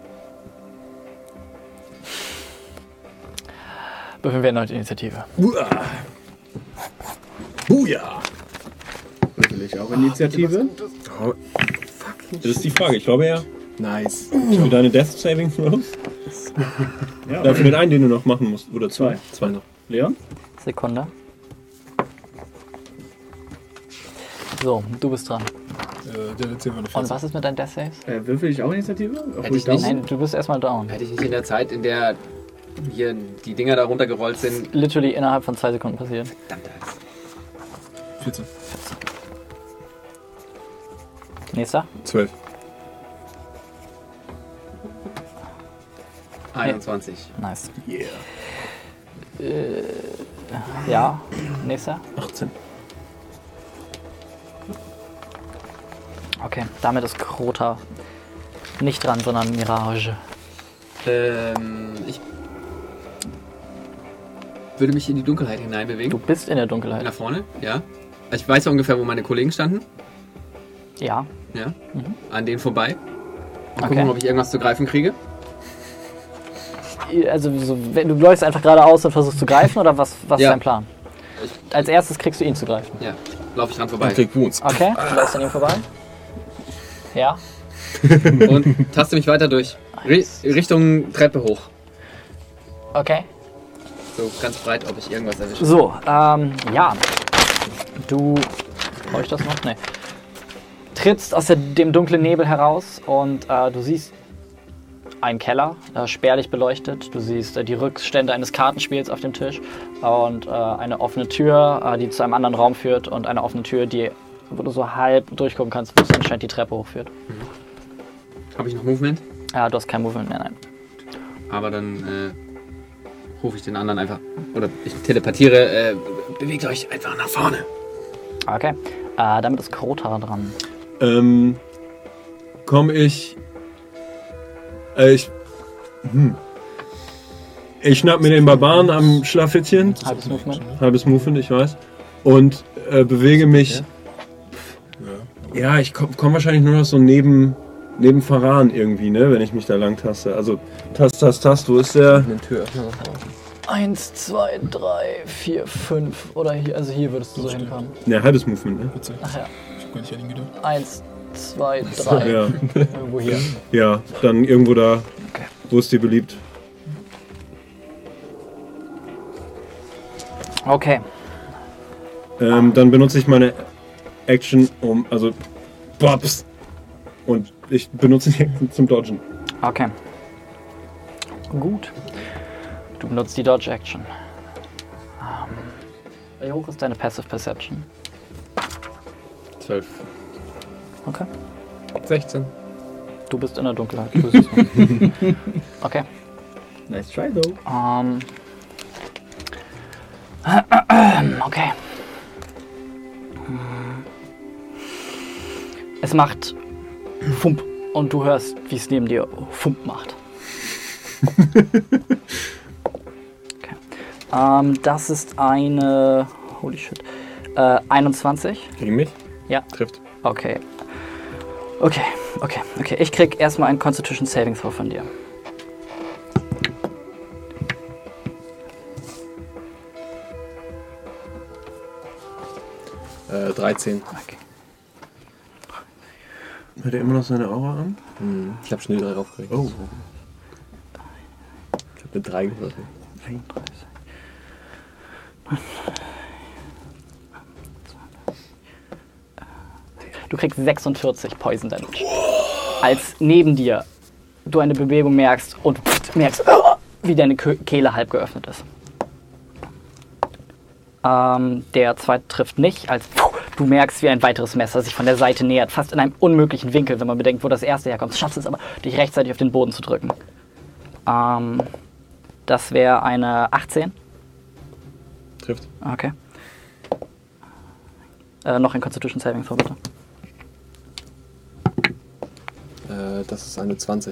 würfeln wir erneut Initiative. Buja! Würfel ich auch Initiative? Das ist die Frage, ich glaube ja. Nice. Für deine Death Saving Throws? Ja, Dafür den einen, den du noch machen musst. Oder zwei. Zwei. Zwei noch. Leon? Sekunde. So, du bist dran. Äh, der letzte war eine Und vierzehn. was ist mit deinen Death Saves? Äh, würfel ich auch Initiative? Obwohl Hätte ich down nicht. bin? Nein, du bist erstmal down. Hätte ich nicht in der Zeit, in der hier die Dinger da runtergerollt sind. Literally innerhalb von zwei Sekunden passiert. Verdammte Axt. vierzehn. Nächster. Zwölf. einundzwanzig. Nice. Yeah. Äh, ja, nächster. achtzehn. Okay, damit ist Krota nicht dran, sondern Mirage. Ähm, ich würde mich in die Dunkelheit hineinbewegen. Du bist in der Dunkelheit. Nach vorne, ja. Ich weiß ja ungefähr, wo meine Kollegen standen. Ja. Ja. Mhm. An denen vorbei. Und Okay. gucken, ob ich irgendwas zu greifen kriege. Also so, wenn du läufst einfach geradeaus und versuchst zu greifen oder was, was Ja. ist dein Plan? Als erstes kriegst du ihn zu greifen. Ja, laufe ich dran vorbei. Ich krieg Wounds. Okay, du läufst an ihm vorbei. Ja. Und taste mich weiter durch. Ri Richtung Treppe hoch. Okay. So ganz breit, ob ich irgendwas erwische. So, ähm, ja. Du. Brauche ich das noch? Nee. Trittst aus der, dem dunklen Nebel heraus und äh, du siehst einen Keller, äh, spärlich beleuchtet. Du siehst äh, die Rückstände eines Kartenspiels auf dem Tisch und äh, eine offene Tür, äh, die zu einem anderen Raum führt und eine offene Tür, die, wo du so halb durchgucken kannst, wo es anscheinend die Treppe hochführt. Habe ich noch Movement? Ja, du hast kein Movement mehr, nein. Aber dann äh, rufe ich den anderen einfach. Oder ich telepathiere. Äh, bewegt euch einfach nach vorne. Okay. Äh, damit ist Krota dran. Ähm, komm ich. Äh, ich. Hm. Ich schnapp mir den Barbaren am Schlafittchen. Halbes Movement. Halbes Movement, ich weiß. Und äh, bewege mich. Ja, ich komme komm wahrscheinlich nur noch so neben, neben Faran irgendwie, ne, wenn ich mich da lang taste. Also, tast, tast, tast, wo ist der? Eine Tür öffnen. Eins, zwei, drei, vier, fünf. Oder hier, also hier würdest du so hinkommen. Ne, halbes Movement, ne? Witzig. Ach ja. Ich hab gar nicht an ihn gedacht. Eins, zwei, drei. Ja, Irgendwo hier. ja, dann irgendwo da, Okay. wo es dir beliebt. Okay. Ähm, dann benutze ich meine Action um, also, Bobs. Und ich benutze die Action zum Dodgen. Okay. Gut. Du benutzt die Dodge Action. Ähm, wie hoch ist deine Passive Perception? zwölf. Okay. sechzehn. Du bist in der Dunkelheit. Du siehst nicht. Okay. Nice try, though. Ähm. Okay. Es macht Fump und du hörst, wie es neben dir Fump macht. Okay. Ähm, das ist eine. Holy shit. Äh, einundzwanzig. Gegen mich? Ja. Trifft. Okay. Okay, okay, okay. Ich krieg erstmal einen Constitution Saving Throw von dir. Äh, dreizehn. Okay. Hat er immer noch seine Aura an? Hm. Ich habe schnell drei raufgekriegt. Oh. Ich habe eine drei gewürfelt. Du kriegst sechsundvierzig Poison Damage. Als neben dir du eine Bewegung merkst und merkst, wie deine Kehle halb geöffnet ist. Ähm, der zweite trifft nicht, als du merkst, wie ein weiteres Messer sich von der Seite nähert, fast in einem unmöglichen Winkel, wenn man bedenkt, wo das erste herkommt. Du schaffst es aber, dich rechtzeitig auf den Boden zu drücken. Ähm, das wäre eine achtzehn. Trifft. Okay. Äh, noch ein Constitution Saving Throw, bitte. Äh, das ist eine zwanzig.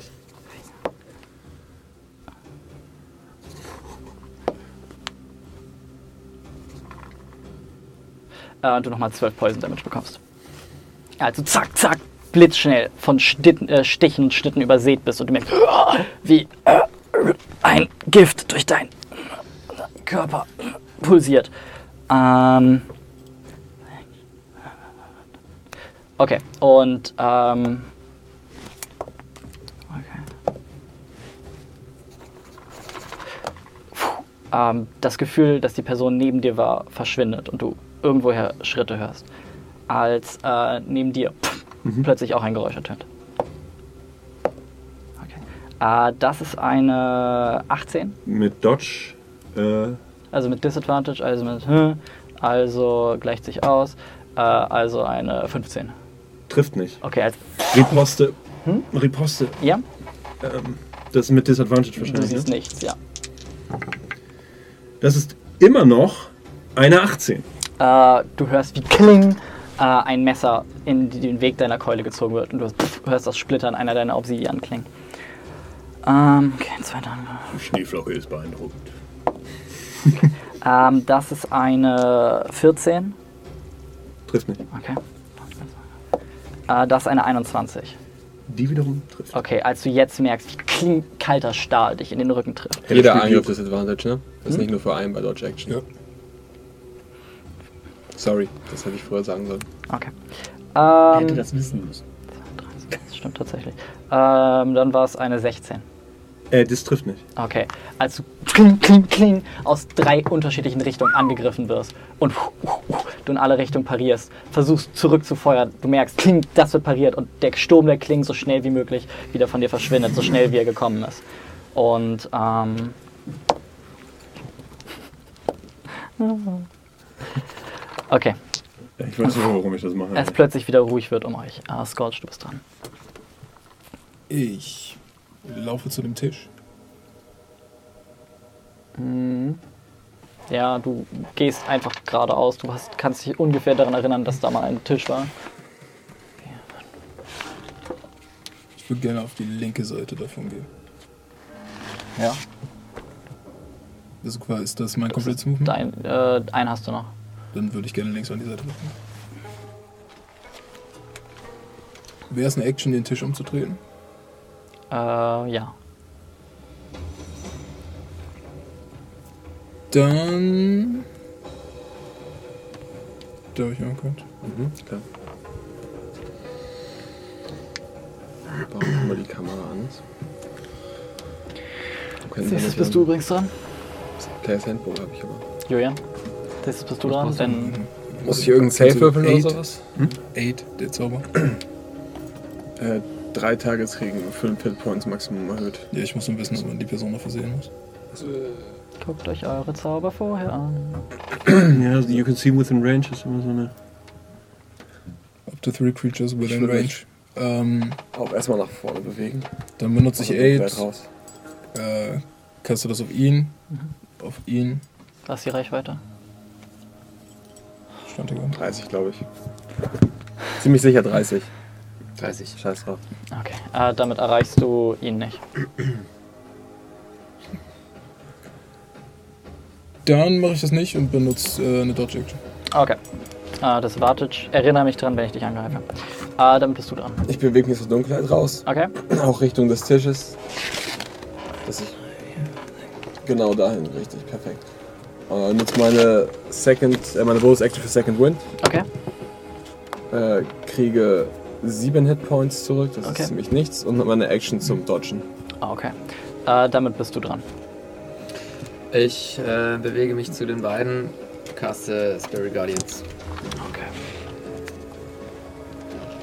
Äh, und du nochmal zwölf Poison Damage bekommst. Also zack, zack, blitzschnell von Schnitten, äh, Stichen und Schnitten übersät bist und du merkst, wie äh, ein Gift durch deinen Körper pulsiert. Ähm okay, und ähm okay. Puh, ähm, das Gefühl, dass die Person neben dir war, verschwindet und du irgendwoher Schritte hörst, als äh, neben dir pff, mhm. plötzlich auch ein Geräusch ertönt. Okay. Äh, das ist eine achtzehn. Mit Dodge. Äh Also mit Disadvantage, also mit hm, also gleicht sich aus, äh, also eine fünfzehn. Trifft nicht. Okay, als Riposte. Hm? Riposte. Ja? Ähm, das ist mit Disadvantage wahrscheinlich. Du siehst ne? nichts, ja. Das ist immer noch eine achtzehn. Äh, du hörst wie Kling äh, ein Messer in den Weg deiner Keule gezogen wird und du hörst, pff, hörst das Splittern einer deiner Obsidian klingen. Ähm, okay, ein zweiter Angriff. Die Schneeflocke ist beeindruckend. ähm, das ist eine vierzehn. Trifft nicht. Okay. Äh, das ist eine einundzwanzig. Die wiederum trifft. Okay, als du jetzt merkst, wie kling kalter Stahl dich in den Rücken trifft. Jeder Angriff Disadvantage, ne? Das ist hm? nicht nur für einen bei Dodge Action. Ja. Sorry, das hätte ich vorher sagen sollen. Okay. Ähm, ähm, hätte das wissen müssen. Das stimmt tatsächlich. Ähm, dann war es eine sechzehn. Äh, das trifft nicht. Okay, als du kling, kling, kling aus drei unterschiedlichen Richtungen angegriffen wirst und du in alle Richtungen parierst, versuchst zurückzufeuern, du merkst, kling, das wird pariert und der Sturm der Klingen so schnell wie möglich wieder von dir verschwindet, so schnell wie er gekommen ist. Und, ähm... okay. Ich weiß nicht, warum ich das mache. Es plötzlich wieder ruhig wird um euch. Ah, Scorch, du bist dran. Ich laufe zu dem Tisch. Mhm. Ja, du gehst einfach geradeaus. Du hast, kannst dich ungefähr daran erinnern, dass da mal ein Tisch war. Ich würde gerne auf die linke Seite davon gehen. Ja. Das ist das mein komplettes Movement? Dein, äh, einen hast du noch. Dann würde ich gerne links an die Seite laufen. Wäre es eine Action, den Tisch umzudrehen? Äh, ja. Dann... Darf ich mal kurz? Mhm, klar. Bauen wir die Kamera an. Siehst du, bist du übrigens dran? Players Handbook habe ich aber. Julian? Siehst du, bist du dran? Denn muss ich irgendein Safe würfeln oder sowas? Hm? Eight, der Zauber. äh, drei Tageskriegen, fünf Hit Points Maximum erhöht. Ja, ich muss nur wissen, dass man die Person noch versehen muss. Guckt euch eure Zauber vorher an. Ja, also you can see within range ist immer so eine... Up to three creatures within range. Ähm, auch erstmal nach vorne bewegen. Dann benutze ich Aid. Raus. Äh, kannst du das auf ihn? Mhm. Auf ihn. Was ist die Reichweite? Stand hier dreißig, glaube ich. Ziemlich sicher dreißig. dreißig. Scheiß drauf. Okay, äh, damit erreichst du ihn nicht. Dann mache ich das nicht und benutze äh, eine Dodge Action. Okay. Äh, Disadvantage. Erinnere mich dran, wenn ich dich angreife. Äh, dann bist du dran. Ich bewege mich aus der Dunkelheit raus. Okay. Auch Richtung des Tisches. Dass ich genau dahin, richtig, perfekt. Äh, nutze meine Second, äh, meine Bonus Action für Second Wind. Okay. Äh, kriege sieben Hitpoints zurück, das okay. ist ziemlich nichts. Und meine Action zum Dodgen. Okay. Äh, damit bist du dran. Ich äh, bewege mich zu den beiden, caste Spirit Guardians. Okay.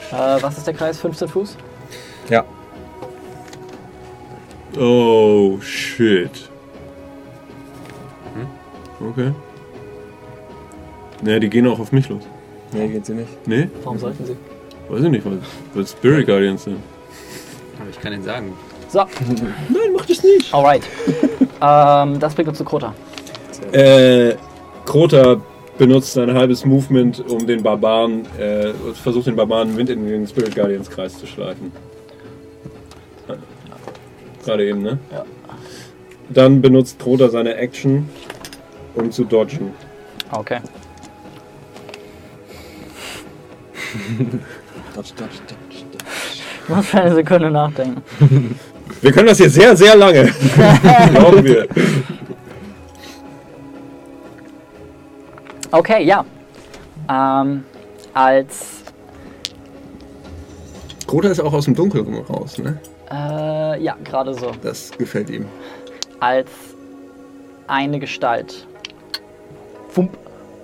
Äh, was ist der Kreis? fünfzehn Fuß? Ja. Oh, shit. Hm? Okay. Naja, die gehen auch auf mich los. Nee, geht sie nicht. Nee? Warum sollten sie? Weiß ich nicht, weil, weil Spirit Guardians sind. Aber ich kann Ihnen sagen. So. Nein, mach das nicht. Alright. ähm, das bringt uns zu Krota. Äh, Krota benutzt ein halbes Movement, um den Barbaren, äh, versucht den Barbaren Wind in den Spirit Guardians Kreis zu schleifen. Gerade eben, ne? Ja. Dann benutzt Krota seine Action, um zu dodgen. Okay. Dodge, dodge, dodge, dodge. Du musst für eine Sekunde nachdenken. Wir können das hier sehr, sehr lange. Glauben wir. Okay, ja. Ähm, als... Krota ist auch aus dem Dunkeln raus, ne? Äh, ja, gerade so. Das gefällt ihm. Als eine Gestalt. Fump.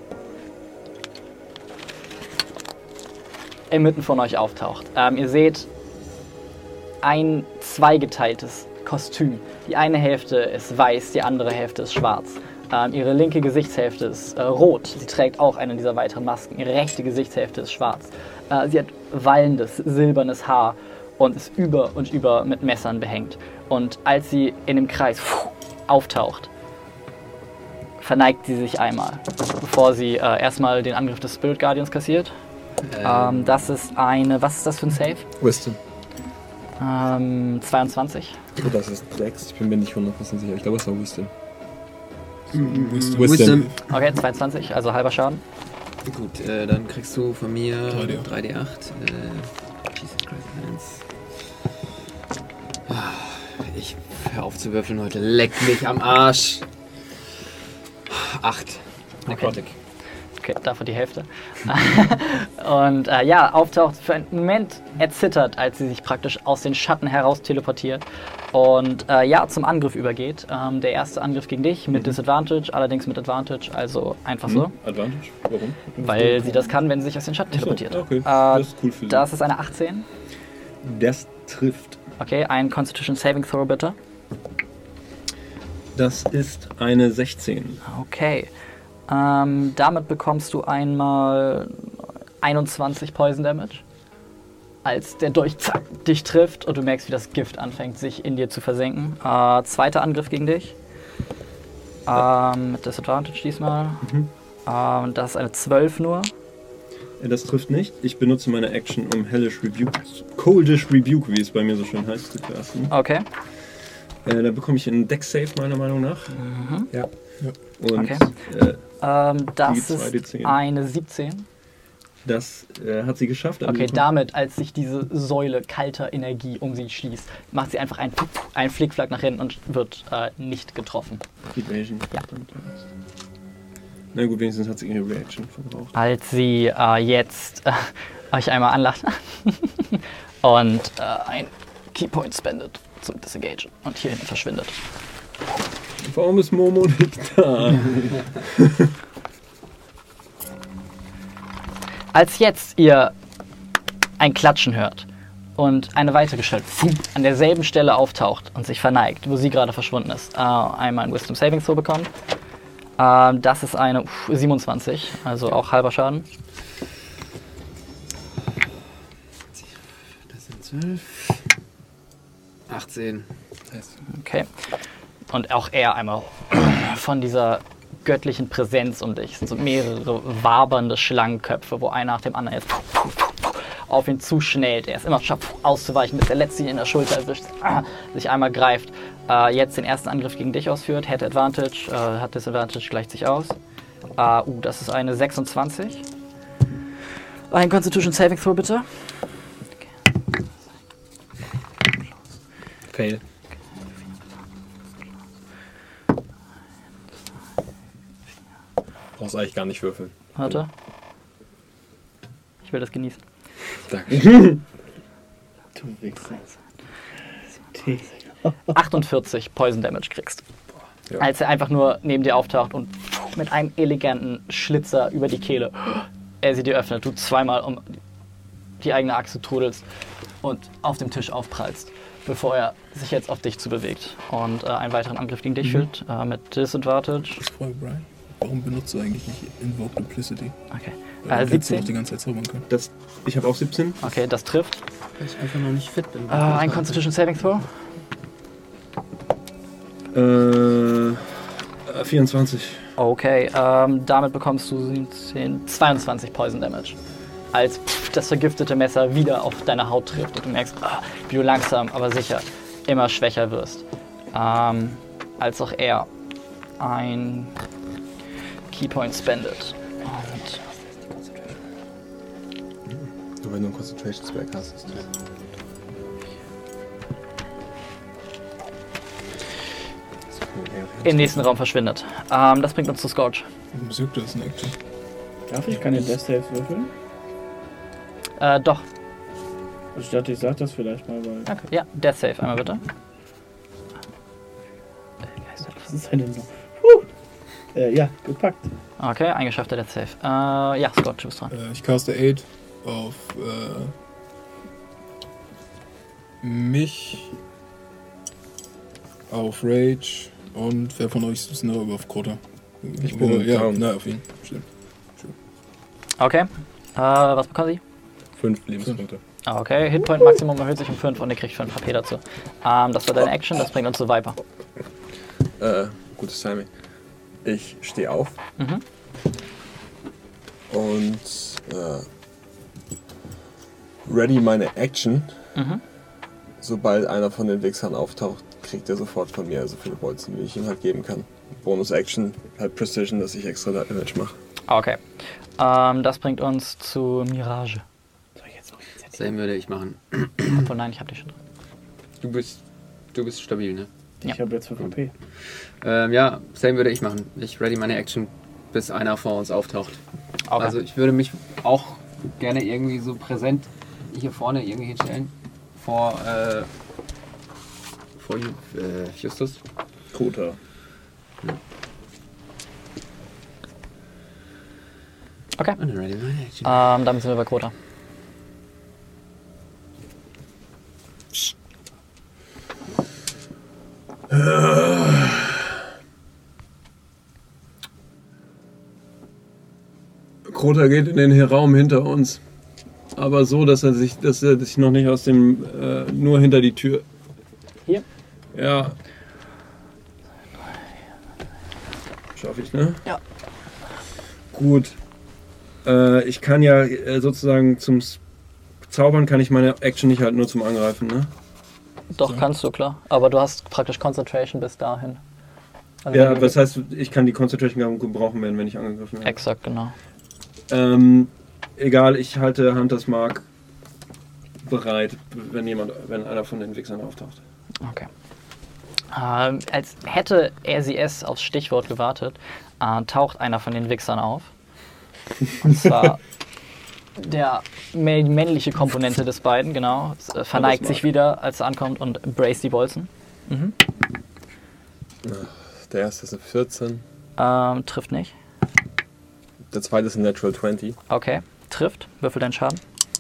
Inmitten von euch auftaucht. Ähm, ihr seht ein zweigeteiltes Kostüm. Die eine Hälfte ist weiß, die andere Hälfte ist schwarz. Ähm, ihre linke Gesichtshälfte ist äh, rot. Sie trägt auch eine dieser weiteren Masken. Ihre rechte Gesichtshälfte ist schwarz. Äh, sie hat wallendes, silbernes Haar und ist über und über mit Messern behängt. Und als sie in dem Kreis pfuh, auftaucht, verneigt sie sich einmal, bevor sie äh, erstmal den Angriff des Spirit Guardians kassiert. Ähm, Ähm, das ist eine, was ist das für ein Save? Wisdom. Ähm, zweiundzwanzig. Oh, das ist Dex. Ich bin mir nicht hundert Prozent sicher. Ich glaube, es war Wisdom. Wisdom. Wisdom. Okay, zweiundzwanzig, also halber Schaden. Gut, äh, dann kriegst du von mir drei D acht. drei D acht. Äh, Jesus Christ, eins. Ah, ich hör auf zu würfeln heute. Leck mich am Arsch. acht. Necrotic. Okay, dafür die Hälfte. Und äh, ja, auftaucht für einen Moment erzittert, als sie sich praktisch aus den Schatten heraus teleportiert. Und äh, ja, zum Angriff übergeht. Ähm, der erste Angriff gegen dich mit Mhm. Disadvantage, allerdings mit Advantage, also einfach so. Hm? Advantage? Warum? Weil sie das kann, wenn sie sich aus den Schatten Ach so, teleportiert. okay. Äh, Das ist cool für sie. Das ist eine achtzehn. Das trifft. Okay, ein Constitution Saving Throw bitte. Das ist eine sechzehn. Okay. Ähm, damit bekommst du einmal einundzwanzig Poison Damage. Als der Dolch zack, dich trifft und du merkst, wie das Gift anfängt, sich in dir zu versenken. Äh, zweiter Angriff gegen dich. Ähm, mit Disadvantage diesmal. Mhm. Ähm, das ist eine zwölf nur. Äh, Das trifft nicht. Ich benutze meine Action, um Hellish Rebuke, Coldish Rebuke, wie es bei mir so schön heißt, zu casten. Okay. Äh, da bekomme ich einen Dex-Save, meiner Meinung nach. Mhm. Ja. Und Okay. äh, Ähm, das Die zwei D ist zehn. eine siebzehn. das äh, hat sie geschafft. Okay, Also- damit, als sich diese Säule kalter Energie um sie schließt, macht sie einfach einen, einen Flickflack nach hinten und wird äh, nicht getroffen. Evasion. Ja. Na gut, wenigstens hat sie ihre Reaction verbraucht. Als sie äh, jetzt äh, euch einmal anlacht und äh, ein Keypoint spendet zum Disengagen und hierhin verschwindet. Warum ist Momo nicht da? Als jetzt ihr ein Klatschen hört und eine weitere Gestalt an derselben Stelle auftaucht und sich verneigt, wo sie gerade verschwunden ist, äh, einmal ein Wisdom Saving Throw bekommt. Ähm, das ist eine uff, siebenundzwanzig, also auch halber Schaden. Das sind zwölf. achtzehn. Okay. Und auch er einmal von dieser göttlichen Präsenz um dich. Es sind so mehrere wabernde Schlangenköpfe, wo einer nach dem anderen jetzt auf ihn zuschnellt. Er ist immer schafft auszuweichen, bis der letzte ihn in der Schulter erwischt, sich einmal greift. Äh, jetzt den ersten Angriff gegen dich ausführt. Hat Advantage, äh, hat Disadvantage, gleicht sich aus. Uh, uh, das ist eine sechsundzwanzig. Ein Constitution Saving Throw bitte. Fail. Brauchst eigentlich gar nicht würfeln. Warte. Ich will das genießen. Danke. Du Wichser. achtundvierzig Poison Damage kriegst. Ja. Als er einfach nur neben dir auftaucht und mit einem eleganten Schlitzer über die Kehle er sie dir öffnet, du zweimal um die eigene Achse trudelst und auf dem Tisch aufprallst, bevor er sich jetzt auf dich zubewegt und äh, einen weiteren Angriff gegen dich Mhm. führt äh, mit Disadvantage. Ich frage Brian, warum benutzt du eigentlich nicht Invoke Duplicity? Okay. Weil Äh, dann hättest du siebzehn. doch die ganze Zeit zaubern können. Das, ich habe auch siebzehn. Okay, das trifft. Weil ich einfach noch nicht fit bin. Äh, ein Constitution Saving Throw. Äh, vierundzwanzig. Okay, ähm, damit bekommst du siebzehn, zweiundzwanzig Poison Damage. Als pff, das vergiftete Messer wieder auf deine Haut trifft und du merkst, ah, wie du langsam, aber sicher immer schwächer wirst. Ähm, als auch er ein Keypoint spendet. Und Nur wenn du einen Concentration Spell hast, ist das. im nächsten Raum verschwindet. Ähm, das bringt uns zu Scorch. Warum besirkt das in Action? Darf ich keine Death Saves würfeln? Äh, doch. Also ich dachte, ich sag das vielleicht mal, weil. Okay. Ja, Death Save einmal bitte. Was ist denn noch? Puh. Äh, ja, gepackt. Okay, eingeschaffter Death Save. Äh, ja, Scorch, du bist dran. Äh, ich caste acht auf äh, mich, auf Rage und wer von euch ist noch auf Krota? Ich bin äh, ja, down. na, auf ihn. Stimmt. Okay. Äh, was bekommen sie? Fünf Lebenspunkte. Okay, Hitpoint Maximum erhöht sich um fünf und ihr kriegt fünf H P dazu. Ähm, das war deine Action, das bringt uns zu Viper. Äh, gutes Timing. Ich stehe auf Mhm. und äh, ready meine Action. Mhm. Sobald einer von den Wichsern auftaucht, kriegt er sofort von mir so viele Bolzen, wie ich ihm halt geben kann. Bonus-Action, halt Precision, dass ich extra Damage mache. Okay. Ähm, das bringt uns zu Mirage. Same würde ich machen. Obwohl, nein, ich hab dich schon drin. Du bist, du bist stabil, ne? Ja. Ich habe jetzt fünf H P. Ähm, ja, same würde ich machen. Ich ready meine Action, bis einer vor uns auftaucht. Okay. Also ich würde mich auch gerne irgendwie so präsent hier vorne irgendwie hinstellen. Vor, äh, vor äh, Justus. Kota. Okay. Und dann ready meine Action. Ähm, damit sind wir bei Kota. Krota geht in den Raum hinter uns. Aber so, dass er sich, dass er sich noch nicht aus dem, äh, nur hinter die Tür. Hier? Ja. Schaffe ich, ne? Ja. Gut. Äh, ich kann ja äh, sozusagen zum S- Zaubern kann ich meine Action nicht halt nur zum Angreifen, ne? Doch, So. kannst du, klar. Aber du hast praktisch Concentration bis dahin. Also Ja, wenn du- das heißt, ich kann die Concentration gebrauchen werden, wenn ich angegriffen werde. Exakt, genau. Ähm, egal, ich halte Hunters Mark bereit, wenn jemand, wenn einer von den Wichsern auftaucht. Okay. Ähm, als hätte R C S aufs Stichwort gewartet, äh, taucht einer von den Wichsern auf. Und zwar der mä- männliche Komponente des beiden, genau. Es, äh, verneigt sich wieder, als er ankommt und brace die Bolzen. Mhm. Der erste ist eine vierzehn, Ähm, trifft nicht. der zweite ist ein Natural zwanzig. Okay, trifft. Würfel deinen Schaden.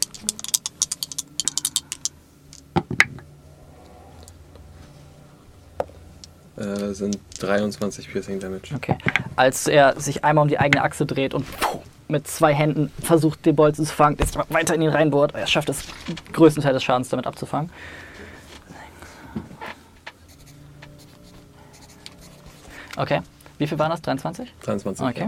Äh, sind dreiundzwanzig Piercing Damage. Okay. Als er sich einmal um die eigene Achse dreht und puh, mit zwei Händen versucht, den Bolzen zu fangen, ist weiter in ihn reinbohrt. Er schafft es, den größten Teil des Schadens damit abzufangen. Okay. Wie viel waren das? dreiundzwanzig? dreiundzwanzig. Okay.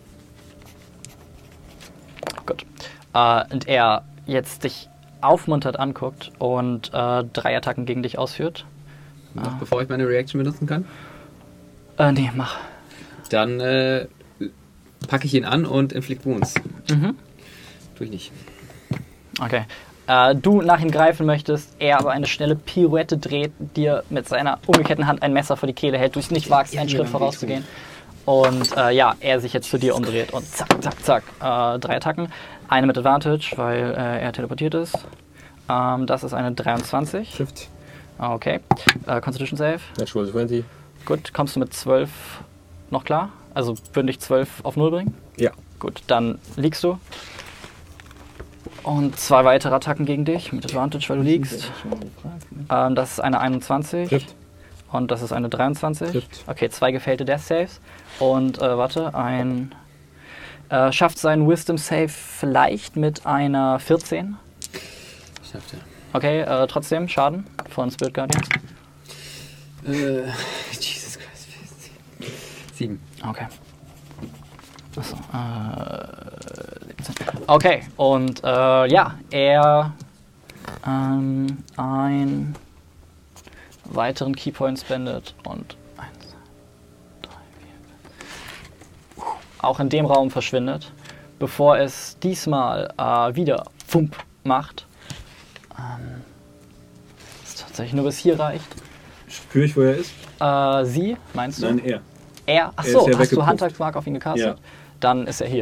Gut. Äh, und er jetzt dich aufmunternd anguckt und äh, drei Attacken gegen dich ausführt. Noch bevor ich meine Reaction benutzen kann. Äh, nee, mach. Dann äh, packe ich ihn an und inflict Wounds. Mhm. Tue ich nicht. Okay. Äh, du nach ihm greifen möchtest, er aber eine schnelle Pirouette dreht, dir mit seiner umgekehrten Hand ein Messer vor die Kehle hält, du es nicht wagst, einen Schritt vorauszugehen. Und äh, ja, er sich jetzt zu dir umdreht und zack, zack, zack. Äh, drei Attacken. Eine mit Advantage, weil äh, er teleportiert ist. Ähm, das ist eine dreiundzwanzig. Trifft. Okay. Äh, Constitution Save. Natural zwanzig. Gut, kommst du mit zwölf noch klar? Also würden dich zwölf auf null bringen? Ja. Gut, dann liegst du. Und zwei weitere Attacken gegen dich mit Advantage, weil du liegst. Ähm, das ist eine einundzwanzig. Trifft. Und das ist eine dreiundzwanzig. Trifft. Okay, zwei gefailte Death Saves. Und äh, warte, ein... Äh, schafft seinen Wisdom Save vielleicht mit einer vierzehn. Schafft er. Okay, äh, trotzdem Schaden von Spirit Guardians. Äh, Jesus Christ. Sieben. Okay. Achso, äh, siebzehn. Okay, und äh, ja, er ähm, einen weiteren Keypoint spendet und eins, drei, vier, auch in dem Raum verschwindet, bevor es diesmal äh, wieder Fump macht. Ähm, das tatsächlich nur bis hier reicht. Spüre ich, wo er ist? Äh, sie, meinst du? Nein, er. Er? Achso, Er ist ja hast du weggepufft. Handtagsmark auf ihn gecastet? Ja. Dann ist er hier.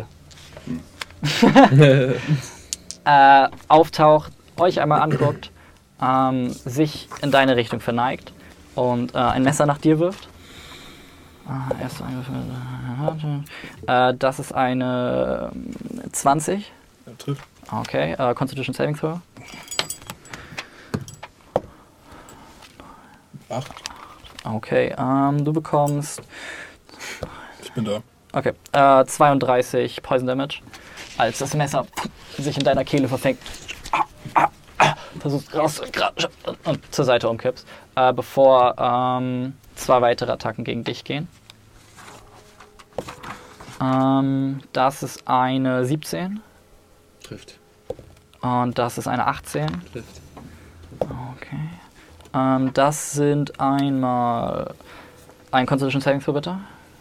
äh, auftaucht, euch einmal anguckt, ähm, sich in deine Richtung verneigt und äh, ein Messer nach dir wirft. Äh, erst äh, das ist eine äh, zwanzig. Ja, trifft. Okay, äh, Constitution Saving Throw. Acht. Okay, ähm, du bekommst... Ich bin da. Okay, äh, zweiunddreißig Poison Damage, als das Messer sich in deiner Kehle verfängt. Versuchst raus und zur Seite umkippst, äh, bevor ähm, zwei weitere Attacken gegen dich gehen. Ähm, das ist eine siebzehn. Trifft. Und das ist eine achtzehn. Trifft. Okay. Ähm, das sind einmal ein Constitution Saving Throw, bitte.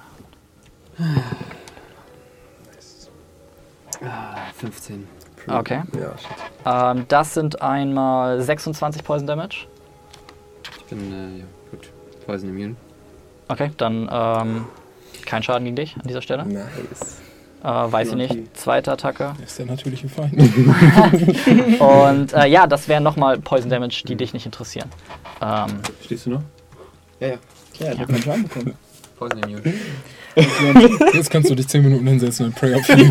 Ah, fünfzehn. Okay. Ja, shit. Ähm, das sind einmal sechsundzwanzig Poison Damage. Ich bin, äh, ja, gut. Poison Immune. Okay, dann ähm, kein Schaden gegen dich an dieser Stelle. Nice. Äh, weiß ich nicht. Zweite Attacke. Er ist der natürliche Feind. Und äh, ja, das wären nochmal Poison Damage, die dich nicht interessieren. Ähm, Stehst du noch? Ja, ja. Ja, der hat keinen Schaden bekommen. Poison Immune. Jetzt kannst du dich zehn Minuten hinsetzen und Prayer fliegen.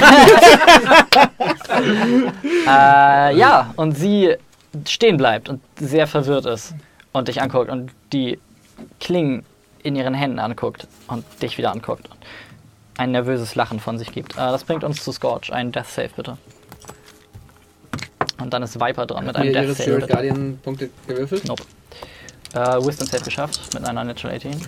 äh, ja, und sie stehen bleibt und sehr verwirrt ist und dich anguckt und die Klingen in ihren Händen anguckt und dich wieder anguckt und ein nervöses Lachen von sich gibt. Äh, das bringt uns zu Scorch. Ein Death Save, bitte. Und dann ist Viper dran mit einem Ihre Death Save. Spirit bitte. Guardian Punkte gewürfelt? Nope. Äh, Wisdom Save geschafft mit einer Natural achtzehn.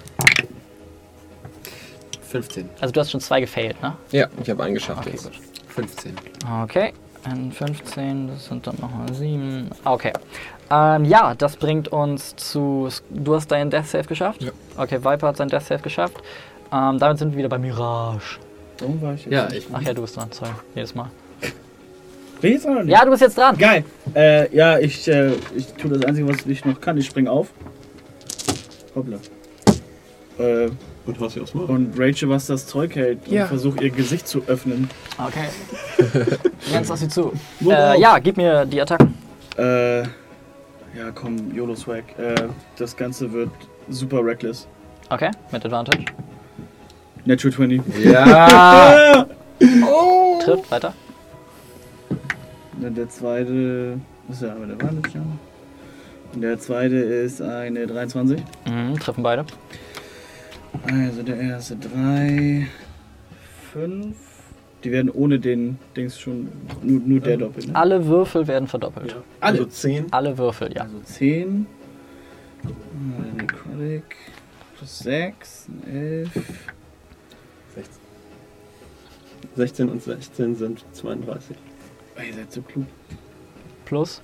fünfzehn. Also du hast schon zwei gefailt, ne? Ja, ich habe einen geschafft Okay, jetzt. gut. fünfzehn. Okay, ein fünfzehn, das sind dann nochmal sieben. Okay. Ähm, ja, das bringt uns zu... Du hast deinen Death Save geschafft? Ja. Okay, Viper hat seinen Death Save geschafft. Ähm, damit sind wir wieder bei Mirage. Warum war ich jetzt? Ja, nicht? ich. Ach ja, du bist dran, sorry. Jedes Mal. Bin ich jetzt noch nicht? Ja, du bist jetzt dran. Geil. Äh, ja, ich, äh, ich tue das Einzige, was ich noch kann. Ich spring auf. Hoppla. Äh, Und was sie auch machen. und Rachel, was das Zeug hält. Und Ja. versuche ihr Gesicht zu öffnen. Okay. Rennst auf sie zu. Äh, ja, gib mir die Attacken. Äh, ja, komm, YOLO-Swag. Äh, das Ganze wird super reckless. Okay, mit Advantage. Natural zwanzig. Ja! Trifft, weiter. Dann der zweite. Das ist ja aber der Advantage, ja. Und der zweite ist eine dreiundzwanzig. Mhm, treffen beide. Also der erste drei, fünf. Die werden ohne den Dings schon. Nur, nur der doppelt. Ne? Alle Würfel werden verdoppelt. Ja. Alle. Also zehn. Alle Würfel, ja. Also zehn. Äh, Necrotic. Plus sechs. elf. sechzehn. sechzehn und sechzehn sind zweiunddreißig. Oh, ihr seid so klug. Plus.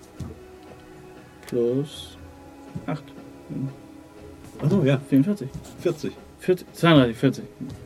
Plus acht. Achso, ja. vierundvierzig. vierzig. vierzig. zweiunddreißig, vierzig.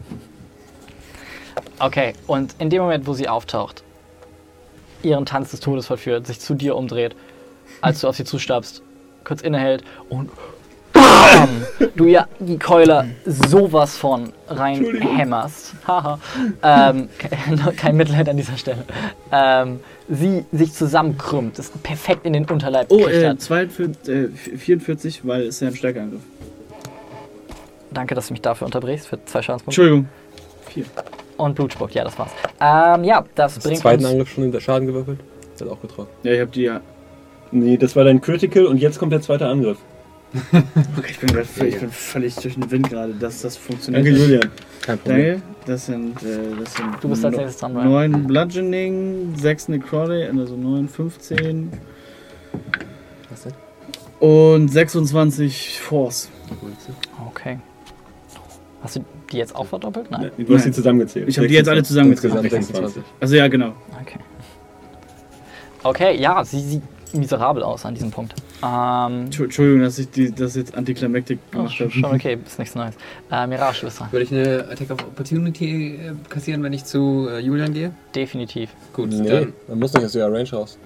Okay, und in dem Moment, wo sie auftaucht, ihren Tanz des Todes vollführt, sich zu dir umdreht, als du auf sie zustaubst, kurz innehält und BAM! Du ja die Keule sowas von reinhämmerst. Haha. ähm, ke- kein Mitleid an dieser Stelle. Ähm, sie sich zusammenkrümmt, ist perfekt in den Unterleib Oh, gekriegt äh, hat. zweiundvierzig, äh, vierundvierzig, weil es ja ein Stärkeangriff. Danke, dass du mich dafür unterbrichst für zwei Schadenspunkte. Entschuldigung. Vier. Und Blut spuckt, ja, das war's. Ähm, ja, das Hast du bringt zweiten uns... Angriff schon in der Schaden gewürfelt? Der hat auch getroffen. Ja, ich hab die ja. Nee, das war dein Critical und jetzt kommt der zweite Angriff. Okay, ich bin, grad völlig, ich bin völlig durch den Wind gerade, dass das funktioniert. Danke, Julian. Kein Problem. Danke. Das sind, äh, das sind Du bist als nächstes dran, Ryan. neun Bludgeoning, sechs Necrotic, also neun, fünfzehn. Was denn? Und sechsundzwanzig Force. Okay. Hast du die jetzt auch verdoppelt? Nein. Du hast Nein. die zusammengezählt. Ich habe die jetzt alle zusammengezählt. Insgesamt sechsundzwanzig. Also ja, genau. Okay. Okay, ja, sie sieht miserabel aus an diesem Punkt. Ähm, Entschuldigung, dass ich die, das jetzt Antiklimaktik oh, gemacht schon, habe. schon okay, ist nichts Neues. Äh, Mirage, du bist dran. Würde ich eine Attack of Opportunity äh, kassieren, wenn ich zu äh, Julian gehe? Definitiv. Gut, Nee, dann. man muss nicht aus ihrer Range raus.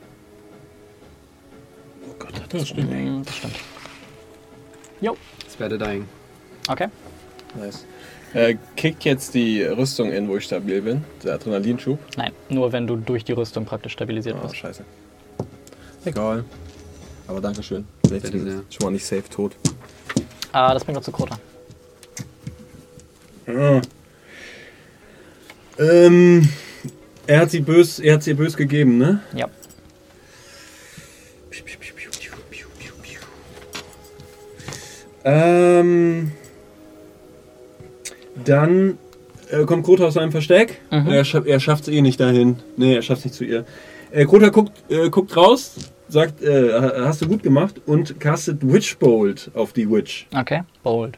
Oh Gott, Das stimmt. Mm, Das stimmt. Jo. Spare the Dying. Okay. Nice. Äh, kickt jetzt die Rüstung in, wo ich stabil bin. Der Adrenalinschub. Nein, nur wenn du durch die Rüstung praktisch stabilisiert Oh, wirst. scheiße. Egal. Aber dankeschön. Bitte sehr. Schon mal nicht safe tot. Äh, das bringt uns zu Krota. Ah. Ähm, er hat sie bös, er hat sie bös gegeben, ne? Ja. Ähm, dann äh, kommt Krota aus seinem Versteck. Mhm. Er, scha er schafft es eh nicht dahin. Nee, er schafft es nicht zu ihr. Äh, Krota guckt, äh, guckt raus, sagt, äh, hast du gut gemacht und castet Witch Bolt auf die Witch. Okay, bold.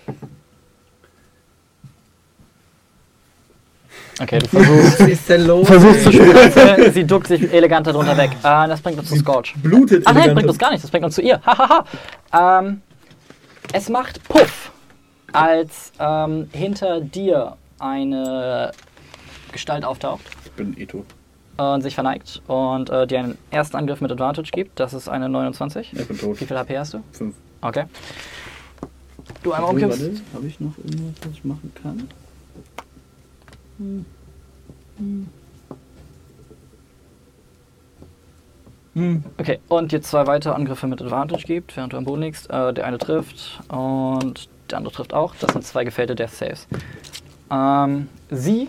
Okay, du versuchst, Was ist denn los? versuchst zu spielen. Sie duckt sich elegant darunter weg. Äh, das bringt uns zu Scorch. Blutet Ah nein, elegant. bringt uns gar nichts. Das bringt uns zu ihr. Hahaha. ähm, es macht Puff, als ähm, hinter dir eine Gestalt auftaucht Ich bin Eto. und sich verneigt und äh, dir einen ersten Angriff mit Advantage gibt. Das ist eine neunundzwanzig. Ich bin tot. Wie viel H P hast du? Fünf. Okay. Du einmal Oh, umkippst. warte, habe ich noch irgendwas, was ich machen kann? Hm. Hm. Hm. Okay, und dir zwei weitere Angriffe mit Advantage gibt, während du am Boden liegst. Äh, der eine trifft und der andere trifft auch. Das sind zwei gefällte Death Saves. Ähm, sie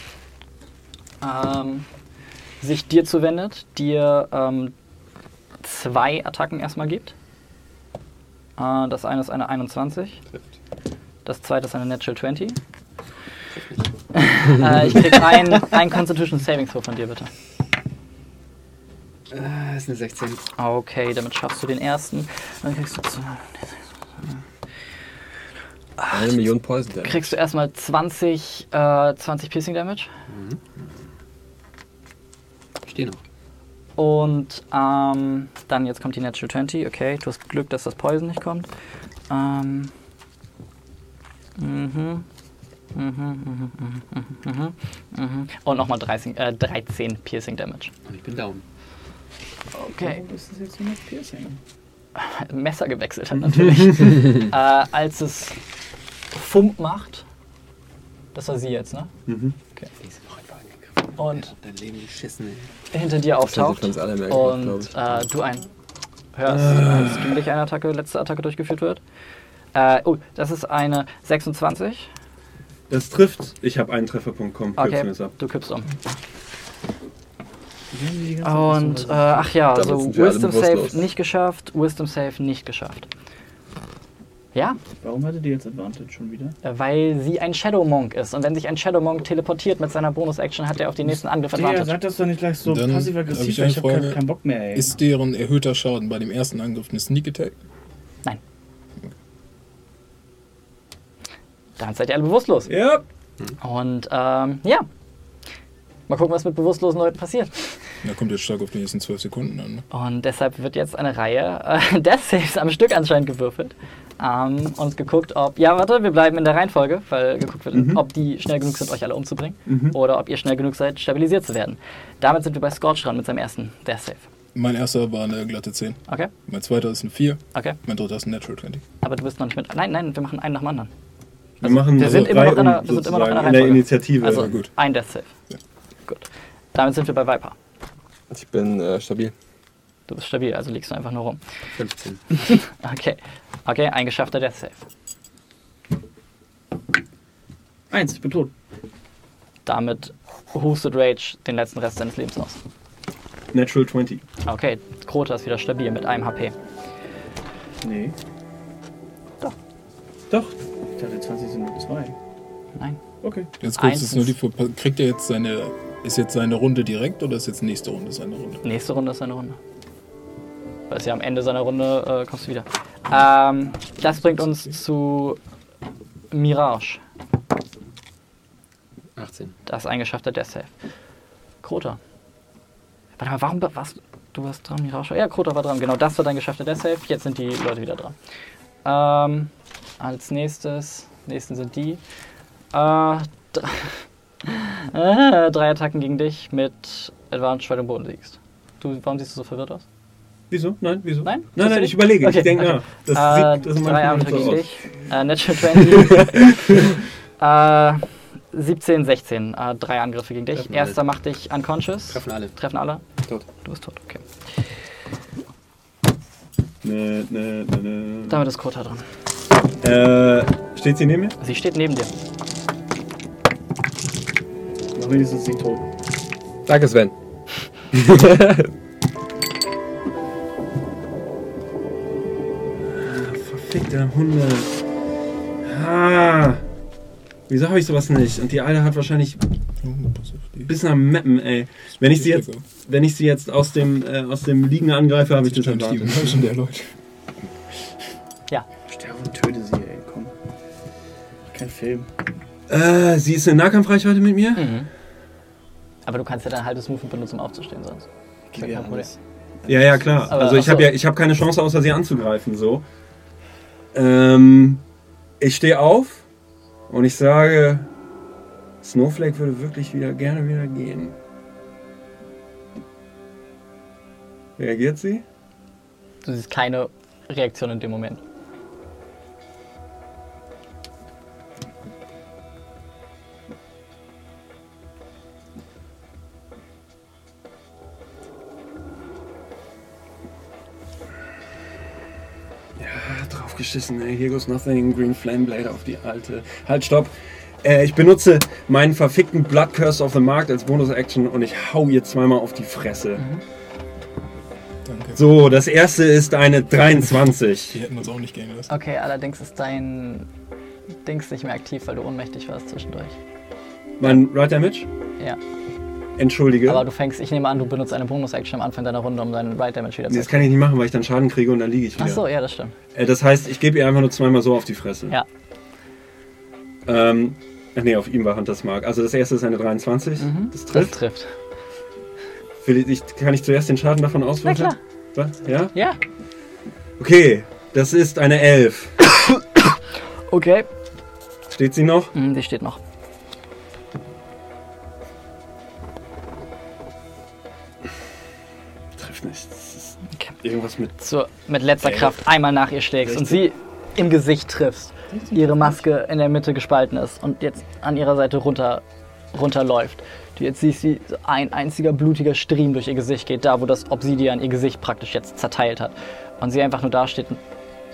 ähm, sich dir zuwendet, dir ähm, zwei Attacken erstmal gibt. Äh, das eine ist eine einundzwanzig. Das zweite ist eine Natural zwanzig. äh, ich krieg ein, ein Constitution Saving Throw von dir, bitte. Äh, ist eine sechzehn. Okay, damit schaffst du den ersten. Dann kriegst du, zwei- Eine Million Poison Damage. kriegst du erstmal zwanzig, äh, zwanzig Piercing Damage. Ich stehe noch. Und ähm, dann jetzt kommt die Natural zwanzig. Okay, du hast Glück, dass das Poison nicht kommt. Ähm, mhm. Mhm, mhm, mhm, mhm, mhm, mhm. Und nochmal dreizehn, äh, dreizehn Piercing Damage. Und ich bin down. Okay. Warum ist das jetzt so mit Piercing? Messer gewechselt hat natürlich. äh, als es Fump macht. Das war sie jetzt, ne? Mhm. Okay. Die sind noch einfach angegriffen. Und Dein Leben geschissen, ey. hinter dir Das auftaucht. hat uns alle mehr gemacht, glaub Und ich. äh, du ein hörst, als gegen dich eine Attacke, letzte Attacke durchgeführt wird. Äh, oh, das ist eine sechsundzwanzig. Das trifft. Ich habe einen Trefferpunkt. Komm, Okay, kürzen wir es ab. du kippst um. Die haben die ganze Zeit Und so- äh, ach ja, Damit so sind wir alle Wisdom bewusstlos. Save nicht geschafft, Wisdom Save nicht geschafft. Ja, Warum hatte die jetzt Advantage schon wieder? äh, weil sie ein Shadow Monk ist. Und wenn sich ein Shadow Monk teleportiert mit seiner Bonus-Action, hat er auf den nächsten Angriff Der Advantage. sagt das doch nicht gleich so Dann hab passiv-aggressiv, ich weil eine ich habe Frage. keinen Bock mehr, ey. Ist deren erhöhter Schaden bei dem ersten Angriff eine Sneak Attack? Dann seid ihr alle bewusstlos. Ja. Und ähm, ja. Mal gucken, was mit bewusstlosen Leuten passiert. Da kommt jetzt stark auf die nächsten zwölf Sekunden an. Ne? Und deshalb wird jetzt eine Reihe äh, Death Saves am Stück anscheinend gewürfelt. Ähm, und geguckt, ob. Ja, warte, wir bleiben in der Reihenfolge, weil geguckt wird, Mhm. ob die schnell genug sind, euch alle umzubringen. Mhm. Oder ob ihr schnell genug seid, stabilisiert zu werden. Damit sind wir bei Scorch dran mit seinem ersten Death Save. Mein erster war eine glatte zehn. Okay, Mein zweiter ist eine vier. okay. Mein dritter ist ein Natural zwanzig. Aber du bist noch nicht mit. Nein, nein, wir machen einen nach dem anderen. Wir machen wir also sind immer noch in Reihum einer- wir sind immer noch in einer sozusagen in der Reihenfolge. Initiative. Also Ja, gut. ein Death Save. Ja. Gut. Damit sind wir bei Viper. Ich bin äh, stabil. Du bist stabil, also liegst du einfach nur rum. fünfzehn. Okay. Okay, ein geschaffter Death Save. Eins, ich bin tot. Damit hustet Rage den letzten Rest seines Lebens aus. Natural zwanzig. Okay, Krota ist wieder stabil mit einem H P. Nee. Doch. Doch. Ich dachte, zwanzig sind nur zwei. Nein. Okay. Jetzt kurz, Eins ist nur die, ist- kriegt er jetzt seine, ist jetzt seine Runde direkt oder ist jetzt nächste Runde seine Runde? Nächste Runde ist seine Runde. Weil es ja am Ende seiner Runde äh, kommst du wieder. Ähm, das bringt uns zu Mirage. achtzehn. Das ist ein geschaffter Death Save. Krota. Warte mal, warum warst du? Du warst dran, Mirage? Ja, Krota war dran. Genau, das war dein geschaffter Death Save. Jetzt sind die Leute wieder dran. Ähm, als nächstes, nächsten sind die. Äh, d- äh, drei Attacken gegen dich mit Advantage, weil du am Boden liegst. Du, warum siehst du so verwirrt aus? Wieso? Nein, wieso? Nein? Nein, nein, ich überlege. Okay, ich denke okay. nach. Das äh, sieht das ist drei manchmal Angriffe so gegen aus. dich. Äh, Natural zwanzig. äh, siebzehn, sechzehn. Äh, drei Angriffe gegen dich. Treffen Erster alle. macht dich unconscious. Treffen alle. Treffen alle? Tot. Du bist tot, okay. Ne, ne, ne, ne. Damit ist Krota dran. Äh, steht sie neben mir? Sie steht neben dir. Noch wenigstens nicht tot. Danke, Sven. Verfickte Hunde. Ah. Wieso habe ich sowas nicht? Und die Alte hat wahrscheinlich bis nach Mappen, ey. Wenn ich sie jetzt, wenn ich sie jetzt aus dem, äh, aus dem Liegen angreife, habe ich das Advantage. schon der Leute. Ja. Sterbe und töte sie, ey, komm. Kein Film. Äh, sie ist in Nahkampfreichweite mit mir? Mhm. Aber du kannst ja dein halbes Movement benutzen, um aufzustehen sonst. Das ist ja kein Problem. Ja, ja, klar. Aber also ich ach habe so. ja, ich habe keine Chance, außer sie anzugreifen, so. Ähm, ich stehe auf und ich sage, Snowflake würde wirklich wieder gerne wieder gehen. Reagiert sie? Du siehst keine Reaktion in dem Moment. Ja, draufgeschissen, ey. Here goes nothing. Green Flame Blade auf die alte. Halt, stopp. Äh, ich benutze meinen verfickten Blood Curse of the Markt als Bonus-Action und ich hau ihr zweimal auf die Fresse. Mhm. Danke. So, das erste ist eine dreiundzwanzig. Die hätten uns auch nicht gehen lassen. Okay, allerdings ist dein Dings nicht mehr aktiv, weil du ohnmächtig warst zwischendurch. Mein Right Damage? Ja. Entschuldige. Aber du fängst, ich nehme an, du benutzt eine Bonus-Action am Anfang deiner Runde, um deinen Right Damage wieder zu Das kann ich nicht machen, weil ich dann Schaden kriege und dann liege ich wieder. Achso, ja, das stimmt. Äh, das heißt, ich gebe ihr einfach nur zweimal so auf die Fresse. Ja. Ähm, ach nee, auf ihm war Hunters Mark. Also das erste ist eine dreiundzwanzig. Mhm. Das trifft. Das trifft. Will ich, kann ich zuerst den Schaden davon Na auswürfeln? klar. Was? Ja? Ja. Okay, das ist eine elf. Okay. Steht sie noch? Mhm, die steht noch. Trifft nicht. Das ist Okay. irgendwas mit... So, mit letzter Kraft einmal nach ihr schlägst und sie im Gesicht triffst. Ihre Maske in der Mitte gespalten ist und jetzt an ihrer Seite runter, runterläuft. Du jetzt siehst, wie so ein einziger blutiger Striemen durch ihr Gesicht geht, da wo das Obsidian ihr Gesicht praktisch jetzt zerteilt hat. Und sie einfach nur da steht und,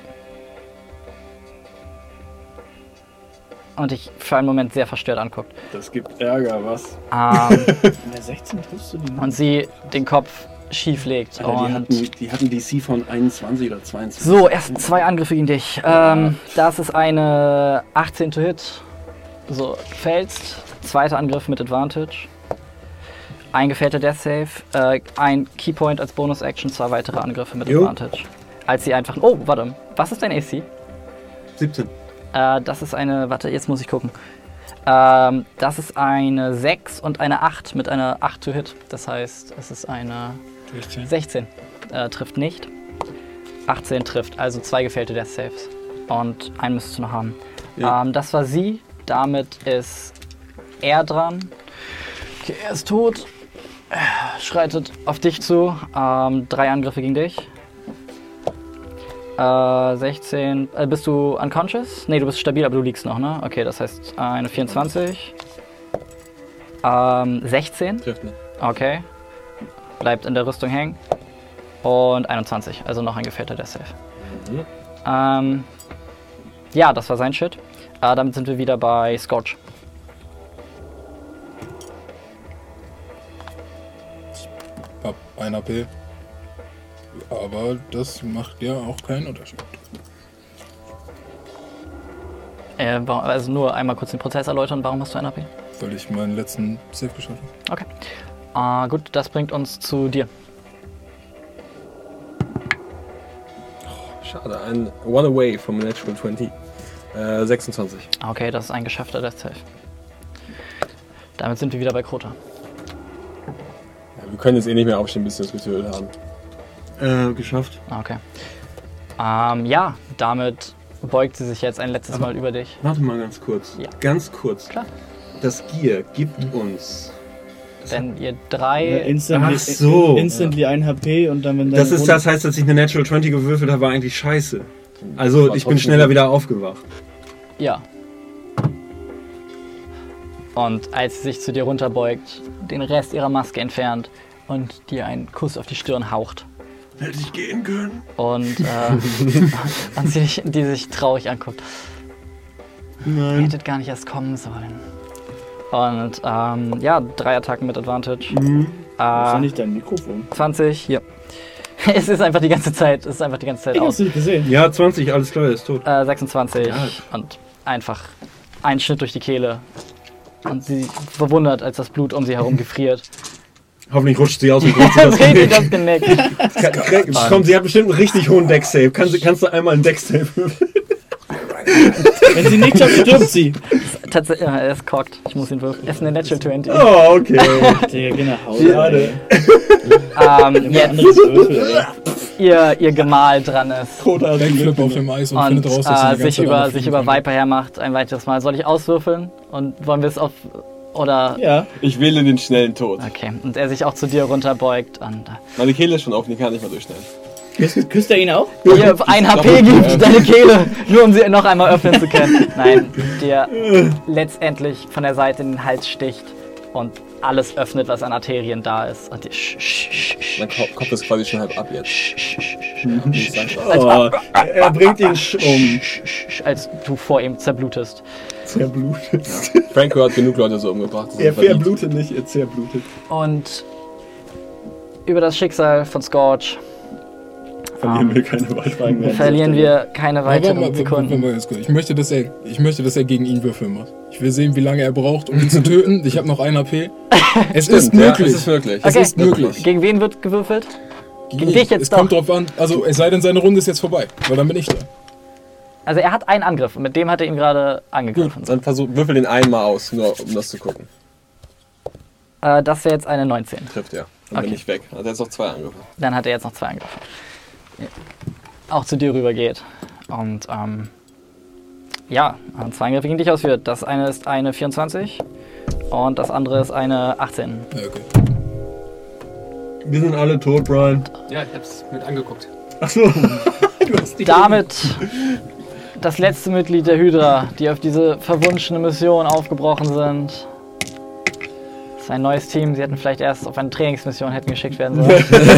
und dich für einen Moment sehr verstört anguckt. Das gibt Ärger, was? Ähm, In der sechzehn triffst du die und sie den Kopf schief legt. Alter, die, und hatten, die hatten D C von einundzwanzig oder zweiundzwanzig. So, erst zwei Angriffe gegen dich. Ähm, das ist eine achtzehn to Hit. So, fällst. Zweiter Angriff mit Advantage. Ein gefällter Death Save. Äh, ein Keypoint als Bonus-Action. Zwei weitere Angriffe mit Jo. Advantage. Als sie einfach... Oh, warte. Was ist dein A C? siebzehn. Äh, das ist eine... Warte, jetzt muss ich gucken. Ähm, das ist eine sechs und eine acht mit einer acht to Hit. Das heißt, es ist eine... sechzehn äh, trifft nicht. achtzehn trifft, also zwei gefällte Death Saves. Und einen müsstest du noch haben. Ja. Ähm, das war sie. Damit ist er dran. Okay, er ist tot. Äh, Schreitet auf dich zu. Ähm, drei Angriffe gegen dich. Äh, sechzehn. Äh, bist du unconscious? Ne, du bist stabil, aber du liegst noch, ne? Okay, das heißt eine vierundzwanzig. Ähm, sechzehn. Trifft nicht. Okay. Bleibt in der Rüstung hängen. Und einundzwanzig, also noch ein gefällter Death Save. Mhm. Ähm, ja, das war sein Shit. Äh, damit sind wir wieder bei Scorch. Hab ein H P. Aber das macht ja auch keinen Unterschied. Äh, warum- also nur einmal kurz den Prozess erläutern. Warum hast du ein H P? Weil ich meinen letzten Save geschafft habe. Okay. Ah, gut, das bringt uns zu dir. Schade, ein One away from a Natural zwanzig. Äh, sechsundzwanzig. Okay, das ist ein geschaffter Death Save. Damit sind wir wieder bei Krota. Ja, wir können jetzt eh nicht mehr aufstehen, bis wir uns getötet haben. Äh, geschafft. Okay. Ähm, ja, damit beugt sie sich jetzt ein letztes Aber- Mal über dich. Warte mal ganz kurz. Ja. Ganz kurz. Klar. Das Gier gibt uns. Wenn ihr drei... Ja, instantly, Ach so. instantly ein H P und dann, wenn Das deine ist Runde- das heißt, dass ich eine Natural zwanzig gewürfelt habe, war eigentlich scheiße. Also War ich bin trotzdem schneller gut. wieder aufgewacht. Ja. Und als sie sich zu dir runterbeugt, den Rest ihrer Maske entfernt und dir einen Kuss auf die Stirn haucht. Hätte ich gehen können. Und, äh, und sie dich, die sich traurig anguckt. Ihr Nein. hättet gar nicht erst kommen sollen. Und ähm, ja, drei Attacken mit Advantage. Mhm. Das ist Äh, doch nicht dein Mikrofon. zwanzig, hier. Es ist einfach die ganze Zeit, es ist einfach die ganze Zeit Ich hab's aus. nicht gesehen. Ja, zwanzig, alles klar, er ist tot. Äh, sechsundzwanzig Ja. und einfach ein Schnitt durch die Kehle. Und sie verwundert, als das Blut um sie herum gefriert. Hoffentlich rutscht sie aus und kriegt sie das Richtig Genick. das Genick. Komm, sie hat bestimmt einen richtig hohen Deck-Save. Kannst, du- kannst du einmal einen Deck-Save würfeln? Wenn sie nicht schafft, stirbt sie. Tatsächlich, ja, er ist cocked. Ich muss ihn würfeln. Es ist eine Natural zwanzig. Oh, okay. Digga, geh nach Hause. Schade. Ähm, Immer jetzt anderes Würfel, ey. ihr, ihr Gemahl dran ist. Backflip auf dem Eis und, Und findet raus, dass sie äh, die ganze sich Zeit über, anfliegen sich über kann. Viper hermacht ein weiteres Mal. Soll ich auswürfeln? Und wollen wir es auf... Oder... Ja. Ich wähle den schnellen Tod. Okay. Und er sich auch zu dir runterbeugt und... Meine Kehle ist schon offen, die kann ich nicht mehr durchschneiden. Küsst, küsst er ihn auch? Dir ein H P gibt, deine Kehle, nur um sie noch einmal öffnen zu können. Nein, dir letztendlich von der Seite in den Hals sticht und alles öffnet, was an Arterien da ist. Und dir sch, sch, sch, sch, Mein Ko- Kopf ist quasi schon halb ab jetzt. Ich sag schon. Oh, er bringt ihn sch- um. sch, als du vor ihm zerblutest. Zerblutet. Franco hat genug Leute so umgebracht. das ist Er verdient. verblutet nicht, er zerblutet. Und über das Schicksal von Scourge Verlieren wir keine weiteren mehr. verlieren wir keine Aber warte mal, weiteren warte Sekunden. mal ganz kurz. Ich möchte, dass er, ich möchte, dass er gegen ihn würfeln macht. Ich will sehen, wie lange er braucht, um ihn zu töten. Ich habe noch ein H P. Es ist Stimmt, ja, möglich. es ist möglich. Es Okay. ist möglich. Gegen wen wird gewürfelt? Gegen Ich- dich jetzt es doch. kommt drauf an. Also es sei denn, seine Runde ist jetzt vorbei. Weil dann bin ich da. Also er hat einen Angriff und mit dem hat er ihn gerade angegriffen. Dann versuch, würfel den einmal aus, nur um das zu gucken. Äh, das wäre jetzt eine neunzehn. Trifft er. Dann bin Okay. ich weg. Hat er jetzt noch zwei Angriffe. Dann hat er jetzt noch zwei Angriffe. Ja. Auch zu dir rüber geht. Und ähm, ja, zwei Angriffe gegen dich ausführt. Das eine ist eine vierundzwanzig und das andere ist eine achtzehn. Ja, okay. Wir sind alle tot, Brian. Ja, ich hab's mit angeguckt. Achso. Du hast die Damit das letzte Mitglied der Hydra, die auf diese verwunschene Mission aufgebrochen sind. Das ist ein neues Team. Sie hätten vielleicht erst auf eine Trainingsmission hätten geschickt werden sollen.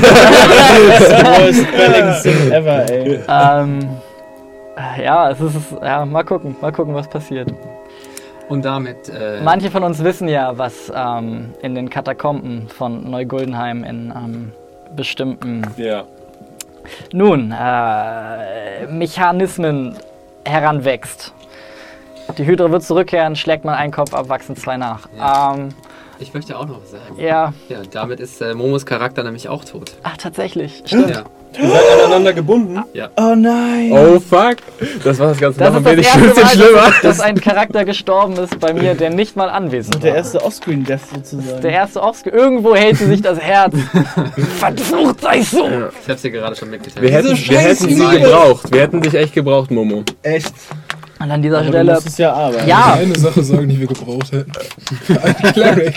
Worst spelling sim ever, ey. ähm, ja, es ist ja mal gucken, mal gucken, was passiert. Und damit. Äh, Manche von uns wissen ja, was ähm, in den Katakomben von Neuguldenheim in ähm, bestimmten Ja. nun äh, Mechanismen heranwächst. Die Hydra wird zurückkehren, schlägt man einen Kopf ab, wachsen zwei nach. Ja. Ähm, ich möchte auch noch was sagen. ja, Ja, damit ist äh, Momos Charakter nämlich auch tot. ach tatsächlich, stimmt. Ja. Ihr seid aneinander gebunden. Oh nein. Oh fuck! Das war das Ganze Das noch ist ein das wenig erste bisschen Mal, schlimmer. dass, dass ein Charakter gestorben ist bei mir, der nicht mal anwesend Der war. erste Offscreen-Death sozusagen. Der erste Offscreen. Irgendwo hält sie sich das Herz. Verflucht sei so! Ich hab's dir gerade schon mitgeteilt. Wir hätten, wir hätten dich gebraucht. Wir hätten dich echt gebraucht, Momo. Echt? Und an dieser Aber du Stelle. musst es ja arbeiten. Ja, Eine Sache sagen, die wir gebraucht hätten. Ein Cleric.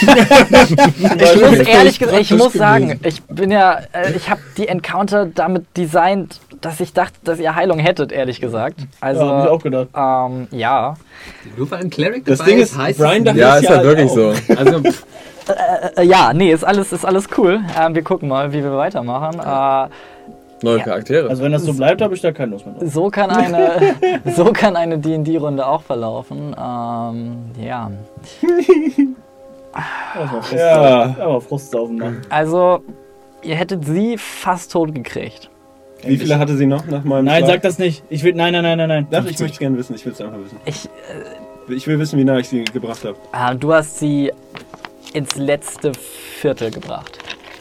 ich muss ehrlich gesagt, ich praktisch muss sagen, gewesen. ich bin ja, äh, ich habe die Encounter damit designt, dass ich dachte, dass ihr Heilung hättet, ehrlich gesagt. Also, Ja, hab ich auch gedacht. ähm, ja. Nur weil ein Cleric Das dabei Ding ist, ist, heißt Brian dachte Ja, es ist ja halt wirklich auch. so. also pff, Äh, ja, nee, ist alles, ist alles cool. Ähm, wir gucken mal, wie wir weitermachen. Äh, Neue Charaktere. Also wenn das so bleibt, habe ich da keine Lust mehr drauf. so kann eine, so kann eine D und D-Runde auch verlaufen. Ähm, ja. Lass mal Frust Ja. Aber Frustsaufen machen. Also, ihr hättet sie fast tot gekriegt. Wie viele hatte sie noch nach meinem Nein, Schlag? sag das nicht. Ich will, nein, nein, nein, nein, nein. Doch, ich möchte gerne wissen. Ich will es einfach wissen. Ich, äh, Ich will wissen, wie nah ich sie gebracht habe. ah, du hast sie ins letzte Viertel gebracht.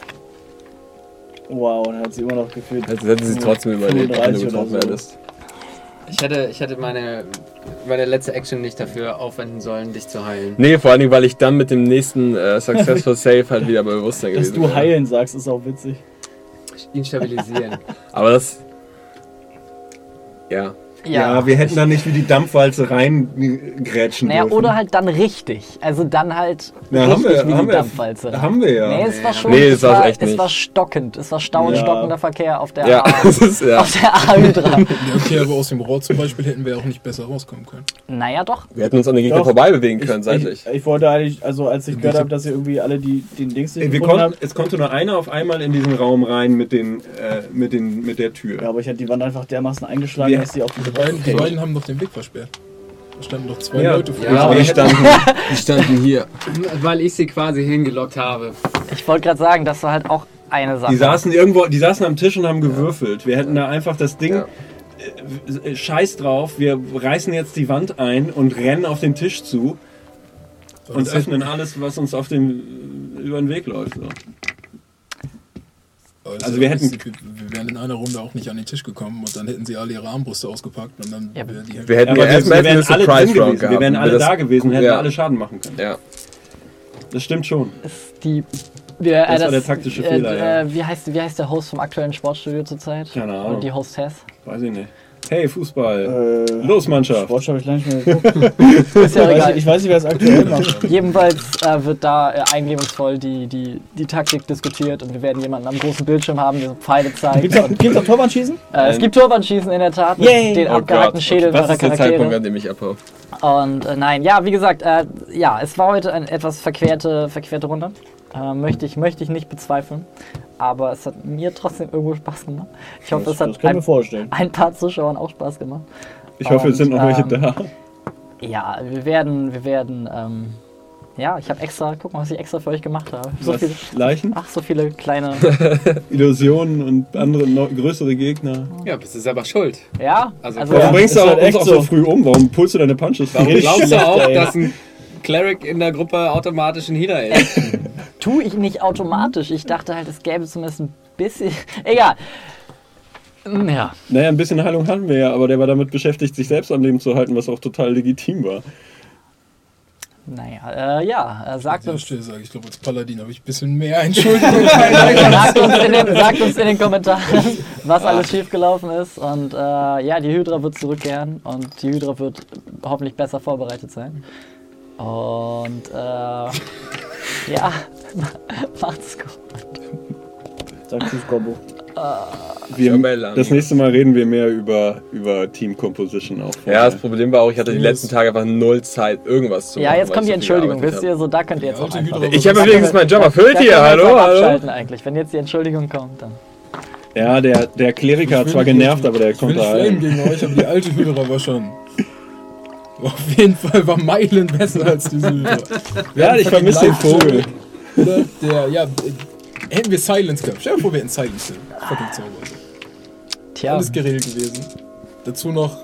Wow, dann hat sie immer noch gefühlt. Also hätte sie trotzdem überlebt, wenn du fünfunddreißig getroffen oder so. hättest. Ich hätte, ich hätte meine, meine letzte Action nicht dafür aufwenden sollen, dich zu heilen. Nee, vor allen Dingen, weil ich dann mit dem nächsten äh, Successful Save halt wieder bei Bewusstsein Dass gewesen du wäre. heilen sagst, ist auch witzig. Ihn stabilisieren. Aber das... Ja. Ja, wir hätten da nicht wie die Dampfwalze reingrätschen Naja, dürfen. oder halt dann richtig. Also dann halt Ja, haben richtig wir- wie haben die wir- Dampfwalze. haben wir ja. Nee, es war schon, Nee, es, das war's war, echt es nicht. war stockend. Es war stauend Ja. stockender Verkehr auf der Ja, A. das ist, ja. Auf der A-Hydra. Ja, okay, aber aus dem Rohr zum Beispiel hätten wir auch nicht besser rauskommen können. Naja, doch. Wir hätten uns an den Gegner Doch. vorbei bewegen können, Ich, seitlich. ich, ich wollte eigentlich, also als ich gehört habe, dass ihr irgendwie alle die, den Dings nicht Ey, wir gefunden konnten, habt. es konnte nur einer auf einmal in diesen Raum rein mit, den, äh, mit, den, mit der Tür. Ja, aber ich hatte die Wand einfach dermaßen eingeschlagen, Wir- dass sie auf die Die beiden, die Okay. beiden haben doch den Weg versperrt. Da standen doch zwei Ja. Leute vor Ja, aber wir die standen, die standen hier. Weil ich sie quasi hingelockt habe. Ich wollte gerade sagen, das war halt auch eine Sache. Die saßen irgendwo, die saßen am Tisch und haben gewürfelt. Wir hätten da einfach das Ding, Ja. äh, scheiß drauf, wir reißen jetzt die Wand ein und rennen auf den Tisch zu und Das öffnen alles, was uns auf dem, über den Weg läuft. So. Also, Also wir hätten- wir, wir wären in einer Runde auch nicht an den Tisch gekommen und dann hätten sie alle ihre Armbrüste ausgepackt und dann Ja, wäre die Wir hätten Aber ja wir, erstmal wir wären eine alle drin Surprise Round gewesen, gehabt. wir wären alle Das- da gewesen und hätten Ja. alle Schaden machen können. Ja. Das stimmt schon. Ist die, wir, Das war der taktische Fehler, ja. äh, wie, heißt, wie heißt der Host vom aktuellen Sportstudio zurzeit? Keine Ahnung. Und die Hostess? Weiß ich nicht. Hey, Fußball. Äh, Los, Mannschaft. Sport habe ich lange nicht mehr geguckt. Ist ja ich, weiß, egal. ich weiß nicht, wer es aktuell macht. Jedenfalls äh, wird da äh, eingebungsvoll die, die, die Taktik diskutiert und wir werden jemanden am großen Bildschirm haben, der so Pfeile zeigt. Gibt's auch, gibt's auch Torwandschießen? Äh, es gibt Turbanschießen in der Tat mit Yay. den Oh abgehackten Gott. Schädeln Was unserer ist der Zeitpunkt, Charaktere. an dem ich abhau? Und äh, nein, ja, wie gesagt, äh, ja, es war heute eine etwas verquerte, verquerte Runde. Äh, möchte, ich, möchte ich nicht bezweifeln. Aber es hat mir trotzdem irgendwo Spaß gemacht. Ich hoffe, Das, es das hat kann ich ein, mir vorstellen. ein paar Zuschauern auch Spaß gemacht. Ich hoffe, es sind Und, noch welche ähm, da. Ja, wir werden, wir werden, ähm, ja, ich habe extra, guck mal, was ich extra für euch gemacht habe. So Was, viele, Leichen, ach, so viele kleine, Illusionen und andere noch größere Gegner. Ja, bist du selber schuld. ja, Also, also, Warum Ja, bringst du ist auch, halt uns echt auch so so. früh um? Warum pulst du deine Punches? Warum Richtig glaubst du schlecht, auch, ey. dass ein Cleric in der Gruppe automatisch ein Healer ist? tue ich nicht automatisch. Ich dachte halt, es gäbe zumindest ein bisschen, egal. Ja, Naja, ein bisschen Heilung hatten wir ja, aber der war damit beschäftigt, sich selbst am Leben zu halten, was auch total legitim war. naja, äh, ja, äh, An sagt der uns, Stelle sage ich, glaube als Paladin habe ich ein bisschen mehr Entschuldigung. sagt, uns in den, sagt uns in den Kommentaren, was alles schiefgelaufen ist. Und äh, ja, die Hydra wird zurückkehren und die Hydra wird hoffentlich besser vorbereitet sein. Und äh, ja, macht's gut. Sagt tschüss, Kombo. Wir, Jammerlang. das nächste Mal reden wir mehr über, über Team Composition auch. Ja, das Problem war auch, ich hatte die letzten Tage einfach null Zeit, irgendwas zu machen. Ja, jetzt weil kommt die ich so viel Entschuldigung, gearbeitet wisst ihr, so da könnt ihr jetzt Die auch alte einfach... Hydra- Ich habe ja wenigstens meinen Job Da erfüllt könnt hier, ihr jetzt hallo, auch hallo. abschalten eigentlich, wenn jetzt die Entschuldigung kommt, dann... Ja, der, der Kleriker hat Ich zwar will- genervt, aber der ich will konnte nicht flamen halt. gegen euch, aber die alte Hydra war schon. Auf jeden Fall war Meilen besser als diese Hydra. Wir Ja, hatten ich fucking vermisse den Vogel. Live- Oder? Der, ja, äh, hätten wir Silence gehabt. Stell dir vor, wir hätten Silence gehabt. Fucking Zauber. Tja, Alles geregelt gewesen. Dazu noch.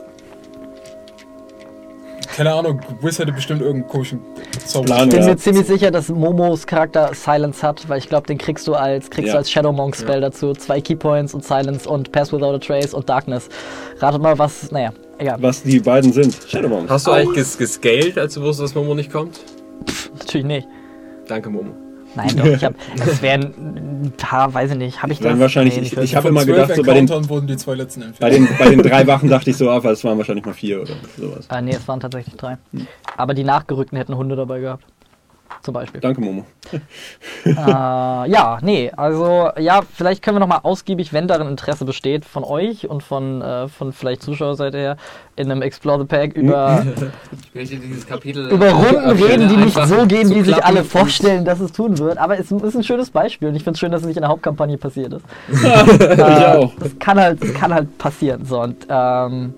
Keine Ahnung, Wiz hätte bestimmt irgendeinen komischen Zauber. Plan ich bin Ja. mir ziemlich sicher, dass Momos Charakter Silence hat, weil ich glaube, den kriegst du als kriegst Ja. du als Shadow Monk Spell dazu. Zwei Keypoints und Silence und Pass Without a Trace und Darkness. Ratet mal, was. Naja, egal. Was die beiden sind. Shadowbombs. Hast du eigentlich ges gescaled, als du wusstest, dass Momo nicht kommt? Natürlich nicht. Danke, Momo. Nein, doch, ich hab. Es wären ein paar, weiß ich nicht. Habe ich das? Waren wahrscheinlich, Nee, ich, nicht ich habe Von immer zwölf gedacht, so bei den, Encountern wurden die zwei letzten bei, entfernt. den, bei den drei Wachen dachte ich so, aber es waren wahrscheinlich mal vier oder sowas. Äh, nee, es waren tatsächlich drei. Aber die Nachgerückten hätten Hunde dabei gehabt. Zum Beispiel. Danke, Momo. äh, ja, nee, also ja, vielleicht können wir nochmal ausgiebig, wenn darin Interesse besteht, von euch und von, äh, von vielleicht Zuschauerseite her, in einem Explore the Pack über, Ich möchte dieses Kapitel über Runden an der reden, die Stelle nicht einfach so gehen, wie sich zuklappen alle und- vorstellen, dass es tun wird. Aber es ist ein schönes Beispiel und ich finde es schön, dass es nicht in der Hauptkampagne passiert ist. Ich Äh, auch. Das kann halt, das kann halt passieren. So, und ähm,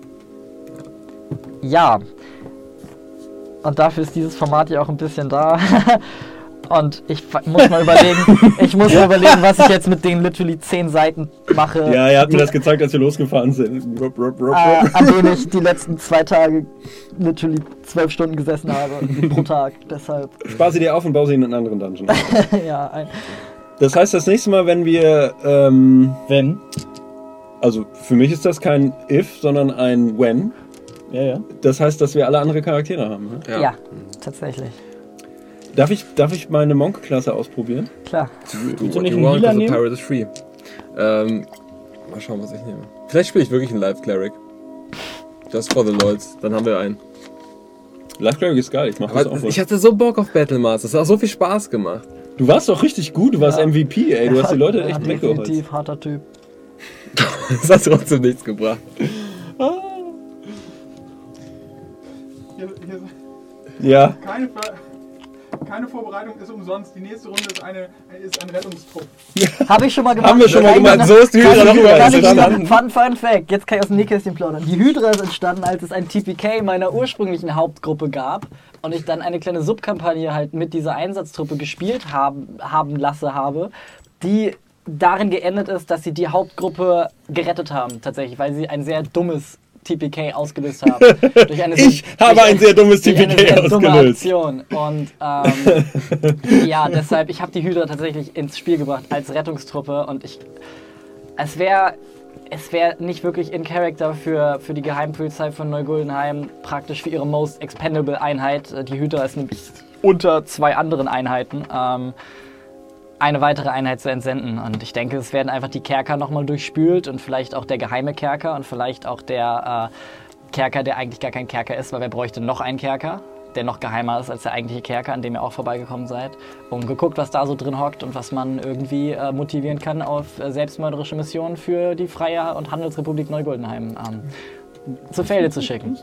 ja. Und dafür ist dieses Format ja auch ein bisschen da. Und ich fa- muss mal überlegen, ich muss mal überlegen, was ich jetzt mit den literally zehn Seiten mache. Ja, er hat mir die, das gezeigt, als wir losgefahren sind. Rup, rup, rup, äh, rup. an denen ich die letzten zwei Tage literally zwölf Stunden gesessen habe pro Tag. Deshalb, Spar sie dir auf und bau sie in einen anderen Dungeon. ja, ein, Das heißt, das nächste Mal, wenn wir, ähm, Wenn? also für mich ist das kein If, sondern ein When. Ja, ja. Das heißt, dass wir alle andere Charaktere haben. Ne? Ja. ja, tatsächlich. Darf ich, darf ich meine Monk-Klasse ausprobieren? Klar. Do du nicht You einen want, Healer 'cause the nehmen? pirate is free. Ähm, mal schauen, was ich nehme. Vielleicht spiele ich wirklich einen Live Cleric. Just for the Lords. Dann haben wir einen. Life Cleric ist geil, ich mach das Aber auch. ich hatte so Bock auf Battle Masters. Das hat auch so viel Spaß gemacht. Du warst doch richtig gut, du warst Ja. M V P, ey. Du hast die Leute Ja, echt weggeholzt. definitiv harter Typ. Das hat trotzdem nichts gebracht. Hier, hier Ja. keine, Ver keine Vorbereitung ist umsonst. Die nächste Runde ist, eine, ist ein Rettungstrupp. Habe ich schon mal gemacht. Haben wir schon mal Kann ich gemacht. noch- So ist die Hydra noch überall Kann ich entstanden. noch- Fun, fun Fact, jetzt kann ich aus dem Nähkästchen plaudern. Die Hydra ist entstanden, als es ein T P K meiner ursprünglichen Hauptgruppe gab und ich dann eine kleine Subkampagne halt mit dieser Einsatztruppe gespielt haben, haben lasse habe, die darin geendet ist, dass sie die Hauptgruppe gerettet haben, tatsächlich, weil sie ein sehr dummes T P K ausgelöst haben. Durch eine Ich sehr- habe durch ein sehr dummes durch T P eine K sehr dumme ausgelöst. Aktion. Und ähm, ja, deshalb, ich habe die Hydra tatsächlich ins Spiel gebracht als Rettungstruppe und ich, es wäre es wäre nicht wirklich in Character für, für die Geheimpolizei von Neuguldenheim, praktisch für ihre most expendable Einheit. Die Hydra ist nämlich unter zwei anderen Einheiten. Ähm, eine weitere Einheit zu entsenden. Und ich denke, es werden einfach die Kerker nochmal durchspült und vielleicht auch der geheime Kerker und vielleicht auch der äh, Kerker, der eigentlich gar kein Kerker ist, weil wer bräuchte noch einen Kerker, der noch geheimer ist als der eigentliche Kerker, an dem ihr auch vorbeigekommen seid. Und geguckt, was da so drin hockt und was man irgendwie äh, motivieren kann auf äh, selbstmörderische Missionen für die Freie und Handelsrepublik Neuguldenheim ähm, zu Felde zu schicken.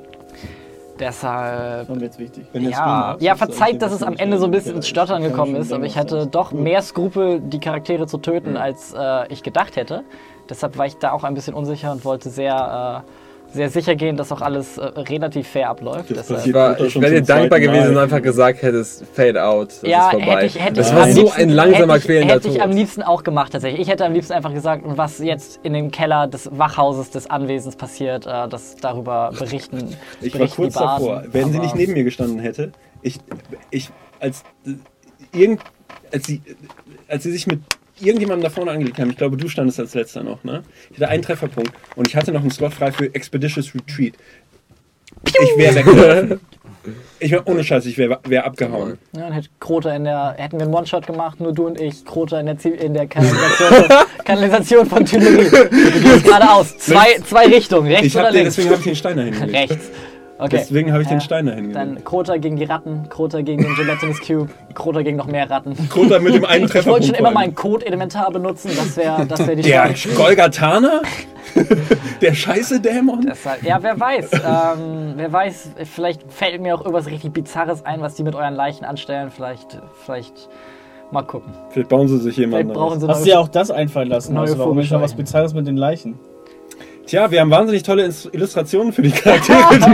Deshalb, Das war mir jetzt wichtig. Wenn der Stream ja, ab- ja, ist, verzeiht, dass dann es am Ende so ein bisschen ins Stottern kann gekommen schon ist, aber ich denken, hatte was doch mehr Skrupel, die Charaktere zu töten, als äh, ich gedacht hätte. Deshalb war ich da auch ein bisschen unsicher und wollte sehr, äh, sehr sicher gehen, dass auch alles äh, relativ fair abläuft. Das Deshalb, passiert Ich, war, Mutter ich schon wäre dir zum dankbar zweiten gewesen und Mal. einfach gesagt hättest, Fade out. Das ja, ist vorbei. hätte ich, hätte das ich war am so liebsten, ein langsamer, hätte ich, quälender hätte ich Tod. am liebsten auch gemacht, tatsächlich. Ich hätte am liebsten einfach gesagt, was jetzt in dem Keller des Wachhauses des Anwesens passiert, äh, das darüber berichten. Ich war berichten kurz die Basen. davor. Wenn sie Aber- nicht neben mir gestanden hätte, ich, ich als, äh, irgend, als, sie, als sie sich mit irgendjemandem da vorne angelegt haben, ich glaube, du standest als letzter noch, ne? Ich hatte einen Trefferpunkt und ich hatte noch einen Slot frei für Expeditious Retreat. Ich wäre weggelaufen. Ich wäre ohne Scheiß, ich wäre wär abgehauen. Ja, dann hätte Krota in der, hätten wir einen One-Shot gemacht, nur du und ich, Krota in der, Ziel- in der Kanalisation, Kanalisation von Tuileries. Du gehst geradeaus. Zwei, zwei Richtungen, rechts Ich hab oder den, links? deswegen habe ich den Stein dahin gelegt. Rechts. Okay. Deswegen habe ich den Ja, Stein dahin gelegt. Dann Krota gegen die Ratten, Krota gegen den Gelatinous Cube, Krota gegen noch mehr Ratten. Krota mit dem einen Ich Trefferpunkt. wollte schon immer vor mal allem. ein Code-Elementar benutzen, das wäre das wär die Der Chance. Golgatana? Der scheiße Dämon? Deshalb, ja, wer weiß. Ähm, wer weiß, vielleicht fällt mir auch irgendwas richtig Bizarres ein, was die mit euren Leichen anstellen. Vielleicht, vielleicht mal gucken. Vielleicht bauen sie sich Vielleicht jemanden brauchen aus. sie Hast du dir auch das einfallen lassen? Neue Also, warum nicht noch was Vogelscheuchen. Bizarres mit den Leichen? Tja, wir haben wahnsinnig tolle Ins- Illustrationen für die Charaktere.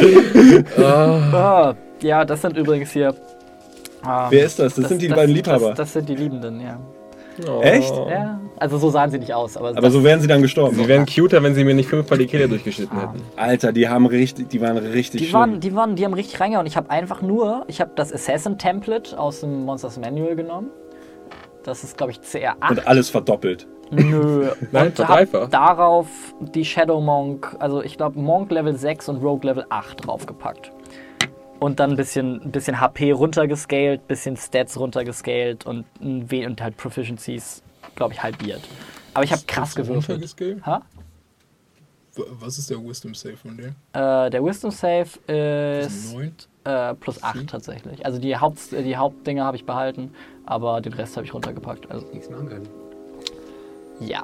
Ah, ja, das sind übrigens hier. ähm, Wer ist das? Das sind die beiden Liebhaber. Das, das sind die Liebenden, ja. Echt? Ja, also so sahen sie nicht aus. Aber, Aber das, so wären sie dann gestorben. Sie wären cuter, wenn sie mir nicht fünfmal die Kehle durchgeschnitten hätten. Alter, die haben richtig, die waren richtig die schlimm. waren, die waren, die haben richtig reingehauen. Ich habe einfach nur, ich habe das Assassin-Template aus dem Monsters Manual genommen. Das ist, glaube ich, C R acht. Und alles verdoppelt. Nö. Nein, Und verdreifacht. hab darauf die Shadow Monk, also ich glaube Monk Level sechs und Rogue Level acht draufgepackt. Und dann ein bisschen, ein bisschen H P runtergescaled, bisschen Stats runtergescaled und, ein We- und halt Proficiencies, glaube ich, halbiert. Aber ich habe krass gewürfelt. Runtergescaled? Ha? W- Was ist der Wisdom Save von dem? Äh, der Wisdom Save ist neun? äh, plus acht tatsächlich. Also die, Haupt, die Hauptdinger habe ich behalten, aber den Rest habe ich runtergepackt. Also Nichts machen können. ja.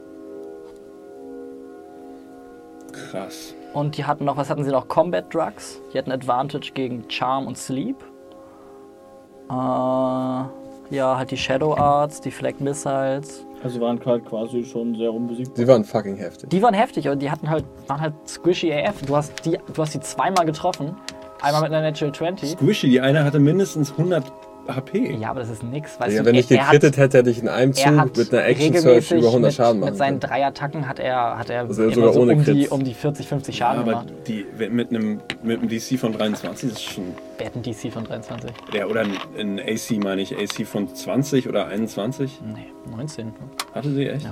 Krass. Und die hatten noch, was hatten sie noch? Combat Drugs. Die hatten Advantage gegen Charm und Sleep. Äh, ja, halt die Shadow Arts, die Flag Missiles. Also waren halt quasi schon sehr unbesiegt. Sie waren fucking heftig. Die waren heftig und die hatten halt, waren halt squishy A F. Du hast die, du hast die zweimal getroffen. Einmal mit einer Natural zwanzig. Squishy, die eine hatte mindestens hundert H P. Ja, aber das ist nix. Weißt Ja, du, wenn ich er- er hat- gekrittet hätte, hätte ich in einem er Zug hat mit einer Action Search regelmäßig über hundert mit, Schaden machen mit seinen können. drei Attacken hat er, hat er Also immer sogar so ohne um die, Crits. um die vierzig, fünfzig Ja, Schaden aber gemacht. die, mit, einem, mit einem D C von dreiundzwanzig ist schon. Wer hat einen D C von dreiundzwanzig? Ja, oder ein, ein A C, meine ich. A C von zwanzig oder einundzwanzig. Nee, neunzehn. Hatte sie echt? Ja.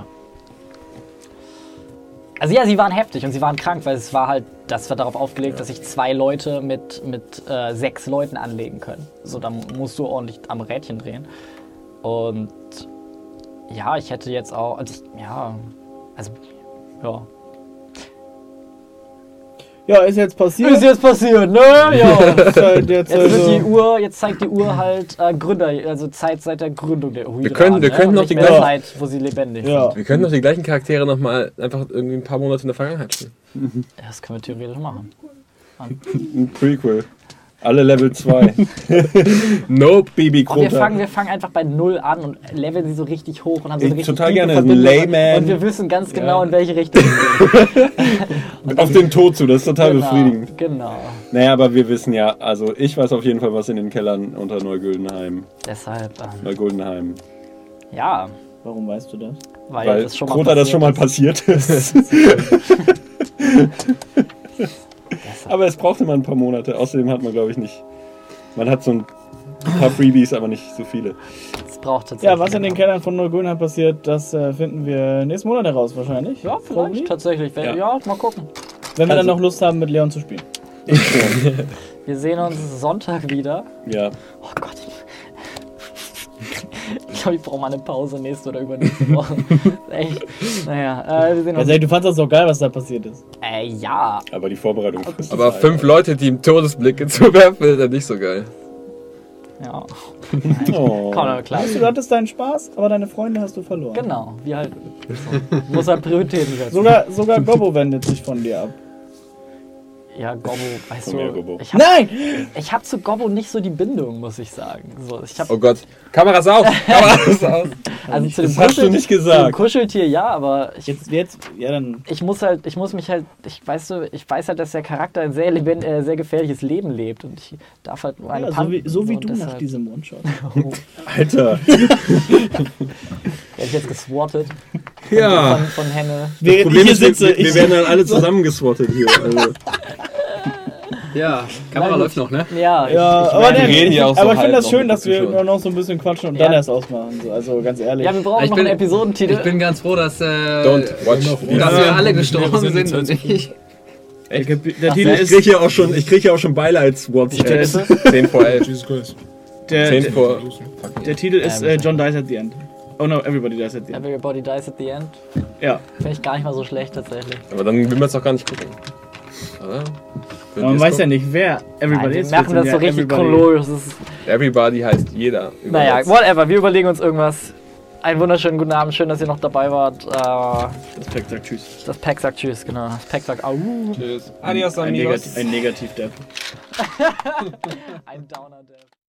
Also ja, sie waren heftig und sie waren krank, weil es war halt, das war darauf aufgelegt, Ja. dass sich zwei Leute mit, mit äh, sechs Leuten anlegen können. So, da musst du ordentlich am Rädchen drehen. Und ja, ich hätte jetzt auch, also ich, ja, also, ja. Ja, ist jetzt passiert. Ist jetzt passiert, ne? Ja. Ist halt jetzt Jetzt, wird also- die Uhr, jetzt zeigt die Uhr halt äh, Gründer, also Zeit seit der Gründung der Hydra. Wir können- wir an, können ne? noch Und die nicht mehr gleiche- Zeit, wo sie lebendig Ja. sind. Wir können doch die gleichen Charaktere nochmal einfach irgendwie ein paar Monate in der Vergangenheit spielen. Ja, das können wir theoretisch machen. Ein Prequel. Alle Level zwei. Nope. Baby Und wir Krota. fangen, wir fangen einfach bei Null an und leveln sie so richtig hoch und haben so eine Ich richtig total tiefe gerne Verbindung. Layman. Und wir wissen ganz genau, Ja. in welche Richtung wir gehen. Auf den Tod zu, das ist total Genau, befriedigend. genau. Naja, aber wir wissen ja, also ich weiß auf jeden Fall, was in den Kellern unter Neugüldenheim. Deshalb, ähm, Neugüldenheim. ja, Warum weißt du das? weil, Weil das schon mal Krota das schon mal passiert passiert ist. Aber es brauchte mal ein paar Monate. Außerdem hat man, glaube ich, nicht. Man hat so ein paar Freebies, aber nicht so viele. ist. Es braucht tatsächlich. Ja, was in den Kellern von Neugüldenheim passiert, das äh, finden wir nächsten Monat heraus wahrscheinlich. Ja, vielleicht Probably. tatsächlich. Wenn, Ja. ja. mal gucken. Wenn wir Also- dann noch Lust haben, mit Leon zu spielen. Ich schon. Wir sehen uns Sonntag wieder. Ja. Oh Gott. Ich glaube, ich brauche mal eine Pause nächste oder übernächste Woche. Echt. Naja, äh, wir sehen uns. Also, du fandest das doch geil, was da passiert ist. Äh, ja. Aber die Vorbereitung frisst Aber Zeit. fünf Leute, die ihm Todesblicke zuwerfen, ist ja nicht so geil. Ja. Oh. Komm, aber klar. Weißt du, du hattest deinen Spaß, aber deine Freunde hast du verloren. Genau, wie halt. So. Muss halt Prioritäten setzen. Sogar, sogar Gobbo wendet sich von dir ab. Ja, Gobbo, weißt Komm du. her, Gobbo. Ich hab, Nein! ich hab zu Gobbo nicht so die Bindung, muss ich sagen. So, ich hab, Oh Gott. Kameras aus! Kameras aus! also zu dem, Das hast du nicht zu dem gesagt. Kuscheltier ja, aber ich, Jetzt, jetzt, ja dann. ich muss halt, ich muss mich halt, ich weißt du, ich weiß halt, dass der Charakter ein sehr, lebend, äh, sehr gefährliches Leben lebt und ich darf halt nur eine Ja, so Pan- wie, so wie und du nach deshalb- diesem One-Shot. Alter. Werde ich jetzt geswattet Ja. von, von Henne. Während Problem ich ist, hier wir, sitze, wir, wir ich, werden dann alle zusammengeswattet hier. Also, Ja, Kamera Nein, läuft noch, ne? Ja, ich, ja, ich aber, werde- der, reden ich, ja auch so aber ich finde halb das noch schön, mit dass wir dazwischen. noch so ein bisschen quatschen und Ja. dann erst ausmachen. So. Also ganz ehrlich. ja, wir brauchen Ich noch bin- einen Episodentitel. Ich bin ganz froh, dass, äh, Don't watch. dass Ja. wir alle Ja. gestorben Ja. sind und ich. der, der Ach, Titel ich ist. kriege ja auch schon, ich krieg ja auch schon Beileids-WhatsApp. Ist es? zehn vor elf. Jesus Christ. Der, zehn der, vor. der Titel ist äh, John Dies at the End. Oh no, everybody dies at the end. Everybody dies at the end. Ja. Finde ich gar nicht mal so schlecht tatsächlich. Aber dann will man es doch gar nicht gucken. Oder? Aber man weiß ja nicht, wer Everybody Nein, wir ist. machen das Ja, so richtig everybody. chronologisch. Das ist, Everybody heißt jeder. naja, Übersetzt. whatever. Wir überlegen uns irgendwas. Einen wunderschönen guten Abend. Schön, dass ihr noch dabei wart. Äh, Das Pack sagt Tschüss. das Pack sagt Tschüss, genau. Das Pack sagt Au. Tschüss. Adios, Ein, amigos. Negativ, ein Negativ-Dev. Ein Downer-Dev.